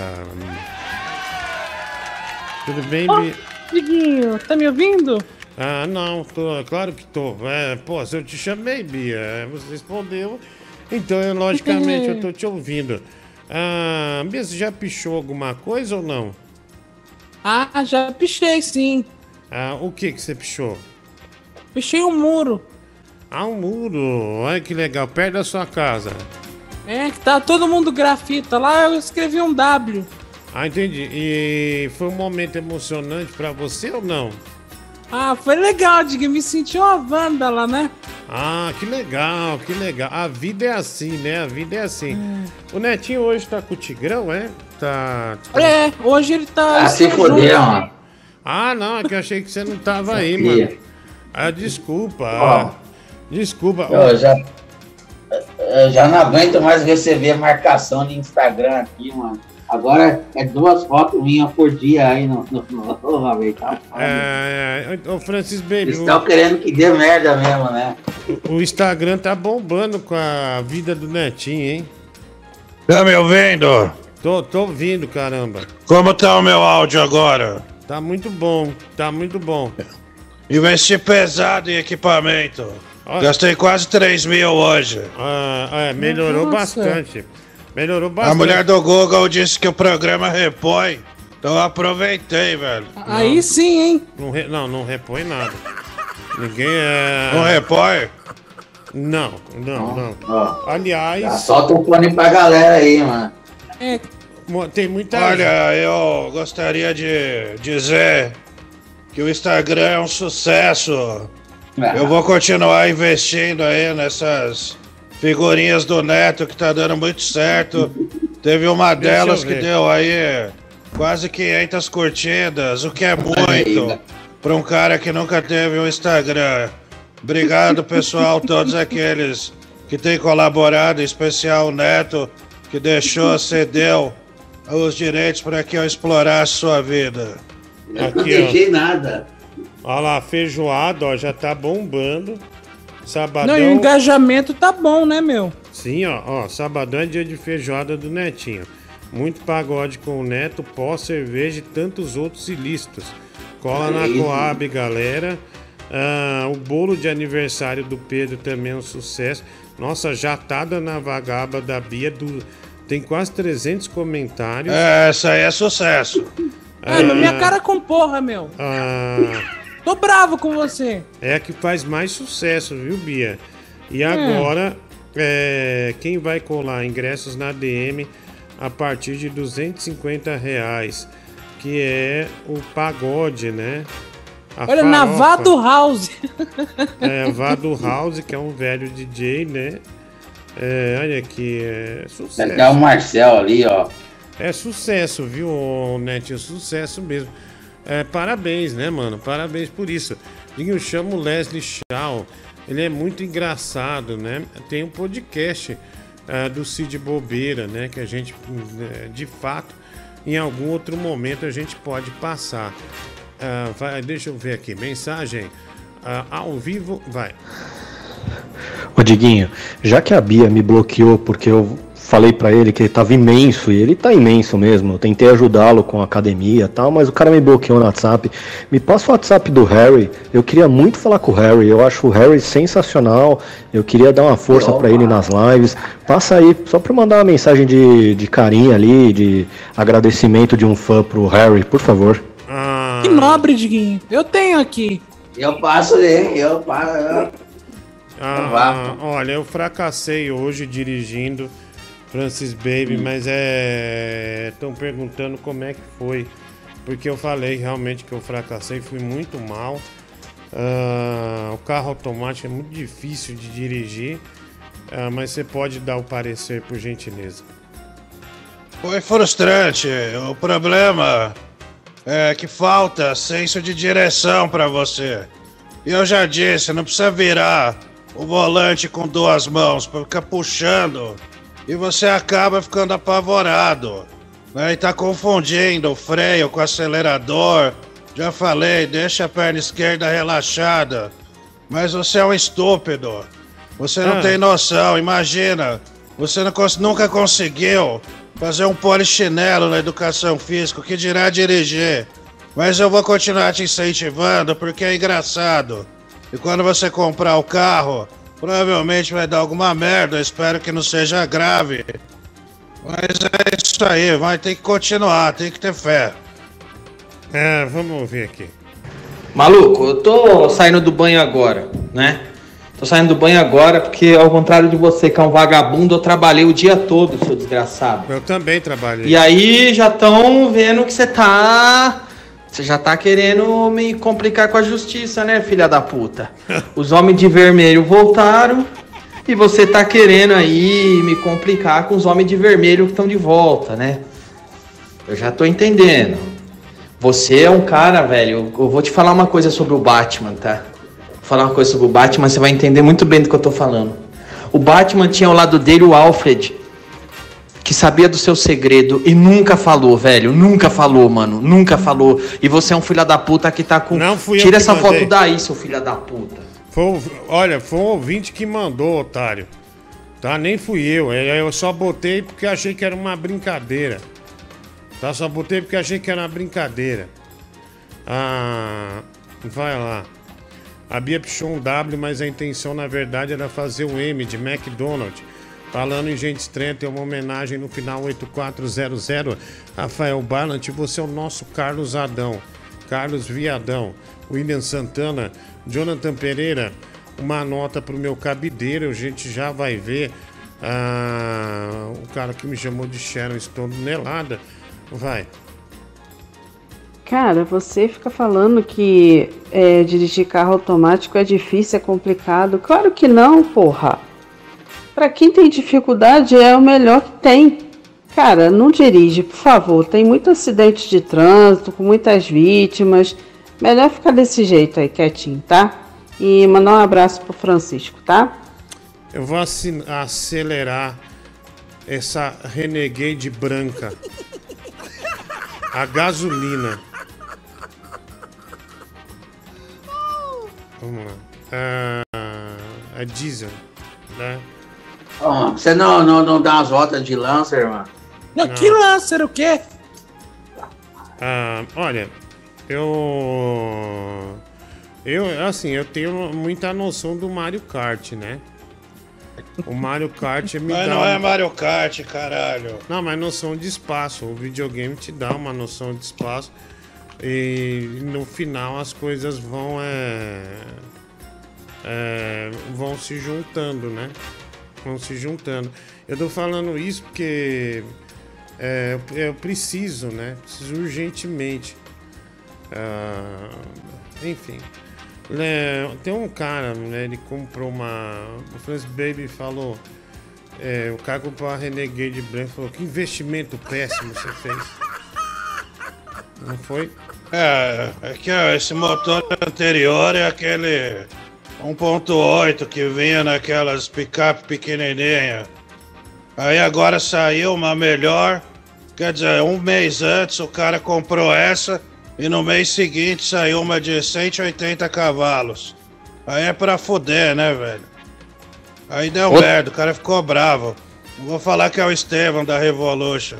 Tudo bem, Ô, Bia? Diguinho, tá me ouvindo? Ah, não, tô, claro que tô. É, pô, se eu te chamei, Bia, é, você respondeu. Então, eu, logicamente, eu tô te ouvindo. Ah, Bia, você já pichou alguma coisa ou não? Ah, já pichei sim. Ah, o que que você pichou? Pichei um muro. Ah, um muro. Olha que legal, perto da sua casa. É, que tá todo mundo grafita. Lá eu escrevi um W. Ah, entendi. E foi um momento emocionante pra você ou não? Ah, foi legal, Diguinho. Me senti uma vândala, né? Ah, que legal, que legal. A vida é assim, né? A vida é assim. Hum. O Netinho hoje tá com o Tigrão, é? Tá. tá... É, hoje ele tá. Ah, se fuder, mano. Ah, não, é que eu achei que você não tava aí, Sabia. mano. Ah, desculpa. Ó. ah, desculpa. Eu já, eu já não aguento mais receber marcação de Instagram aqui, mano. Agora é duas fotos minhas por dia aí no. no, no, no, no tá foda. É, é, ô Francis Baby. Eles estão querendo que dê merda mesmo, né? O, o Instagram tá bombando com a vida do Netinho, hein? Tá me ouvindo? Tô, tô ouvindo, caramba. Como tá o meu áudio agora? Tá muito bom, tá muito bom. Investi pesado em equipamento. Ó. Gastei quase três mil hoje. Ah, é, melhorou Nossa. bastante. Melhorou bastante. A mulher do Google disse que o programa repõe. Então eu aproveitei, velho. Aí sim, hein? Não, re- não, não repõe nada. Ninguém é. Não repõe? Não, não, não. Ó, Aliás. já solta o fone pra galera aí, mano. É, mo- Tem muita. Olha, eu gostaria de dizer que o Instagram é um sucesso. Eu vou continuar investindo aí nessas figurinhas do Neto que tá dando muito certo. Teve uma Deixa eu delas que ver. deu aí quase quinhentas curtidas, o que é muito para um cara que nunca teve um Instagram. Obrigado, pessoal, todos aqueles que têm colaborado, em especial o Neto, que deixou, cedeu os direitos para que eu explorasse sua vida. Eu não Aqui, deixei ó. nada. Olha lá, feijoada, ó, já tá bombando. Sabadão. Não, e o engajamento tá bom, né, meu? Sim, ó, ó, sabadão é dia de feijoada do Netinho. Muito pagode com o Neto, pó, cerveja e tantos outros ilícitos. Cola É na isso. Coab, galera. Ah, o bolo de aniversário do Pedro também é um sucesso. Nossa, jatada na vagaba da Bia do... tem quase trezentos comentários. É, essa aí é sucesso. Ah, minha cara com porra, meu. Ah, Tô bravo com você. é a que faz mais sucesso, viu, Bia? E agora, é, quem vai colar ingressos na D M a partir de duzentos e cinquenta reais, que é o pagode, né? A Olha, na farofa. Vado House. É, Vado House, que é um velho D J, né? É, olha aqui, é sucesso. Até o Marcel ali, ó. É sucesso, viu, ô, Netinho? Sucesso mesmo. É, parabéns, né, mano? Parabéns por isso. Eu chamo o Leslie Shaw. Ele é muito engraçado, né? Tem um podcast ah, do Cid Bobeira, né? Que a gente, eh, de fato, em algum outro momento a gente pode passar. Ah, vai, deixa eu ver aqui. Mensagem ah, ao vivo. Vai. Ô Diguinho, já que a Bia me bloqueou porque eu falei pra ele que ele tava imenso, e ele tá imenso mesmo, eu tentei ajudá-lo com a academia e tal, mas o cara me bloqueou no WhatsApp. Me passa o WhatsApp do Harry, eu queria muito falar com o Harry, eu acho o Harry sensacional, eu queria dar uma força pra ele nas lives. Passa aí, só pra mandar uma mensagem de, de carinho ali, de agradecimento de um fã pro Harry, por favor. Que nobre, Diguinho. Eu tenho aqui. Eu passo, né? Eu passo. Eu... Ah, olha, eu fracassei hoje dirigindo Francis Baby, Hum. mas é. Estão perguntando como é que foi. Porque eu falei realmente que eu fracassei, fui muito mal. Ah, o carro automático é muito difícil de dirigir. Ah, mas você pode dar o parecer, por gentileza. Foi frustrante. O problema é que falta senso de direção pra você. E eu já disse, não precisa virar o volante com duas mãos pra ficar puxando e você acaba ficando apavorado, né? E tá confundindo o freio com o acelerador. Já falei, deixa a perna esquerda relaxada. Mas você é um estúpido. Você não Ah. tem noção, imagina. Você não cons- nunca conseguiu fazer um polichinelo na educação física, o que dirá dirigir. Mas eu vou continuar te incentivando porque é engraçado. E quando você comprar o carro, provavelmente vai dar alguma merda, eu espero que não seja grave. Mas é isso aí, vai ter que continuar, tem que ter fé. É, vamos ver aqui. Maluco, eu tô saindo do banho agora, né? Tô saindo do banho agora porque, ao contrário de você, que é um vagabundo, eu trabalhei o dia todo, seu desgraçado. Eu também trabalhei. E aí já estão vendo que você tá... Você já tá querendo me complicar com a justiça, né, filha da puta? Os homens de vermelho voltaram e você tá querendo aí me complicar com os homens de vermelho que estão de volta, né? Eu já tô entendendo. Você é um cara, velho, eu vou te falar uma coisa sobre o Batman, tá? Vou falar uma coisa sobre o Batman, você vai entender muito bem do que eu tô falando. O Batman tinha ao lado dele o Alfred, que sabia do seu segredo e nunca falou, velho. Nunca falou, mano. Nunca falou. E você é um filho da puta que tá com... Não fui eu Tira que essa mandei. foto daí, seu filho da puta. Foi, o- olha, foi um ouvinte que mandou, otário. Tá? Nem fui eu. É, Eu só botei porque achei que era uma brincadeira. Tá? Só botei porque achei que era uma brincadeira. Ah, vai lá. A Bia pichou um W, mas a intenção, na verdade, era fazer um M de McDonald's. Falando em gente estranha, tem uma homenagem no final oito quatro zero zero. Rafael Ballant, você é o nosso Carlos Adão. Carlos Viadão. William Santana. Jonathan Pereira. Uma nota pro meu cabideiro. A gente já vai ver. Ah, o cara que me chamou de Sharon Stone Nelada. Vai. Cara, você fica falando que é, dirigir carro automático é difícil, é complicado. Claro que não, porra. Pra quem tem dificuldade é o melhor que tem. Cara, não dirige, por favor. Tem muito acidente de trânsito, com muitas vítimas. Melhor ficar desse jeito aí, quietinho, tá? E mandar um abraço pro Francisco, tá? Eu vou assin- acelerar essa Renegade branca. A gasolina. Vamos lá. Ah, a diesel, né? Ó, você não, não, não dá umas voltas de Lancer, mano? Não, que Lancer, o quê? Ah, olha, eu... Eu, assim, eu tenho muita noção do Mario Kart, né? O Mario Kart me Mas dá... não uma- é Mario Kart, caralho. Não, mas noção de espaço. O videogame te dá uma noção de espaço. E no final as coisas vão é, é, vão se juntando, né? Vão se juntando. Eu tô falando isso porque é, eu preciso, né? Preciso urgentemente. Ah, enfim. Né, tem um cara, né? Ele comprou uma. O Francis Baby falou. É, o cara comprou uma Renegade branca e falou: que investimento péssimo você fez. Não foi? É, é que ó, esse motor anterior é aquele um ponto oito que vinha naquelas picape pequenininha. Aí agora saiu uma melhor, quer dizer, um mês antes o cara comprou essa e no mês seguinte saiu uma de cento e oitenta cavalos. Aí é pra fuder, né, velho? Aí deu Ô- merda, o cara ficou bravo. Não vou falar que é o Estevão da Revolution.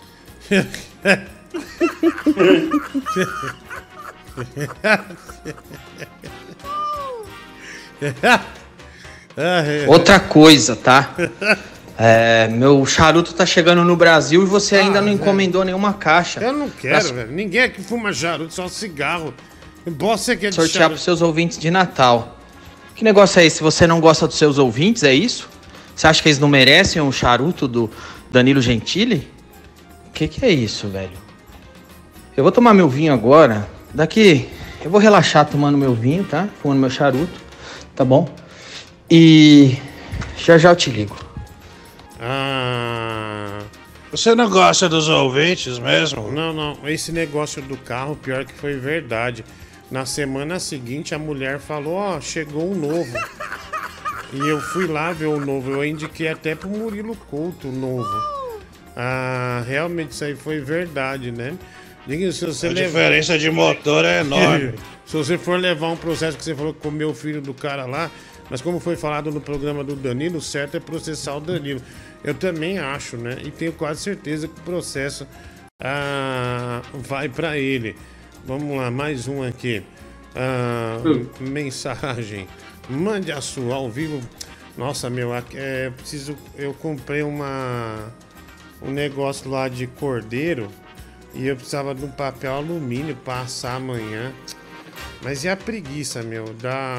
Outra coisa, tá? É, meu charuto tá chegando no Brasil e você ainda não encomendou nenhuma caixa. Eu não quero, Pra velho. Ninguém aqui fuma charuto, só cigarro. Bosta que é de sortear charuto. pros seus ouvintes de Natal. Que negócio é esse? Você não gosta dos seus ouvintes, é isso? Você acha que eles não merecem um charuto do Danilo Gentili? Que que é isso, velho? Eu vou tomar meu vinho agora. Daqui, eu vou relaxar tomando meu vinho, tá? Fumando meu charuto, tá bom? E já já eu te ligo. Ah. Você não gosta dos ouvintes mesmo? Não, não. Esse negócio do carro, pior que foi verdade. Na semana seguinte, a mulher falou: ó, chegou um novo. E eu fui lá ver o novo. Eu indiquei até pro Murilo Couto o novo. Ah, realmente isso aí foi verdade, né? Diga, se você A levar- diferença de motor é enorme. Se você for levar um processo que você falou que comeu o filho do cara lá, mas como foi falado no programa do Danilo, o certo é processar o Danilo. Eu também acho, né? E tenho quase certeza que o processo ah, vai pra ele. Vamos lá, mais um aqui. Ah, mensagem. Mande a sua ao vivo. Nossa, meu, aqui é preciso. Eu comprei uma um negócio lá de cordeiro e eu precisava de um papel alumínio para assar amanhã. Mas e a preguiça, meu? Dá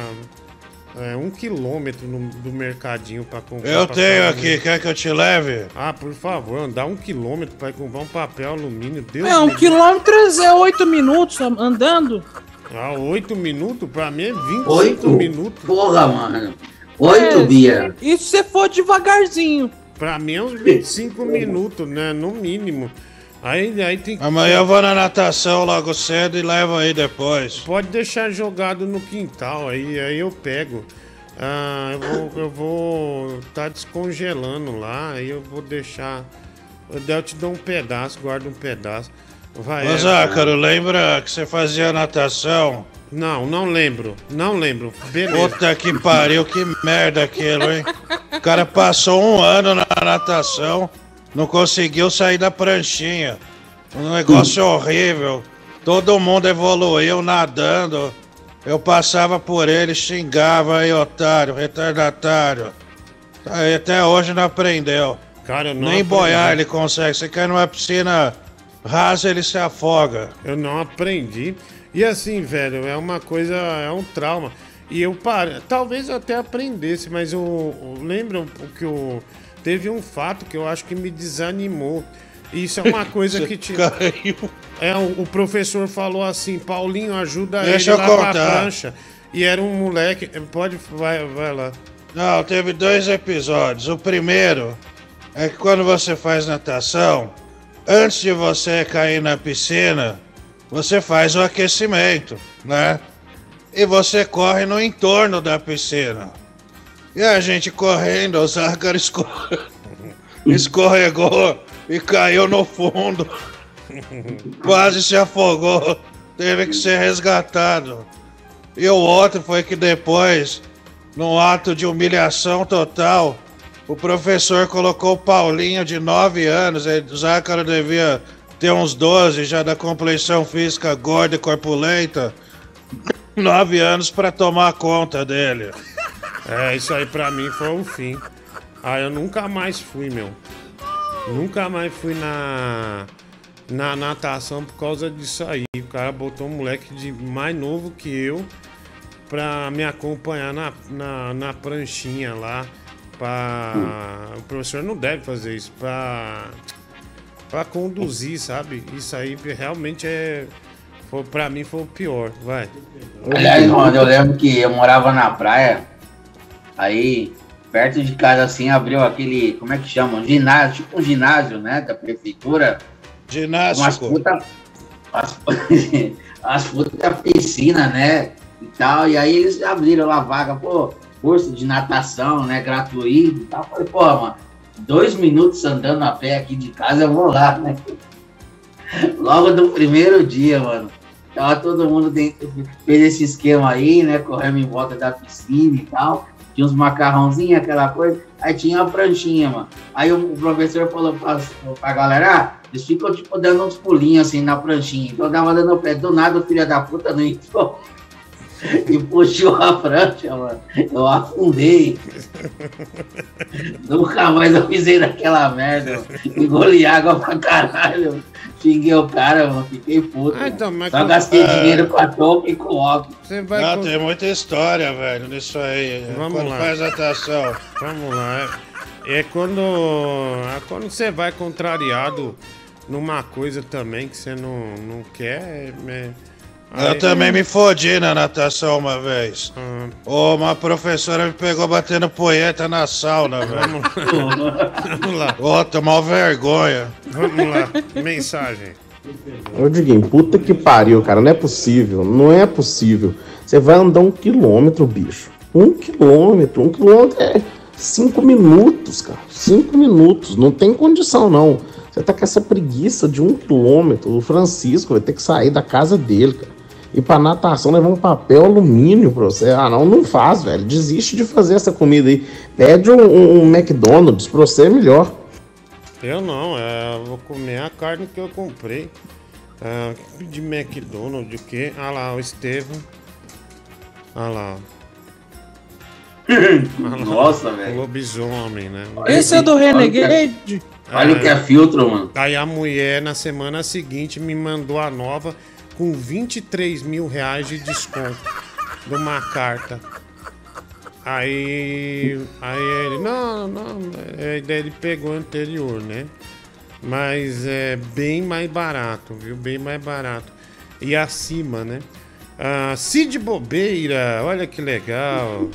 é, um quilômetro no, do mercadinho para comprar. Eu papel tenho alumínio. aqui, quer que eu te leve? Ah, por favor, dá um quilômetro para comprar um papel alumínio. Deus É, um me livre. quilômetro é oito minutos andando. Ah, oito minutos? Pra mim é vinte e Oito? cinco minutos. Porra, mano. Oito, É, Bia. E se você for devagarzinho? Pra mim é uns vinte e cinco minutos, né? No mínimo. Aí, aí tem que. Amanhã eu vou na natação logo cedo e levo aí depois. Pode deixar jogado no quintal, aí, aí eu pego. Ah, eu vou. Eu vou tá descongelando lá, aí eu vou deixar. Eu eu te dou um pedaço, guardo um pedaço. Vai. Ô, é- Zácaro, lembra que você fazia natação? Não, não lembro. Não lembro. Beleza. Puta que pariu, que merda aquilo, hein? O cara passou um ano na natação, não conseguiu sair da pranchinha. Um negócio horrível. Todo mundo evoluiu nadando. Eu passava por ele, xingava aí, otário, retardatário. Aí até hoje não aprendeu. Cara, eu não Nem aprendi. boiar ele consegue. Você cai numa piscina rasa, ele se afoga. Eu não aprendi. E assim, velho, é uma coisa, é um trauma. E eu paro, talvez eu até aprendesse, mas eu, eu lembro o que eu teve um fato que eu acho que me desanimou. Isso é uma coisa que te... É, o, o professor falou assim, Paulinho, ajuda Deixa ele eu lá pra contar. prancha. E era um moleque... Pode... Vai, vai lá. Não, teve dois episódios. O primeiro é que quando você faz natação, antes de você cair na piscina, você faz o aquecimento, né? E você corre no entorno da piscina. E a gente correndo, o Zácaro escorre... escorregou e caiu no fundo. Quase se afogou. Teve que ser resgatado. E o outro foi que depois, num ato de humilhação total, o professor colocou o Paulinho de nove anos, ele- o Zácaro devia ter uns doze, já da complexão física gorda e corpulenta, nove anos pra tomar conta dele. É, isso aí pra mim foi o fim. Ah, eu nunca mais fui, meu. Nunca mais fui na, na natação por causa disso aí. O cara botou um moleque de mais novo que eu pra me acompanhar na, na, na pranchinha lá. Pra... O professor não deve fazer isso. Pra, pra conduzir, sabe? Isso aí realmente é... Foi, pra mim foi o pior. Vai. Aliás, mano, eu lembro que eu morava na praia, aí perto de casa assim abriu aquele, como é que chama? Um ginásio, tipo um ginásio, né, da prefeitura. Ginástico. Umas puta, as, as puta piscina, né, e tal, e aí eles abriram lá a vaga, pô, curso de natação, né, gratuito e tal. Eu falei, pô, mano, dois minutos andando a pé aqui de casa eu vou lá, né. Logo no primeiro dia, mano. Tava todo mundo dentro, fez esse esquema aí, né? Correndo em volta da piscina e tal. Tinha uns macarrãozinhos, aquela coisa. Aí tinha uma pranchinha, mano. Aí o, o professor falou pra, pra galera, ah, eles ficam tipo dando uns pulinhos assim na pranchinha. Então eu tava dando o pé. Do nada o filho da puta não entrou. E puxou a prancha, mano. Eu afundei. Nunca mais eu pisei naquela merda, mano. Engoli água pra caralho. Xinguei o cara, mano. Fiquei puto. Ah, então, mas Só com- gastei Ah. dinheiro com a touca e com o óculos. Você vai Não, com- tem muita história, velho, nisso aí. Vamos Quando lá. faz natação. Vamos lá. É, é quando, é quando você vai contrariado numa coisa também que você não, não quer. É, Eu aí- também me fodi na natação uma vez. Ah. Ô, uma professora me pegou batendo poeta na sauna, velho. Vamos lá. Ô, tomou vergonha. Vamos lá. Mensagem. Ô, Diguinho, puta que pariu, cara. Não é possível. Não é possível. Você vai andar um quilômetro, bicho. Um quilômetro. Um quilômetro é cinco minutos, cara. Cinco minutos. Não tem condição, não. Você tá com essa preguiça de um quilômetro. O Francisco vai ter que sair da casa dele, cara. E pra natação levar um papel alumínio pra você. Ah, não, não faz, velho. Desiste de fazer essa comida aí. Pede um, um- um McDonald's pra você é melhor. Eu não, é, eu vou comer a carne que eu comprei. É, de McDonald's, o quê? Ah lá, o Estevam. Ah lá. Ah lá. Nossa, velho. O lobisomem, né? Esse é do Renegade. Olha o que é filtro, mano. Aí a mulher, na semana seguinte, me mandou a nova com vinte e três mil reais de desconto de uma carta. Aí, aí ele, não, não, é, daí ele pegou o anterior, né? Mas é bem mais barato, viu? Bem mais barato. E acima, né? Ah, Cid Bobeira, olha que legal.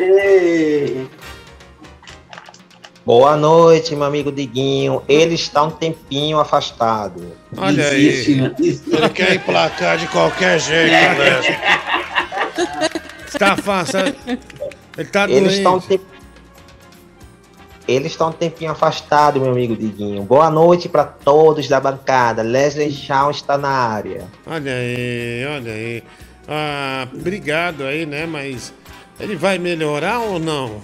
Boa noite, meu amigo Diguinho. Ele está um tempinho afastado. Olha Existe, aí. Ele quer emplacar de qualquer jeito, né? Tá fácil. Ele tá Ele doente. está um tempo... Ele está um tempinho afastado, meu amigo Diguinho. Boa noite para todos da bancada. Leslie Shaw está na área. Olha aí, olha aí. Ah, obrigado aí, né? Mas ele vai melhorar ou não?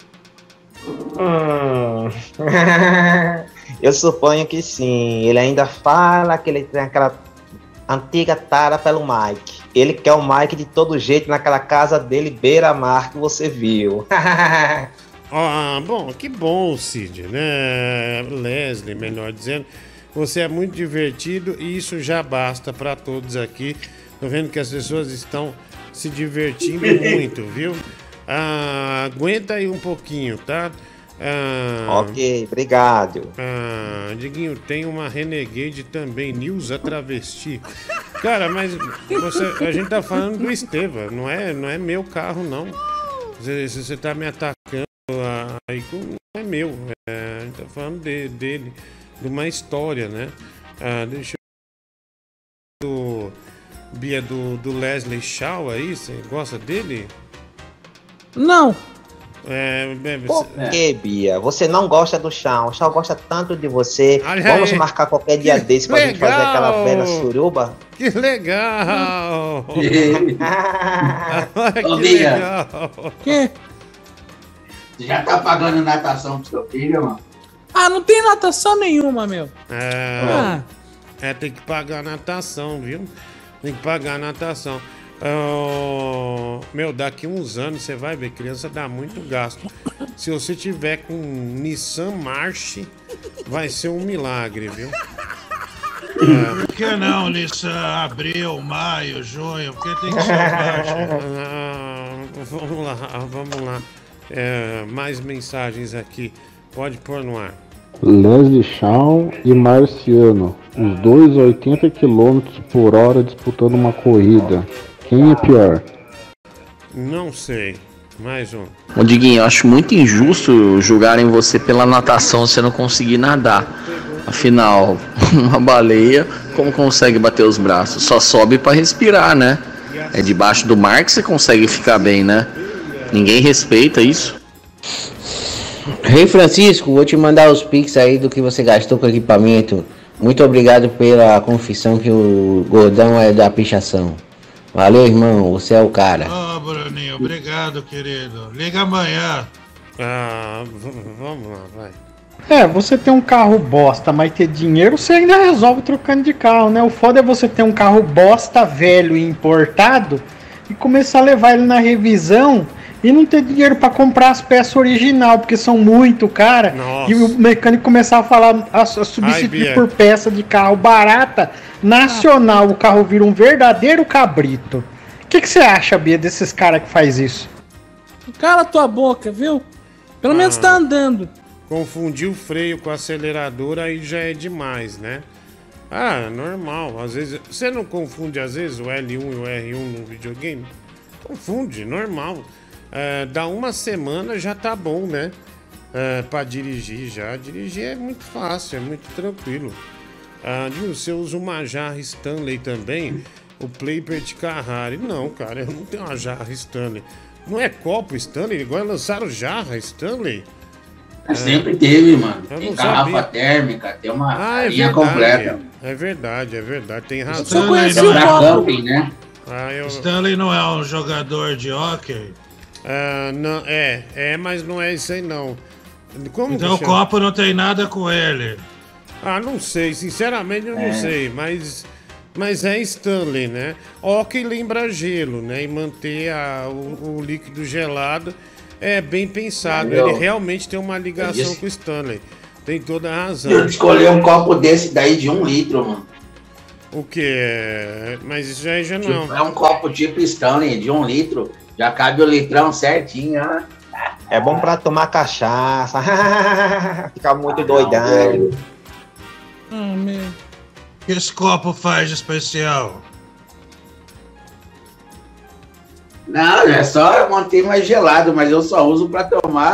Hum. Eu suponho que sim. Ele ainda fala que ele tem aquela antiga tara pelo Mike. Ele quer o Mike de todo jeito naquela casa dele beira-mar que você viu. Ah, bom, que bom, Cid, né? Leslie, melhor dizendo. Você é muito divertido e isso já basta pra todos aqui. Tô vendo que as pessoas estão se divertindo muito, viu? Ah, aguenta aí um pouquinho, tá? Ah, Ok, obrigado. Ah, Diguinho, tem uma Renegade também, Nilza Travesti. Cara, mas você, a gente tá falando do Esteva, não é, não é meu carro, não. Se se você tá me atacando aí, não é meu. É, a gente tá falando de- dele, de uma história, né? Ah, deixa eu. Do, Bia, do, do Leslie Shaw aí, você gosta dele? Não. É, é, Por que, Bia? Você não gosta do Chão. O Chão gosta tanto de você. Olha Vamos aí. marcar qualquer dia Que desse pra gente fazer legal. aquela velha suruba? Que legal! que Ô, Bia. legal! Que? Você já tá pagando natação pro seu filho, mano? Ah, não tem natação nenhuma, meu. É, Ah. é, tem que pagar a natação, viu? Tem que pagar a natação. Ah, meu, daqui uns anos você vai ver, criança dá muito gasto. Se você tiver com um Nissan March, vai ser um milagre, viu? Por que não, Nissan? Abril, maio, junho, porque tem que ser baixo. Ah, vamos lá, vamos lá. É, mais mensagens aqui. Pode pôr no ar. Leslie Shaw e Marciano, os dois a oitenta quilômetros por hora disputando uma corrida. Quem é pior? Não sei. Mais um. Ô Diguinho, eu acho muito injusto julgarem você pela natação se você não conseguir nadar. Afinal, uma baleia, como consegue bater os braços? Só sobe pra respirar, né? É debaixo do mar que você consegue ficar bem, né? Ninguém respeita isso. Rei Francisco, vou te mandar os pics aí do que você gastou com equipamento. Muito obrigado pela confissão que o gordão é da pichação. Valeu, irmão, você é o cara. Ô, Bruninho, obrigado, querido. Liga amanhã. Ah, v- vamos lá, vai. É, você tem um carro bosta, mas ter dinheiro você ainda resolve trocando de carro, né? O foda é você ter um carro bosta, velho e importado e começar a levar ele na revisão e não ter dinheiro pra comprar as peças original, porque são muito caras. E o mecânico começar a falar, a, a substituir Ai, Bia. por peça de carro barata, nacional, o carro vira um verdadeiro cabrito. O que que você acha, Bia, desses caras que faz isso? Cala tua boca, viu? Pelo menos tá andando. Confundir o freio com o acelerador aí já é demais, né? Ah, normal. Às vezes. Você não confunde, às vezes, o L um e o R um no videogame? Confunde, normal. É, dá uma semana já tá bom, né? É, pra dirigir já. Dirigir é muito fácil, é muito tranquilo. Ah, viu, você usa uma jarra Stanley também, o Playper de Carrari. Não, cara, eu não tenho uma jarra Stanley. Não é copo Stanley, agora lançaram jarra Stanley. Sempre teve, mano. Eu Tem não garrafa sabia. térmica, tem uma Ah, é linha verdade. completa. É verdade, é verdade, tem razão. só conheci o Pra copo. camping, né? Ah, eu... Stanley não é um jogador de hóquei? Ah, não, é, é, mas não é isso aí não. Como Então o que chama? copo não tem nada com ele. Ah, não sei, sinceramente eu não É. sei, mas, mas é Stanley, né? Hockey lembra gelo, né? E manter a, o, o líquido gelado é bem pensado. Valeu. Ele realmente tem uma ligação disse- com o Stanley. Tem toda a razão. Eu escolhi um copo desse daí de um litro, mano. O que? Mas isso aí já não. Tipo, é um copo tipo Stanley de um litro. Já cabe o litrão certinho, ó. É bom pra tomar cachaça. Ficar muito doidão. Ah, meu. O que esse copo faz de especial? Não, é só manter mais gelado, mas eu só uso pra tomar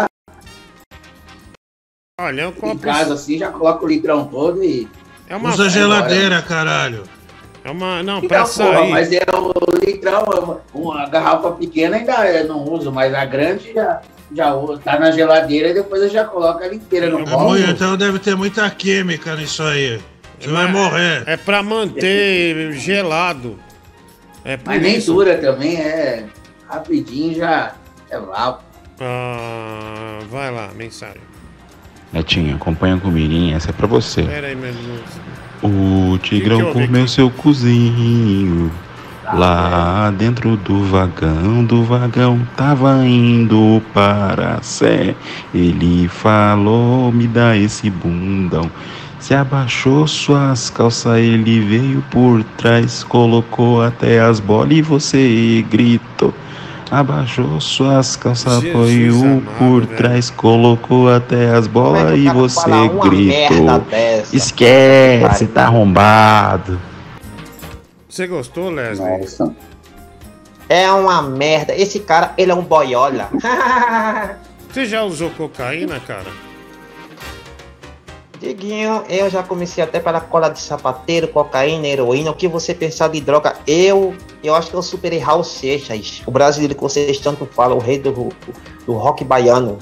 Olha, é um em copo. casa assim, já coloco o litrão todo e. É uma Usa geladeira, caralho. É uma. Não, Então, pra porra, sair. mas é o litrão, uma garrafa pequena ainda eu não uso, mas a grande já, já uso. Tá na geladeira e depois eu já coloco ela inteira no É copo. muito, então deve ter muita química nisso aí. Você vai morrer. É pra manter gelado. É por Mas nem isso. dura também, é rapidinho já é lá. Ah, vai lá, mensagem. Netinho, acompanha comigo, essa é pra você. Pera aí, meu Deus. O tigrão Que que houve comeu seu cozinho lá dentro do vagão. Do vagão tava indo para a Sé. Ele falou: me dá esse bundão. Se abaixou suas calças, ele veio por trás, colocou até as bolas e você gritou: Abaixou suas calças, Jesus apoiou amado, por velho. trás, colocou até as bolas Como é que o e cara você fala uma merda gritou. dessa? Esquece, tá arrombado. Você gostou, Leslie? É uma merda. Esse cara, ele é um boiola. Você já usou cocaína, cara? Diguinho, eu já comecei até pela cola de sapateiro, cocaína, heroína. O que você pensar de droga? Eu, eu acho que eu superei Raul Seixas, o brasileiro que vocês tanto falam, o rei do, do rock baiano.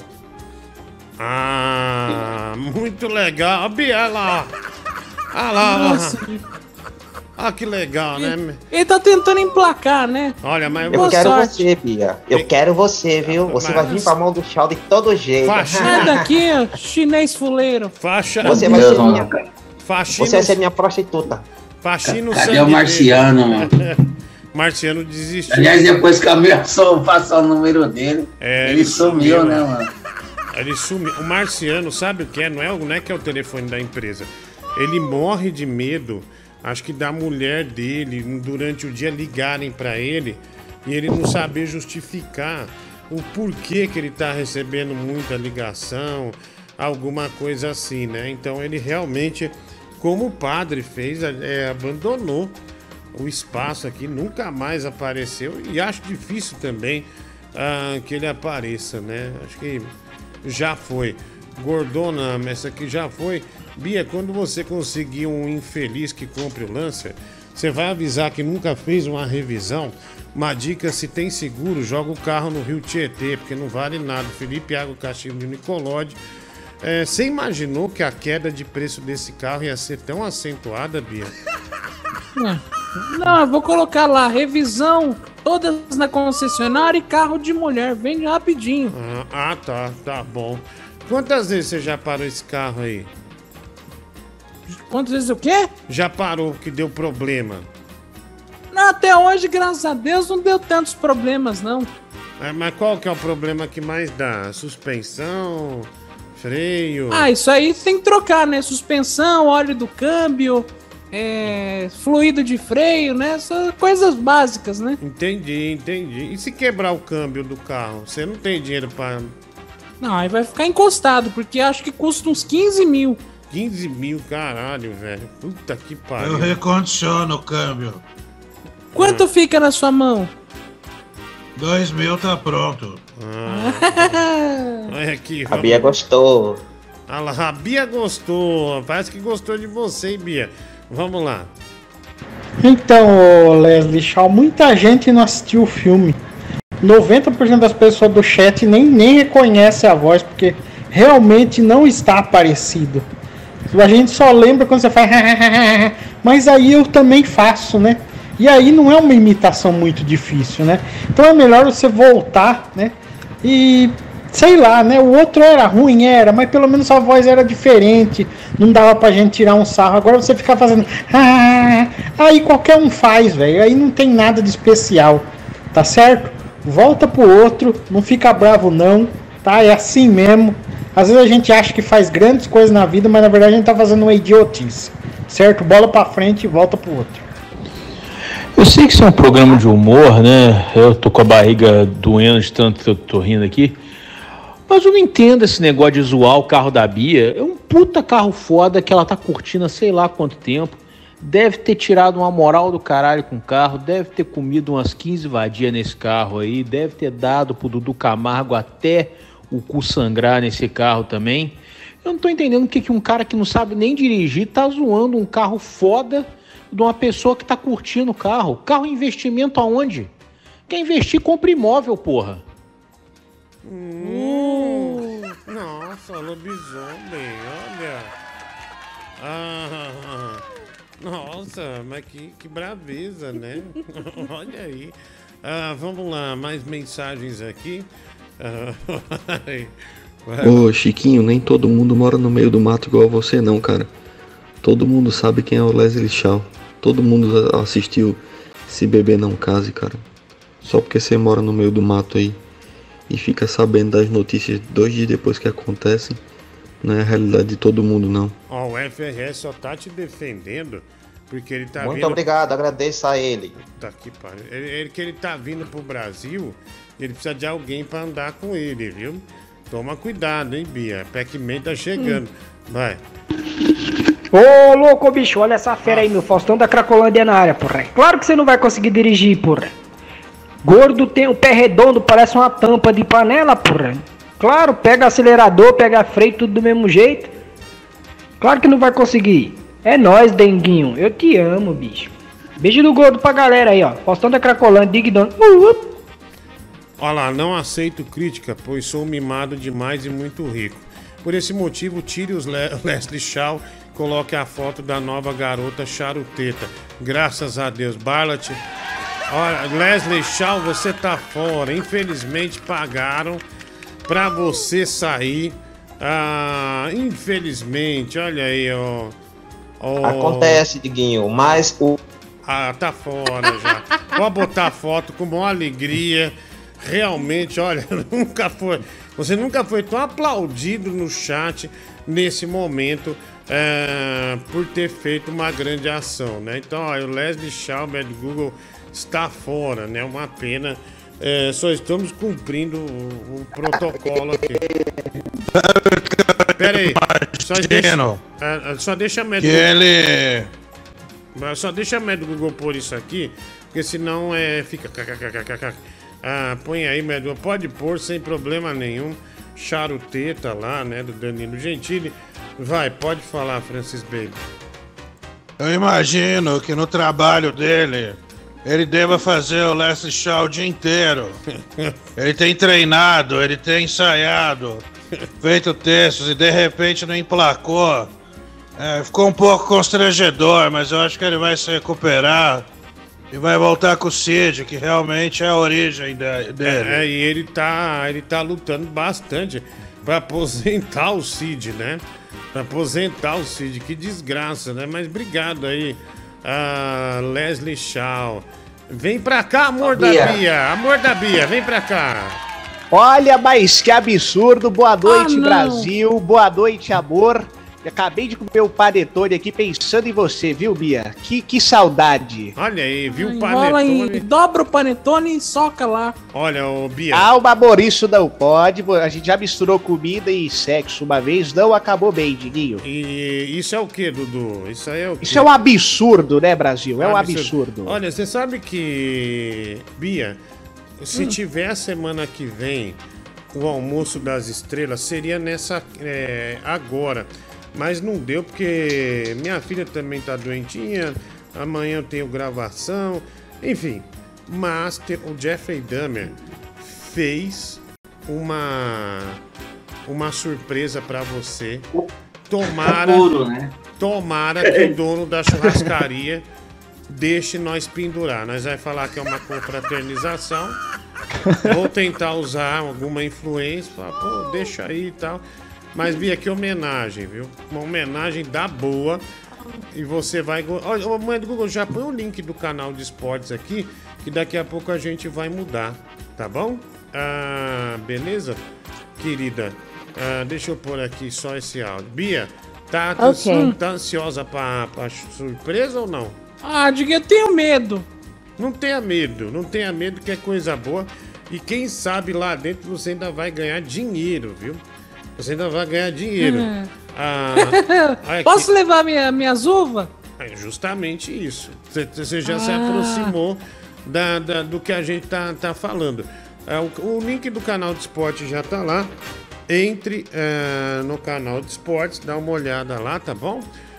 Ah, muito legal. Bia, lá. Ah lá, lá. Nossa. Ah, que legal, né? Ele tá tentando emplacar, né? Olha, mas Eu Boa quero sorte. você, Bia. Eu quero você, viu? Você vai vir pra mão do chão de todo jeito. Sai daqui, ó, chinês fuleiro. Faixa. Você vai ser minha, Faxina. você vai ser minha prostituta. Faxina o Cadê sangue o Marciano, dele. mano? Marciano desistiu. Aliás, depois que ameaçou passar o número dele, É, ele sumiu, né, mano? Ele sumiu. O Marciano, sabe o que é? Não é, não é que é o telefone da empresa. Ele morre de medo, acho que da mulher dele, durante o dia ligarem pra ele e ele não saber justificar o porquê que ele tá recebendo muita ligação, alguma coisa assim, né? Então ele realmente, como o padre fez, é, abandonou o espaço aqui, nunca mais apareceu e acho difícil também ah, que ele apareça, né? Acho que já foi. Gordona, essa aqui já foi. Bia, quando você conseguir um infeliz que compre o Lancer, você vai avisar que nunca fez uma revisão. Uma dica, se tem seguro, joga o carro no Rio Tietê, porque não vale nada. Felipe Água Castilho de Nicolode. É, você imaginou que a queda de preço desse carro ia ser tão acentuada, Bia? Não, eu vou colocar lá, revisão, todas na concessionária e carro de mulher. Vende rapidinho. Ah, ah, tá, tá bom. Quantas vezes você já parou esse carro aí? Quantas vezes o quê? Já parou, que deu problema. Não, até hoje, graças a Deus, não deu tantos problemas, não. É, mas qual que é o problema que mais dá? Suspensão, freio? Ah, isso aí tem que trocar, né? Suspensão, óleo do câmbio, é, fluido de freio, né? São coisas básicas, né? Entendi, entendi. E se quebrar o câmbio do carro? Você não tem dinheiro pra... Não, aí vai ficar encostado, porque acho que custa uns quinze mil. quinze mil, caralho, velho. Puta que Eu pariu. recondiciono o câmbio. Quanto fica na sua mão? Dois mil tá pronto. Ah, olha aqui. A Bia gostou. Ah lá, a Bia gostou. Parece que gostou de você, hein, Bia? Vamos lá. Então, Leslie Shaw, muita gente não assistiu o filme. noventa por cento das pessoas do chat nem, nem reconhece a voz, porque realmente não está parecido. A gente só lembra quando você faz... Mas aí eu também faço, né? E aí não é uma imitação muito difícil, né? Então é melhor você voltar, né? E... sei lá, né? O outro era ruim, era, mas pelo menos a voz era diferente. Não dava pra gente tirar um sarro. Agora você ficar fazendo... Aí qualquer um faz, velho. Aí não tem nada de especial. Tá certo? Volta pro outro. Não fica bravo não. Tá? É assim mesmo. Às vezes a gente acha que faz grandes coisas na vida, mas na verdade a gente tá fazendo uma idiotice. Certo? Bola pra frente e volta pro outro. Eu sei que isso é um programa de humor, né? Eu tô com a barriga doendo de tanto que eu tô rindo aqui. Mas eu não entendo esse negócio de zoar o carro da Bia. É um puta carro foda que ela tá curtindo há sei lá quanto tempo. Deve ter tirado uma moral do caralho com o carro. Deve ter comido umas quinze vadias nesse carro aí. Deve ter dado pro Dudu Camargo até o cu sangrar nesse carro também. Eu não tô entendendo porque que um cara que não sabe nem dirigir tá zoando um carro foda de uma pessoa que tá curtindo o carro. Carro é investimento aonde? Quer investir, compra imóvel, porra. Hum, nossa, lobisomem, olha. Ah, nossa, mas que, que braveza, né? Olha aí. Ah, vamos lá, mais mensagens aqui. Ah, Ô, Chiquinho, nem todo mundo mora no meio do mato igual você não, cara. Todo mundo sabe quem é o Leslie Shaw. Todo mundo assistiu Se Beber Não Case, cara. Só porque você mora no meio do mato aí e fica sabendo das notícias dois dias depois que acontecem, não é a realidade de todo mundo, não. Ó, o F R S só tá te defendendo porque ele tá Muito vindo... obrigado, agradeço a ele. Tá aqui, pariu. Ele, ele, que ele tá vindo pro Brasil Ele precisa de alguém pra andar com ele, viu? Toma cuidado, hein, Bia? Pac-Man tá chegando. Vai. Ô, louco, bicho, olha essa fera aí, meu. Faustão da Cracolândia na área, porra. Claro que você não vai conseguir dirigir, porra. Gordo tem o pé redondo, parece uma tampa de panela, porra. Claro, pega acelerador, pega freio, tudo do mesmo jeito. Claro que não vai conseguir. É nóis, Denguinho. Eu te amo, bicho. Beijo do gordo pra galera aí, ó. Faustão da Cracolândia, Digdon. Uh, uh. Olha lá, não aceito crítica, pois sou mimado demais e muito rico. Por esse motivo, tire os Le Leslie Shaw e coloque a foto da nova garota charuteta. Graças a Deus. Barlat, olha, Leslie Shaw, você tá fora. Infelizmente pagaram pra você sair. Ah, infelizmente, olha aí, ó. ó. Acontece, Diguinho, mas o... Ah, tá fora já. Pode botar a foto com maior alegria. Realmente, olha, nunca foi. Você nunca foi tão aplaudido no chat nesse momento é, por ter feito uma grande ação, né? Então, ó, o Leslie Shaw, Bad Google, está fora, né? Uma pena. É, só estamos cumprindo o, o protocolo aqui. Pera aí. Só deixa, é, só deixa a média. Que ele... Só deixa a média do Google pôr isso aqui, porque senão é, fica. Ah, põe aí, médio. Pode pôr sem problema nenhum. Charuteta lá, né? Do Danilo Gentili. Vai, pode falar, Francis Baby. Eu imagino que no trabalho dele ele deva fazer o Leslie Shaw o dia inteiro. Ele tem treinado, ele tem ensaiado, feito textos e de repente não emplacou. É, ficou um pouco constrangedor, mas eu acho que ele vai se recuperar e vai voltar com o Cid, que realmente é a origem de, dele. É, e ele tá, ele tá lutando bastante pra aposentar o Cid, né? Pra aposentar o Cid, que desgraça, né? Mas obrigado aí, a Leslie Shaw. Vem pra cá, amor da Bia. Bia, amor da Bia, vem pra cá. Olha, mas que absurdo, boa noite, Ah, Brasil, boa noite, amor. Acabei de comer o panetone aqui pensando em você, viu, Bia? Que, que saudade. Olha aí, viu, o Enrola aí, dobra o panetone e soca lá. Olha, ô Bia. Ah, o amor, isso não pode. A gente já misturou comida e sexo uma vez, não acabou bem, Diguinho. E isso é o que, Dudu? Isso aí é o quê? Isso é um absurdo, né, Brasil? É um absurdo. Olha, você sabe que, Bia, se Hum. tiver a semana que vem o almoço das estrelas, seria nessa é, agora. Mas não deu porque minha filha também tá doentinha, amanhã eu tenho gravação, enfim. Mas te- o Jeffrey Dahmer fez uma uma surpresa pra você. Tomara, Futuro, né? tomara que o dono da churrascaria deixe nós pendurar. Nós vai falar que é uma confraternização. Vou tentar usar alguma influência, falar, pô, deixa aí e tal. Mas vi aqui homenagem, viu? Uma homenagem da boa. E você vai... go- Olha, ô, mãe do Google, já põe o link do canal de esportes aqui, que daqui a pouco a gente vai mudar, tá bom? Ah, beleza? Querida, ah, deixa eu pôr aqui só esse áudio. Bia, tá, Ok. tá ansiosa pra, pra surpresa ou não? Ah, diga, eu tenho medo. Não tenha medo, não tenha medo que é coisa boa. E quem sabe lá dentro você ainda vai ganhar dinheiro, viu? Você ainda vai ganhar dinheiro. Hum. Ah, olha Posso aqui. levar minha, minhas uvas? É justamente isso. Você, você já se Ah. aproximou da, da- do que a gente tá, tá falando. É, o, o link do canal de esporte já tá lá. Entre é, no canal de esportes, dá uma olhada lá, tá bom?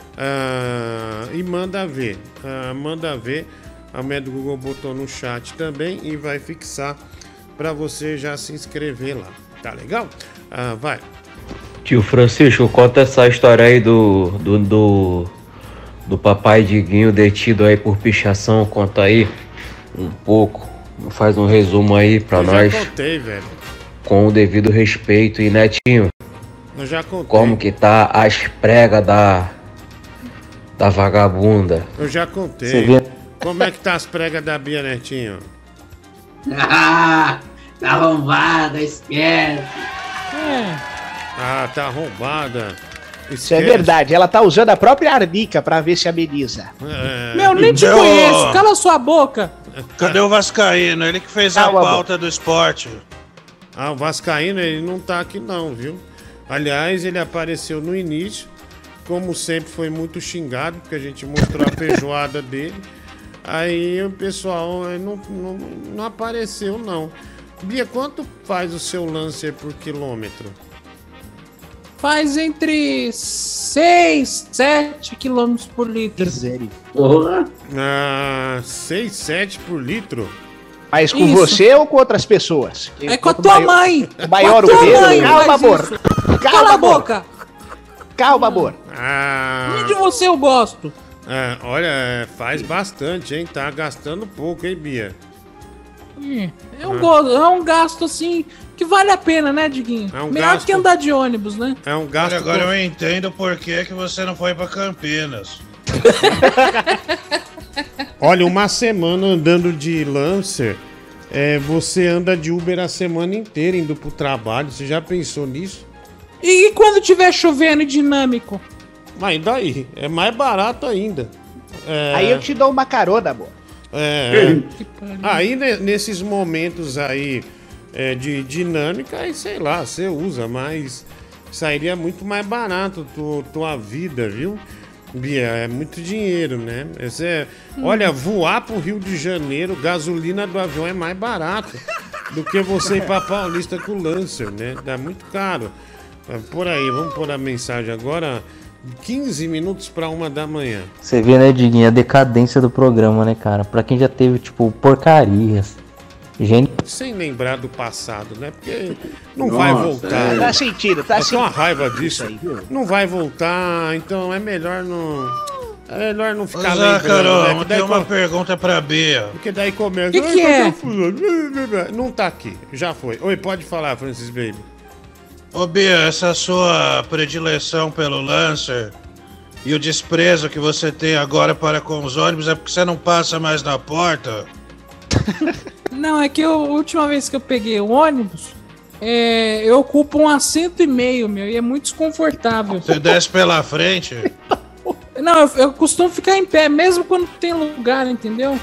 Ah, e manda ver. Ah, manda ver. A média do Google botou no chat também e vai fixar para você já se inscrever lá. Tá legal? Ah, vai. Tio Francisco, conta essa história aí do, do, do, do papai Diguinho detido aí por pichação. Conta aí um pouco. Faz um resumo aí pra Eu nós. já contei, velho. Com o devido respeito. E Netinho, Eu já contei. como que tá as pregas da, da vagabunda? Eu já contei. Você vê- Como é que tá as pregas da Bia Netinho? Ah, tá arrombada, esquece. Ah, tá arrombada. Isso é verdade, ela tá usando a própria arnica pra ver se ameniza. É... Meu, nem te Não. conheço. Cala sua boca. Cadê o Vascaíno? Ele que fez a Calma, pauta do esporte. Ah, o Vascaíno, ele não tá aqui não, viu? Aliás, ele apareceu no início, como sempre foi muito xingado, porque a gente mostrou a feijoada dele. Aí o pessoal eh, não, não, não apareceu, não. Bia, quanto faz o seu Lancer por quilômetro? Faz entre seis, sete quilômetros por litro. Porra. Ah, seis, sete por litro? Mas com Isso. você ou com outras pessoas? É com a tua maior- mãe. O maior Com a o tua peso? mãe Calma, faz amor. isso. Calma, Cala a amor. boca. Calma, amor. Ah, Nem de você eu gosto. é, olha, é, faz bastante, hein? Tá gastando pouco, hein, Bia? Hum, É um, Ah. go- é um gasto assim que vale a pena, né, Diguinho? É um Melhor gasto- que andar de ônibus, né? É um Olha, gasto... agora com- eu entendo por que, que você não foi pra Campinas. Olha, uma semana andando de Lancer, é, você anda de Uber a semana inteira indo pro trabalho. Você já pensou nisso? E quando tiver chovendo e dinâmico? Mas daí? É mais barato ainda. É, Aí eu te dou uma carona, amor. É, aí ne- nesses momentos aí é, de dinâmica, aí sei lá, você usa, mas sairia muito mais barato tu, tua vida, viu? Bia, é muito dinheiro, né? Esse é, olha, voar pro Rio de Janeiro, gasolina do avião é mais barato do que você ir pra Paulista com o Lancer, né? Dá muito caro. É, por aí, vamos pôr a mensagem agora, quinze minutos pra uma da manhã. Você vê, né, Diguinho, a decadência do programa, né, cara? Pra quem já teve, tipo, porcarias. Gente. Sem lembrar do passado, né? Porque não Nossa, vai voltar. é. Tá sentido, tá Eu tenho uma sentido. raiva disso. Isso aí, viu? Não vai voltar, então é melhor não. É melhor não ficar Mas, lembrando. Carol, né? eu Que daí tenho uma co- pergunta pra Bia. Porque daí começa. Que "Ai, que é?" tá fulano." Não tá aqui, já foi. Oi, pode falar, Francis Baby. Ô Bia, essa sua predileção pelo Lancer e o desprezo que você tem agora para com os ônibus é porque você não passa mais na porta? Não, é que eu, a última vez que eu peguei o ônibus, é, eu ocupo um assento e meio, meu, e é muito desconfortável. Você desce pela frente? Não, eu, eu costumo ficar em pé, mesmo quando tem lugar, entendeu?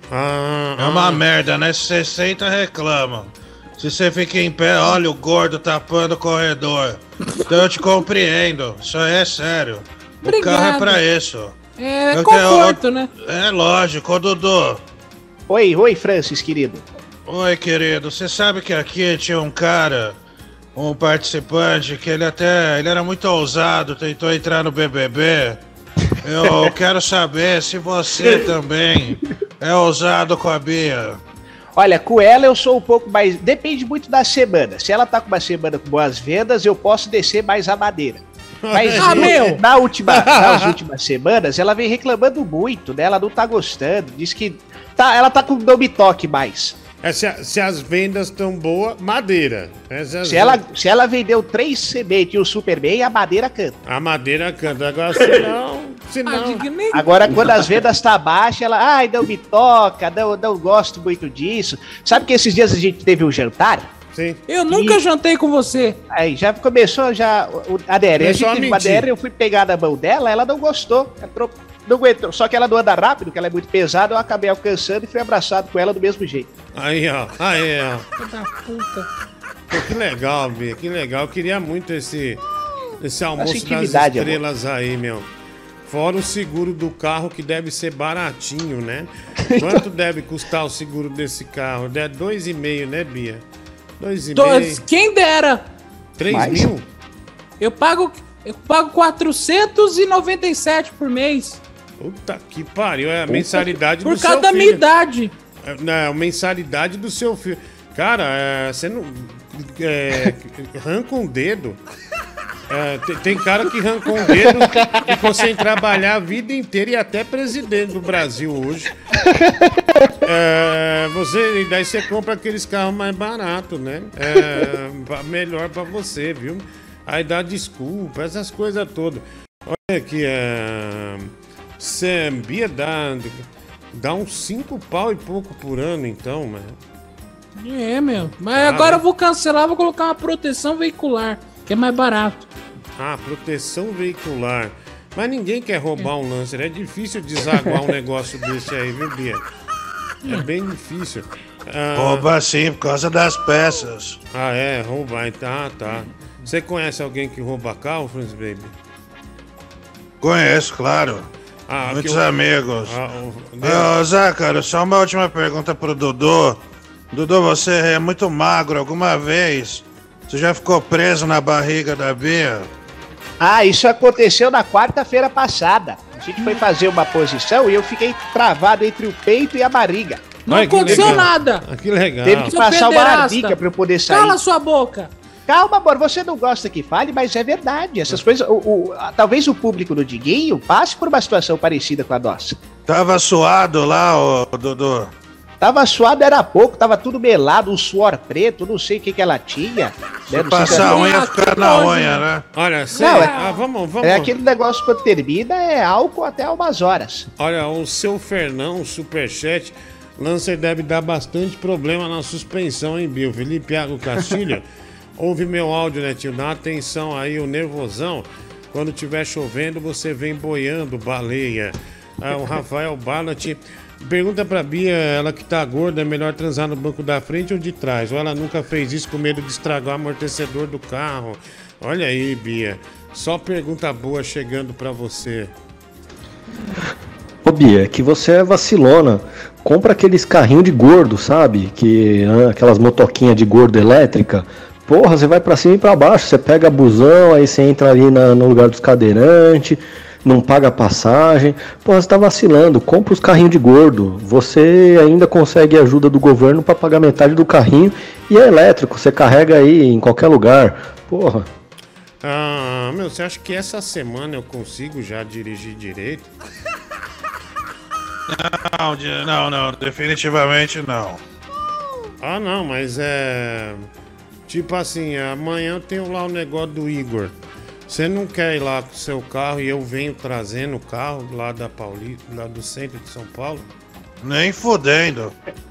Ah, É uma merda, né? Se você senta, reclama. Se você fica em pé, olha o gordo tapando o corredor. Então eu te compreendo. Isso aí é sério. O Obrigado. carro é pra isso. É Eu conforto, quero- né? É lógico, ô Dudu. Oi, oi, Francis, querido. Oi, querido. Você sabe que aqui tinha um cara, um participante, que ele até. Ele era muito ousado, tentou entrar no B B B. Eu quero saber se você também é ousado com a Bia. Olha, com ela eu sou um pouco mais. Depende muito da semana. Se ela tá com uma semana com boas vendas, eu posso descer mais a madeira. Mas Ah, eh, meu! Na última, nas últimas semanas, ela vem reclamando muito, né? Ela não tá gostando. Diz que tá, ela tá com não me toque mais. É, se, a- se as vendas estão boas, madeira. Essa é as- Se ela, se ela vendeu três sementes e o Superman, a madeira canta. A madeira canta. Agora, se não. Se Ah, não. Diga, nem- Agora, quando as vendas tá baixas, ela, ai, não me toca, não, não gosto muito disso. Sabe que esses dias a gente teve um jantar? Sim. Eu nunca jantei com você. Aí já começou já o- a D R. A Começou gente a teve uma mentir. D R, eu fui pegar na mão dela, ela não gostou. Entrou, não aguentou. Só que ela não anda rápido, que ela é muito pesada, eu acabei alcançando e fui abraçado com ela do mesmo jeito. Aí, ó. Aí, ó. Filho da puta. Pô, que legal, Bia, que legal. Eu queria muito esse, esse almoço das intimidade, estrelas aí, meu. Fora o seguro do carro, que deve ser baratinho, né? Quanto deve custar o seguro desse carro? É dois e meio, né, Bia? Dois e Dois- meio. Quem dera. Três Mais? mil? Eu pago, eu pago quatrocentos e noventa e sete por mês. Puta que pariu. É a mensalidade Por do causa seu da filho. minha idade. É, não, a mensalidade do seu filho. Cara, é, você não. É, arranca um dedo. É, tem, tem cara que arrancou um dedo, ficou sem trabalhar a vida inteira e até presidente do Brasil hoje. É, você, e daí você compra aqueles carros mais baratos, né? É, pra- melhor pra você, viu? Aí dá desculpa, essas coisas todas. Olha aqui, é. Bia dá, dá uns cinco pau e pouco por ano, então, mano. É, meu. Mas Ah, agora né? eu vou cancelar, vou colocar uma proteção veicular, que é mais barato. Ah, proteção veicular. Mas ninguém quer roubar um Lancer. É difícil desaguar um negócio desse aí, viu, Bia? É bem difícil. Ah, Rouba sim, por causa das peças. Ah, é, roubar. Tá, tá. Você conhece alguém que rouba carro, Franz Baby? Conheço, claro. Ah, Muitos que eu- amigos. Ah, o- Ô, Zácaro, só uma última pergunta pro Dudu. Dudu, você é muito magro. Alguma vez você já ficou preso na barriga da Bia? Ah, isso aconteceu na quarta-feira passada. A gente foi fazer uma posição e eu fiquei travado entre o peito e a barriga. Não aconteceu nada. Ah, que legal. Teve que Seu passar uma pederasta. ardica pra eu poder sair. Cala sua boca. Calma, amor, você não gosta que fale, mas é verdade. Essas coisas. O, o- a- talvez o público do Diguinho passe por uma situação parecida com a nossa. Tava suado lá, ô Dudu. Tava suado, era pouco, tava tudo melado, um suor preto, não sei o que que ela tinha. né, não sei Passar se a era- unha ficar na unha, né? Olha, cê, Não, é- ah, vamos, vamos. É aquele negócio quando termina, é álcool até umas horas. Olha, o seu Fernão, superchat, Lancer deve dar bastante problema na suspensão, hein, Bill? Felipe Iago Castilho, ouve meu áudio, Netinho, dá atenção aí, o nervosão. Quando tiver chovendo, você vem boiando, baleia. Ah, o Rafael Ballat pergunta pra Bia, ela que tá gorda, é melhor transar no banco da frente ou de trás? Ou ela nunca fez isso com medo de estragar o amortecedor do carro? Olha aí, Bia, só pergunta boa chegando pra você. Ô Bia, é que você é vacilona. Compra aqueles carrinhos de gordo, sabe? Que, ah, aquelas motoquinhas de gordo elétrica. Porra, você vai pra cima e pra baixo. Você pega busão, aí você entra ali na- no lugar dos cadeirantes, não paga passagem. Porra, você tá vacilando. Compra os carrinhos de gordo. Você ainda consegue ajuda do governo pra pagar metade do carrinho e é elétrico. Você carrega aí em qualquer lugar. Porra. Ah, meu, você acha que essa semana eu consigo já dirigir direito? Não, de- não, não, definitivamente não. Ah, não, mas é. Tipo assim, amanhã eu tenho lá o negócio do Igor. Você não quer ir lá com o seu carro e eu venho trazendo o carro lá da Paulista, lá do centro de São Paulo? Nem fudendo.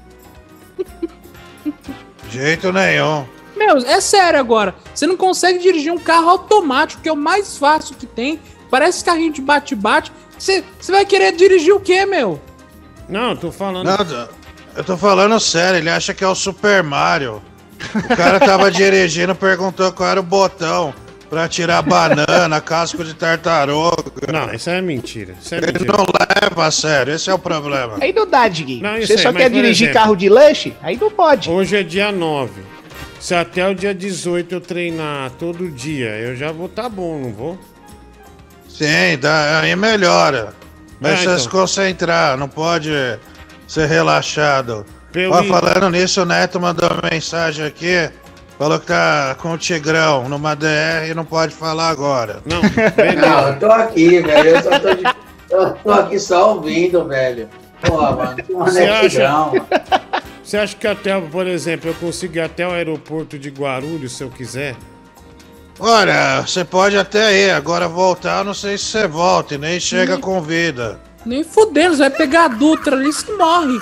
Jeito nenhum. Meu, é sério agora. Você não consegue dirigir um carro automático, que é o mais fácil que tem. Parece carrinho de bate-bate. Você você vai querer dirigir o quê, meu? Não, eu tô falando. Não, eu tô falando sério, ele acha que é o Super Mario. O cara tava dirigindo, perguntou qual era o botão pra tirar banana, casco de tartaruga. Não, isso é mentira. Isso é Ele mentira. não leva a sério, esse é o problema. Aí não dá, Diguinho. Não, eu Você sei, só mas, quer por dirigir exemplo, carro de lanche? Aí não pode. Hoje é dia nove. Se até o dia dezoito eu treinar todo dia, eu já vou tá bom, não vou? Sim, dá, aí melhora. Mas Ah, você então. se concentrar, não pode ser relaxado. Pelo Ó, i- falando nisso, o Neto mandou uma mensagem aqui. Falou que tá com o Tigrão numa D R e não pode falar agora. Não, Não, eu tô aqui, velho. Eu só tô, de... eu tô aqui só ouvindo, velho. Porra, mano. Que mano Você é acha- tigrão, mano. Você acha que até, por exemplo, eu consigo ir até o aeroporto de Guarulhos se eu quiser? Olha, você pode até ir, agora voltar, eu não sei se você volta e nem chega com vida. Nem fudendo, você vai pegar a Dutra ali, você morre.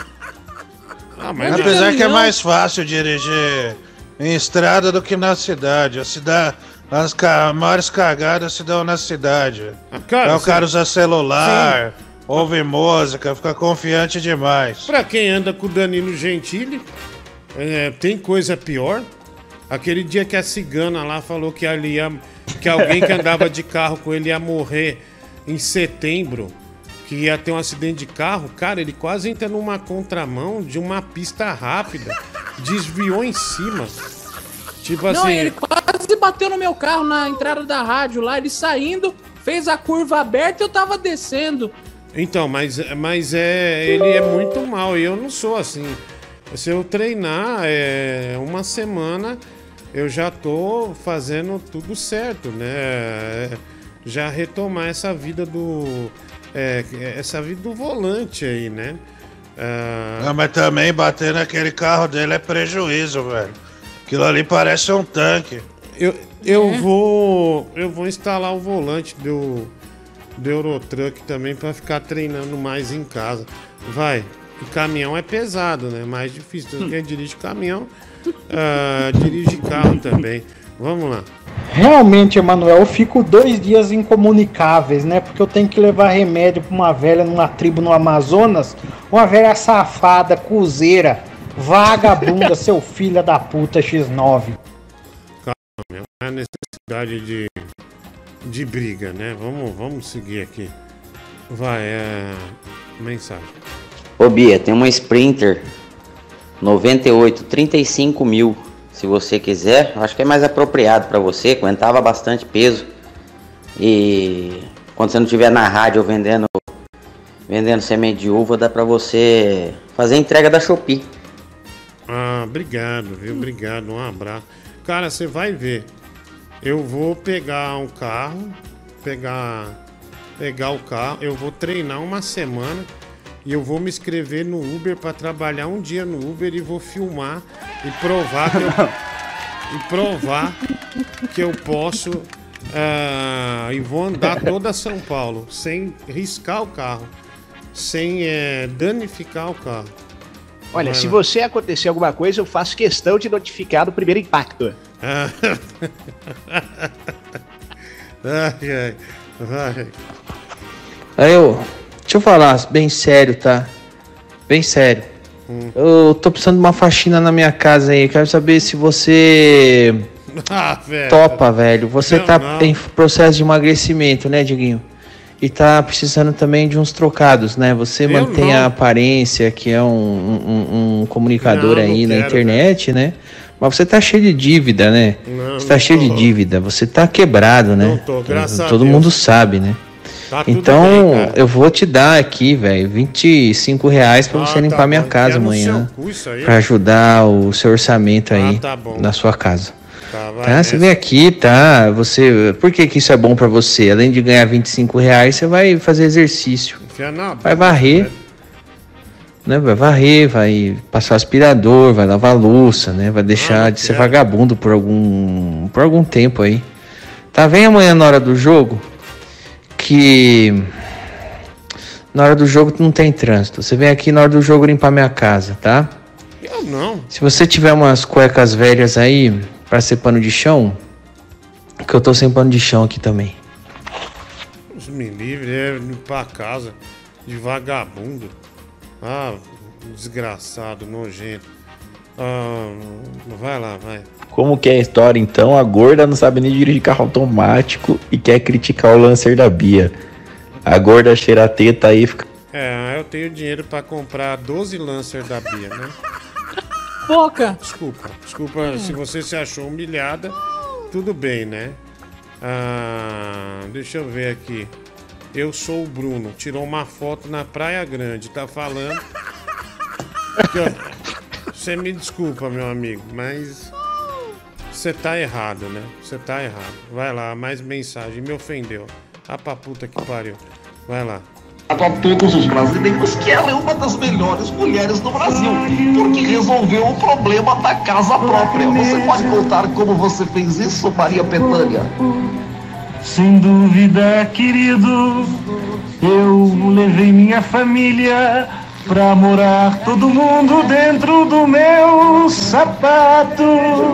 Ah, Mas apesar que é mais fácil dirigir em estrada do que na cidade. A cidade, as ca- maiores cagadas se dão na cidade. cara, Aí o você- cara usa celular, ouve música, fica confiante demais. Pra quem anda com o Danilo Gentili, é, tem coisa pior. Aquele dia que a cigana lá falou que, ali ia, que alguém que andava de carro com ele ia morrer em setembro, que ia ter um acidente de carro, cara, ele quase entra numa contramão de uma pista rápida, desviou em cima. Tipo Não, assim. ele quase bateu no meu carro na entrada da rádio lá, ele saindo, fez a curva aberta e eu tava descendo. Então, mas, mas é, ele é muito mal e eu não sou assim. Se eu treinar é, uma semana, eu já tô fazendo tudo certo, né? Já retomar essa vida do. É, essa vida do volante aí, né? Ah, Não, mas também bater naquele carro dele é prejuízo, velho. Aquilo ali parece um tanque. Eu, eu vou. Eu vou instalar o volante do, do Eurotruck também pra ficar treinando mais em casa. Vai. O caminhão é pesado, né? Mais difícil. Quem dirige caminhão, ah, dirige carro também. Vamos lá. Realmente, Emanuel, eu fico dois dias incomunicáveis, né? Porque eu tenho que levar remédio pra uma velha numa tribo no Amazonas, Uma velha safada, cuzeira, vagabunda, seu filho da puta X nove. Calma, meu. Não há necessidade de, de briga, né? Vamos, vamos seguir aqui. Vai, é... mensagem. Ô Bia, tem uma Sprinter noventa e oito, trinta e cinco mil. Se você quiser, acho que é mais apropriado pra você. Aguentava bastante peso. E quando você não estiver na rádio vendendo, vendendo semente de uva, dá pra você fazer a entrega da Shopee. Ah, obrigado, viu? Obrigado, um abraço. Cara, você vai ver. Eu vou pegar um carro, pegar, pegar o carro, eu vou treinar uma semana e eu vou me inscrever no Uber pra trabalhar um dia no Uber e vou filmar e provar que eu, e provar que eu posso uh, e vou andar toda São Paulo sem riscar o carro, sem uh, danificar o carro. Olha, Vai se lá. você acontecer alguma coisa, eu faço questão de notificar do primeiro impacto. ai, ai, vai. Aí eu, deixa eu falar bem sério, tá? Bem sério. Hum. Eu tô precisando de uma faxina na minha casa aí. Quero saber se você Ah, velho. topa, velho. Você Não, tá não. em processo de emagrecimento, né, Diguinho? E tá precisando também de uns trocados, né? Você Eu mantém não. a aparência que é um, um, um comunicador Não, não aí na quero, internet, né? Mas você tá cheio de dívida, né? Não, você tá não cheio tô. de dívida. Você tá quebrado, né? Não tô, graças a Todo Deus. mundo sabe, né? Tá tudo Então, bem, cara. eu vou te dar aqui, velho, vinte e cinco reais pra Ah, você tá limpar minha bom. casa Enfia no amanhã. seu cu isso aí. Pra ajudar o seu orçamento aí tá bom. na sua casa. Tá, vai Tá? Você nessa. vem aqui, tá? Você. Por que que isso é bom pra você? Além de ganhar vinte e cinco reais, você vai fazer exercício. Enfia na Vai boca, varrer. velho. Né? Vai varrer, vai passar aspirador, vai lavar a louça, né? Vai deixar de ser vagabundo por algum, por algum tempo aí. Tá? Vem amanhã na hora do jogo, que na hora do jogo não tem trânsito. Você vem aqui na hora do jogo limpar minha casa, tá? Eu não. Se você tiver umas cuecas velhas aí pra ser pano de chão, que eu tô sem pano de chão aqui também. Deus me livre, é limpar a casa de vagabundo. Ah, desgraçado, nojento. Ah, vai lá, vai. Como que é a história então? A gorda não sabe nem dirigir carro automático e quer criticar o Lancer da Bia. A gorda cheira a teta aí fica. É, eu tenho dinheiro pra comprar doze Lancer da Bia, né? Boca! Desculpa, desculpa se você se achou humilhada, tudo bem, né? Ah, deixa eu ver aqui. Eu sou o Bruno, tirou uma foto na Praia Grande, tá falando. Aqui, ó. Você me desculpa, meu amigo, mas você tá errado, né? Você tá errado. Vai lá, mais mensagem, me ofendeu. Ah, pra puta que pariu. Vai lá. A todos os brasileiros que ela é uma das melhores mulheres do Brasil, porque resolveu o problema da casa própria. Você pode contar como você fez isso, Maria Bethânia? Sem dúvida, querido, eu levei minha família pra morar todo mundo dentro do meu sapato.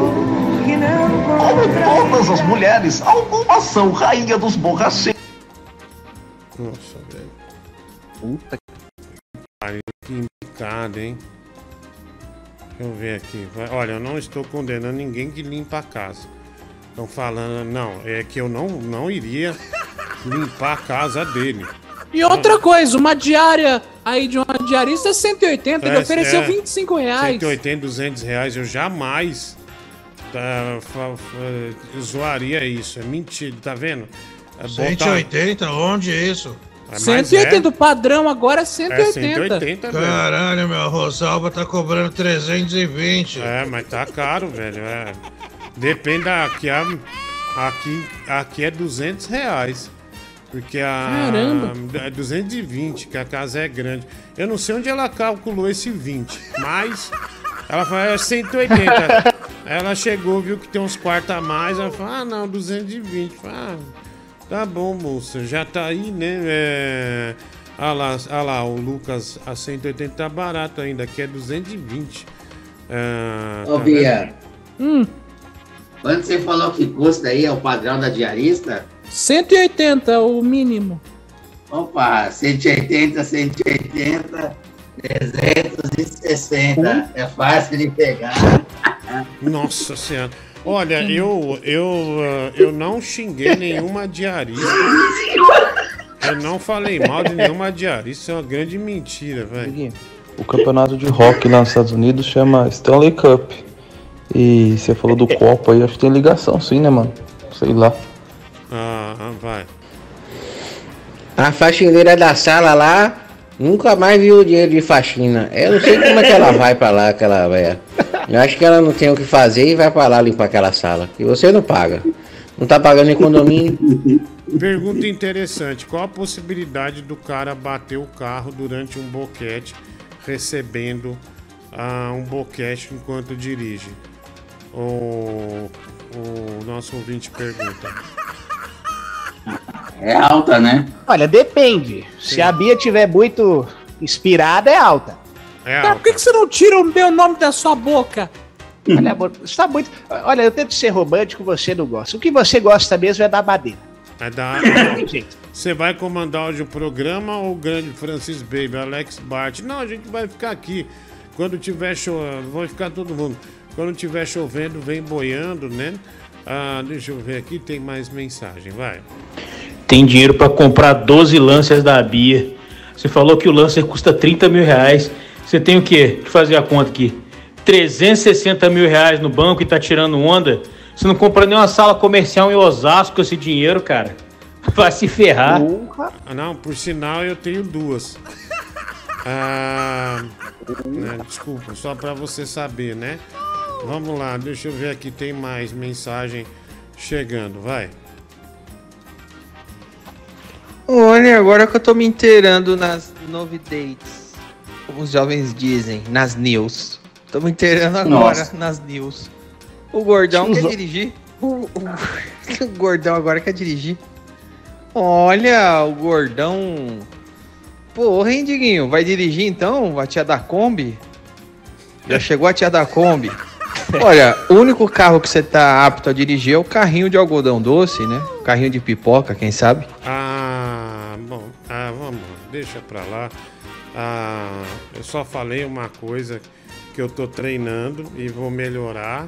Como todas as mulheres, algumas são rainha dos borracheiros. Nossa, velho. Puta que pariu, que indicado, hein? Deixa eu ver aqui. Vai- Olha, eu não estou condenando ninguém que limpa a casa. Estão falando, não, é que eu não, não iria limpar a casa dele. E outra coisa, uma diária aí de uma diarista é cento e oitenta, ele É, ofereceu é. vinte e cinco reais. cento e oitenta, duzentos reais, eu jamais tá, fa- fa- zoaria isso. É mentira, tá vendo? É botar- cento e oitenta? Onde é isso? É, mas cento e oitenta, o padrão agora é cento e oitenta. É cento e oitenta, velho. Caralho, meu, a Rosalba tá cobrando trezentos e vinte. É, mas tá caro, velho. É. Depende da. Aqui, a- aqui, aqui é duzentos reais. Porque a. Caramba. É duzentos e vinte, que a casa é grande. Eu não sei onde ela calculou esse vinte, mas. Ela falou, é cento e oitenta. Ela chegou, viu que tem uns quartos a mais. Ela falou, ah, não, duzentos e vinte. Falei, ah, tá bom, moça. Já tá aí, né? É. Ah lá, ah lá, o Lucas, a cento e oitenta tá barato ainda, aqui é duzentos e vinte. Ah, Ô, tá Bia, Hum, quando você falou que custa aí é o padrão da diarista? cento e oitenta, o mínimo. Opa, cento e oitenta, cento e oitenta. trezentos e sessenta. É fácil de pegar. Nossa senhora. Olha, eu, eu, uh, eu não xinguei nenhuma diarista. Eu não falei mal de nenhuma diarista. Isso é uma grande mentira, velho. O campeonato de rock lá nos Estados Unidos chama Stanley Cup. E você falou do copo aí, acho que tem ligação sim, né, mano? Sei lá. Ah, vai. A faxineira da sala lá nunca mais viu o dinheiro de faxina. Eu não sei como é que ela vai pra lá, aquela velha. Eu acho que ela não tem o que fazer e vai pra lá limpar aquela sala. E você não paga. Não tá pagando em condomínio. Pergunta interessante. Qual a possibilidade do cara bater o carro durante um boquete, recebendo ah, um boquete enquanto dirige? O, o nosso ouvinte pergunta. É alta, né? Olha, depende. Sim. Se a Bia tiver muito inspirada, é alta. É Cara, por que, que você não tira o meu nome da sua boca? Olha, amor, você tá muito. Olha, eu tento ser romântico, você não gosta. O que você gosta mesmo é da madeira. É da. Você vai comandar hoje o programa ou o grande Francis Baby, Alex Bart? Não, a gente vai ficar aqui. Quando tiver chovendo, vai ficar todo mundo. Quando tiver chovendo, vem boiando, né? Ah, deixa eu ver aqui, tem mais mensagem, vai. Tem dinheiro pra comprar doze Lancers da Bia. Você falou que o Lancer custa trinta mil reais. Você tem o quê? Deixa eu fazer a conta aqui. trezentos e sessenta mil reais no banco e tá tirando onda? Você não compra nem uma sala comercial em Osasco com esse dinheiro, cara. Vai se ferrar. Ah, não, por sinal eu tenho duas. Ah, né, desculpa, só pra você saber, né? Vamos lá, deixa eu ver aqui, tem mais mensagem chegando, vai. Olha, agora que eu tô me inteirando nas novidades, como os jovens dizem, nas news. Tô me inteirando agora Nossa. nas news. O Gordão quer dirigir? O, o, o Gordão agora quer dirigir. Olha, o Gordão... Porra, hein, Diguinho? Vai dirigir então? A tia da Kombi? Já chegou a tia da Kombi. Olha, o único carro que você tá apto a dirigir é o carrinho de algodão doce, né? Carrinho de pipoca, quem sabe? Ah, bom, ah, vamos, deixa pra lá. Ah, eu só falei uma coisa que eu tô treinando e vou melhorar.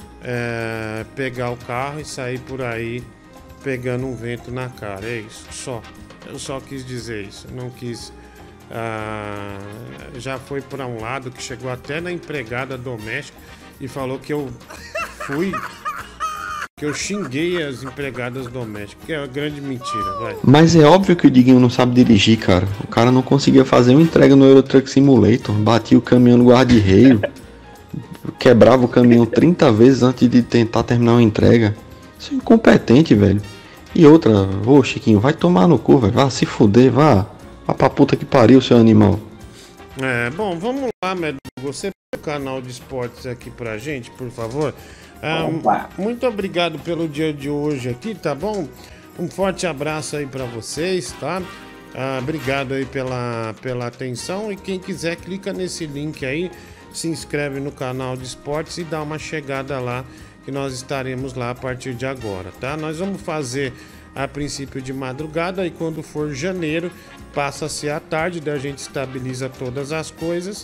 É, pegar o carro e sair por aí pegando um vento na cara, é isso, só. Eu só quis dizer isso, não quis... Ah, já foi para um lado que chegou até na empregada doméstica e falou que eu fui, que eu xinguei as empregadas domésticas, que é uma grande mentira, vai. Mas é óbvio que o Diguinho não sabe dirigir, cara. O cara não conseguia fazer uma entrega no Euro Truck Simulator, batia o caminhão no guarda-reio, quebrava o caminhão trinta vezes antes de tentar terminar uma entrega. Isso é incompetente, velho. E outra, ô Chiquinho, vai tomar no cu, velho, vá se fuder, vá. Vá pra puta que pariu, seu animal. É, bom, vamos lá, Medu. Você tem o canal de esportes aqui pra gente, por favor. Ah, muito obrigado pelo dia de hoje aqui, tá bom? Um forte abraço aí pra vocês, tá? Ah, obrigado aí pela, pela atenção. E quem quiser, clica nesse link aí, se inscreve no canal de esportes e dá uma chegada lá, que nós estaremos lá a partir de agora, tá? Nós vamos fazer a princípio de madrugada e quando for janeiro passa a ser à tarde, daí a gente estabiliza todas as coisas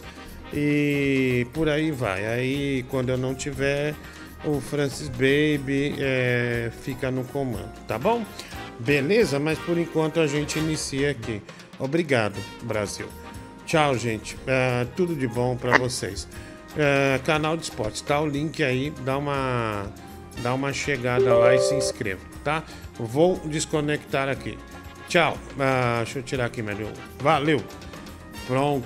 e por aí vai. Aí quando eu não tiver, o Francis Baby é, fica no comando, tá bom? Beleza? Mas por enquanto a gente inicia aqui. Obrigado, Brasil. Tchau, gente. É, tudo de bom pra vocês. É, canal de esportes, tá o link aí, dá uma, dá uma chegada lá e se inscreva, tá? Vou desconectar aqui. Tchau. Ah, deixa eu tirar aqui, melhor. Valeu. Pronto.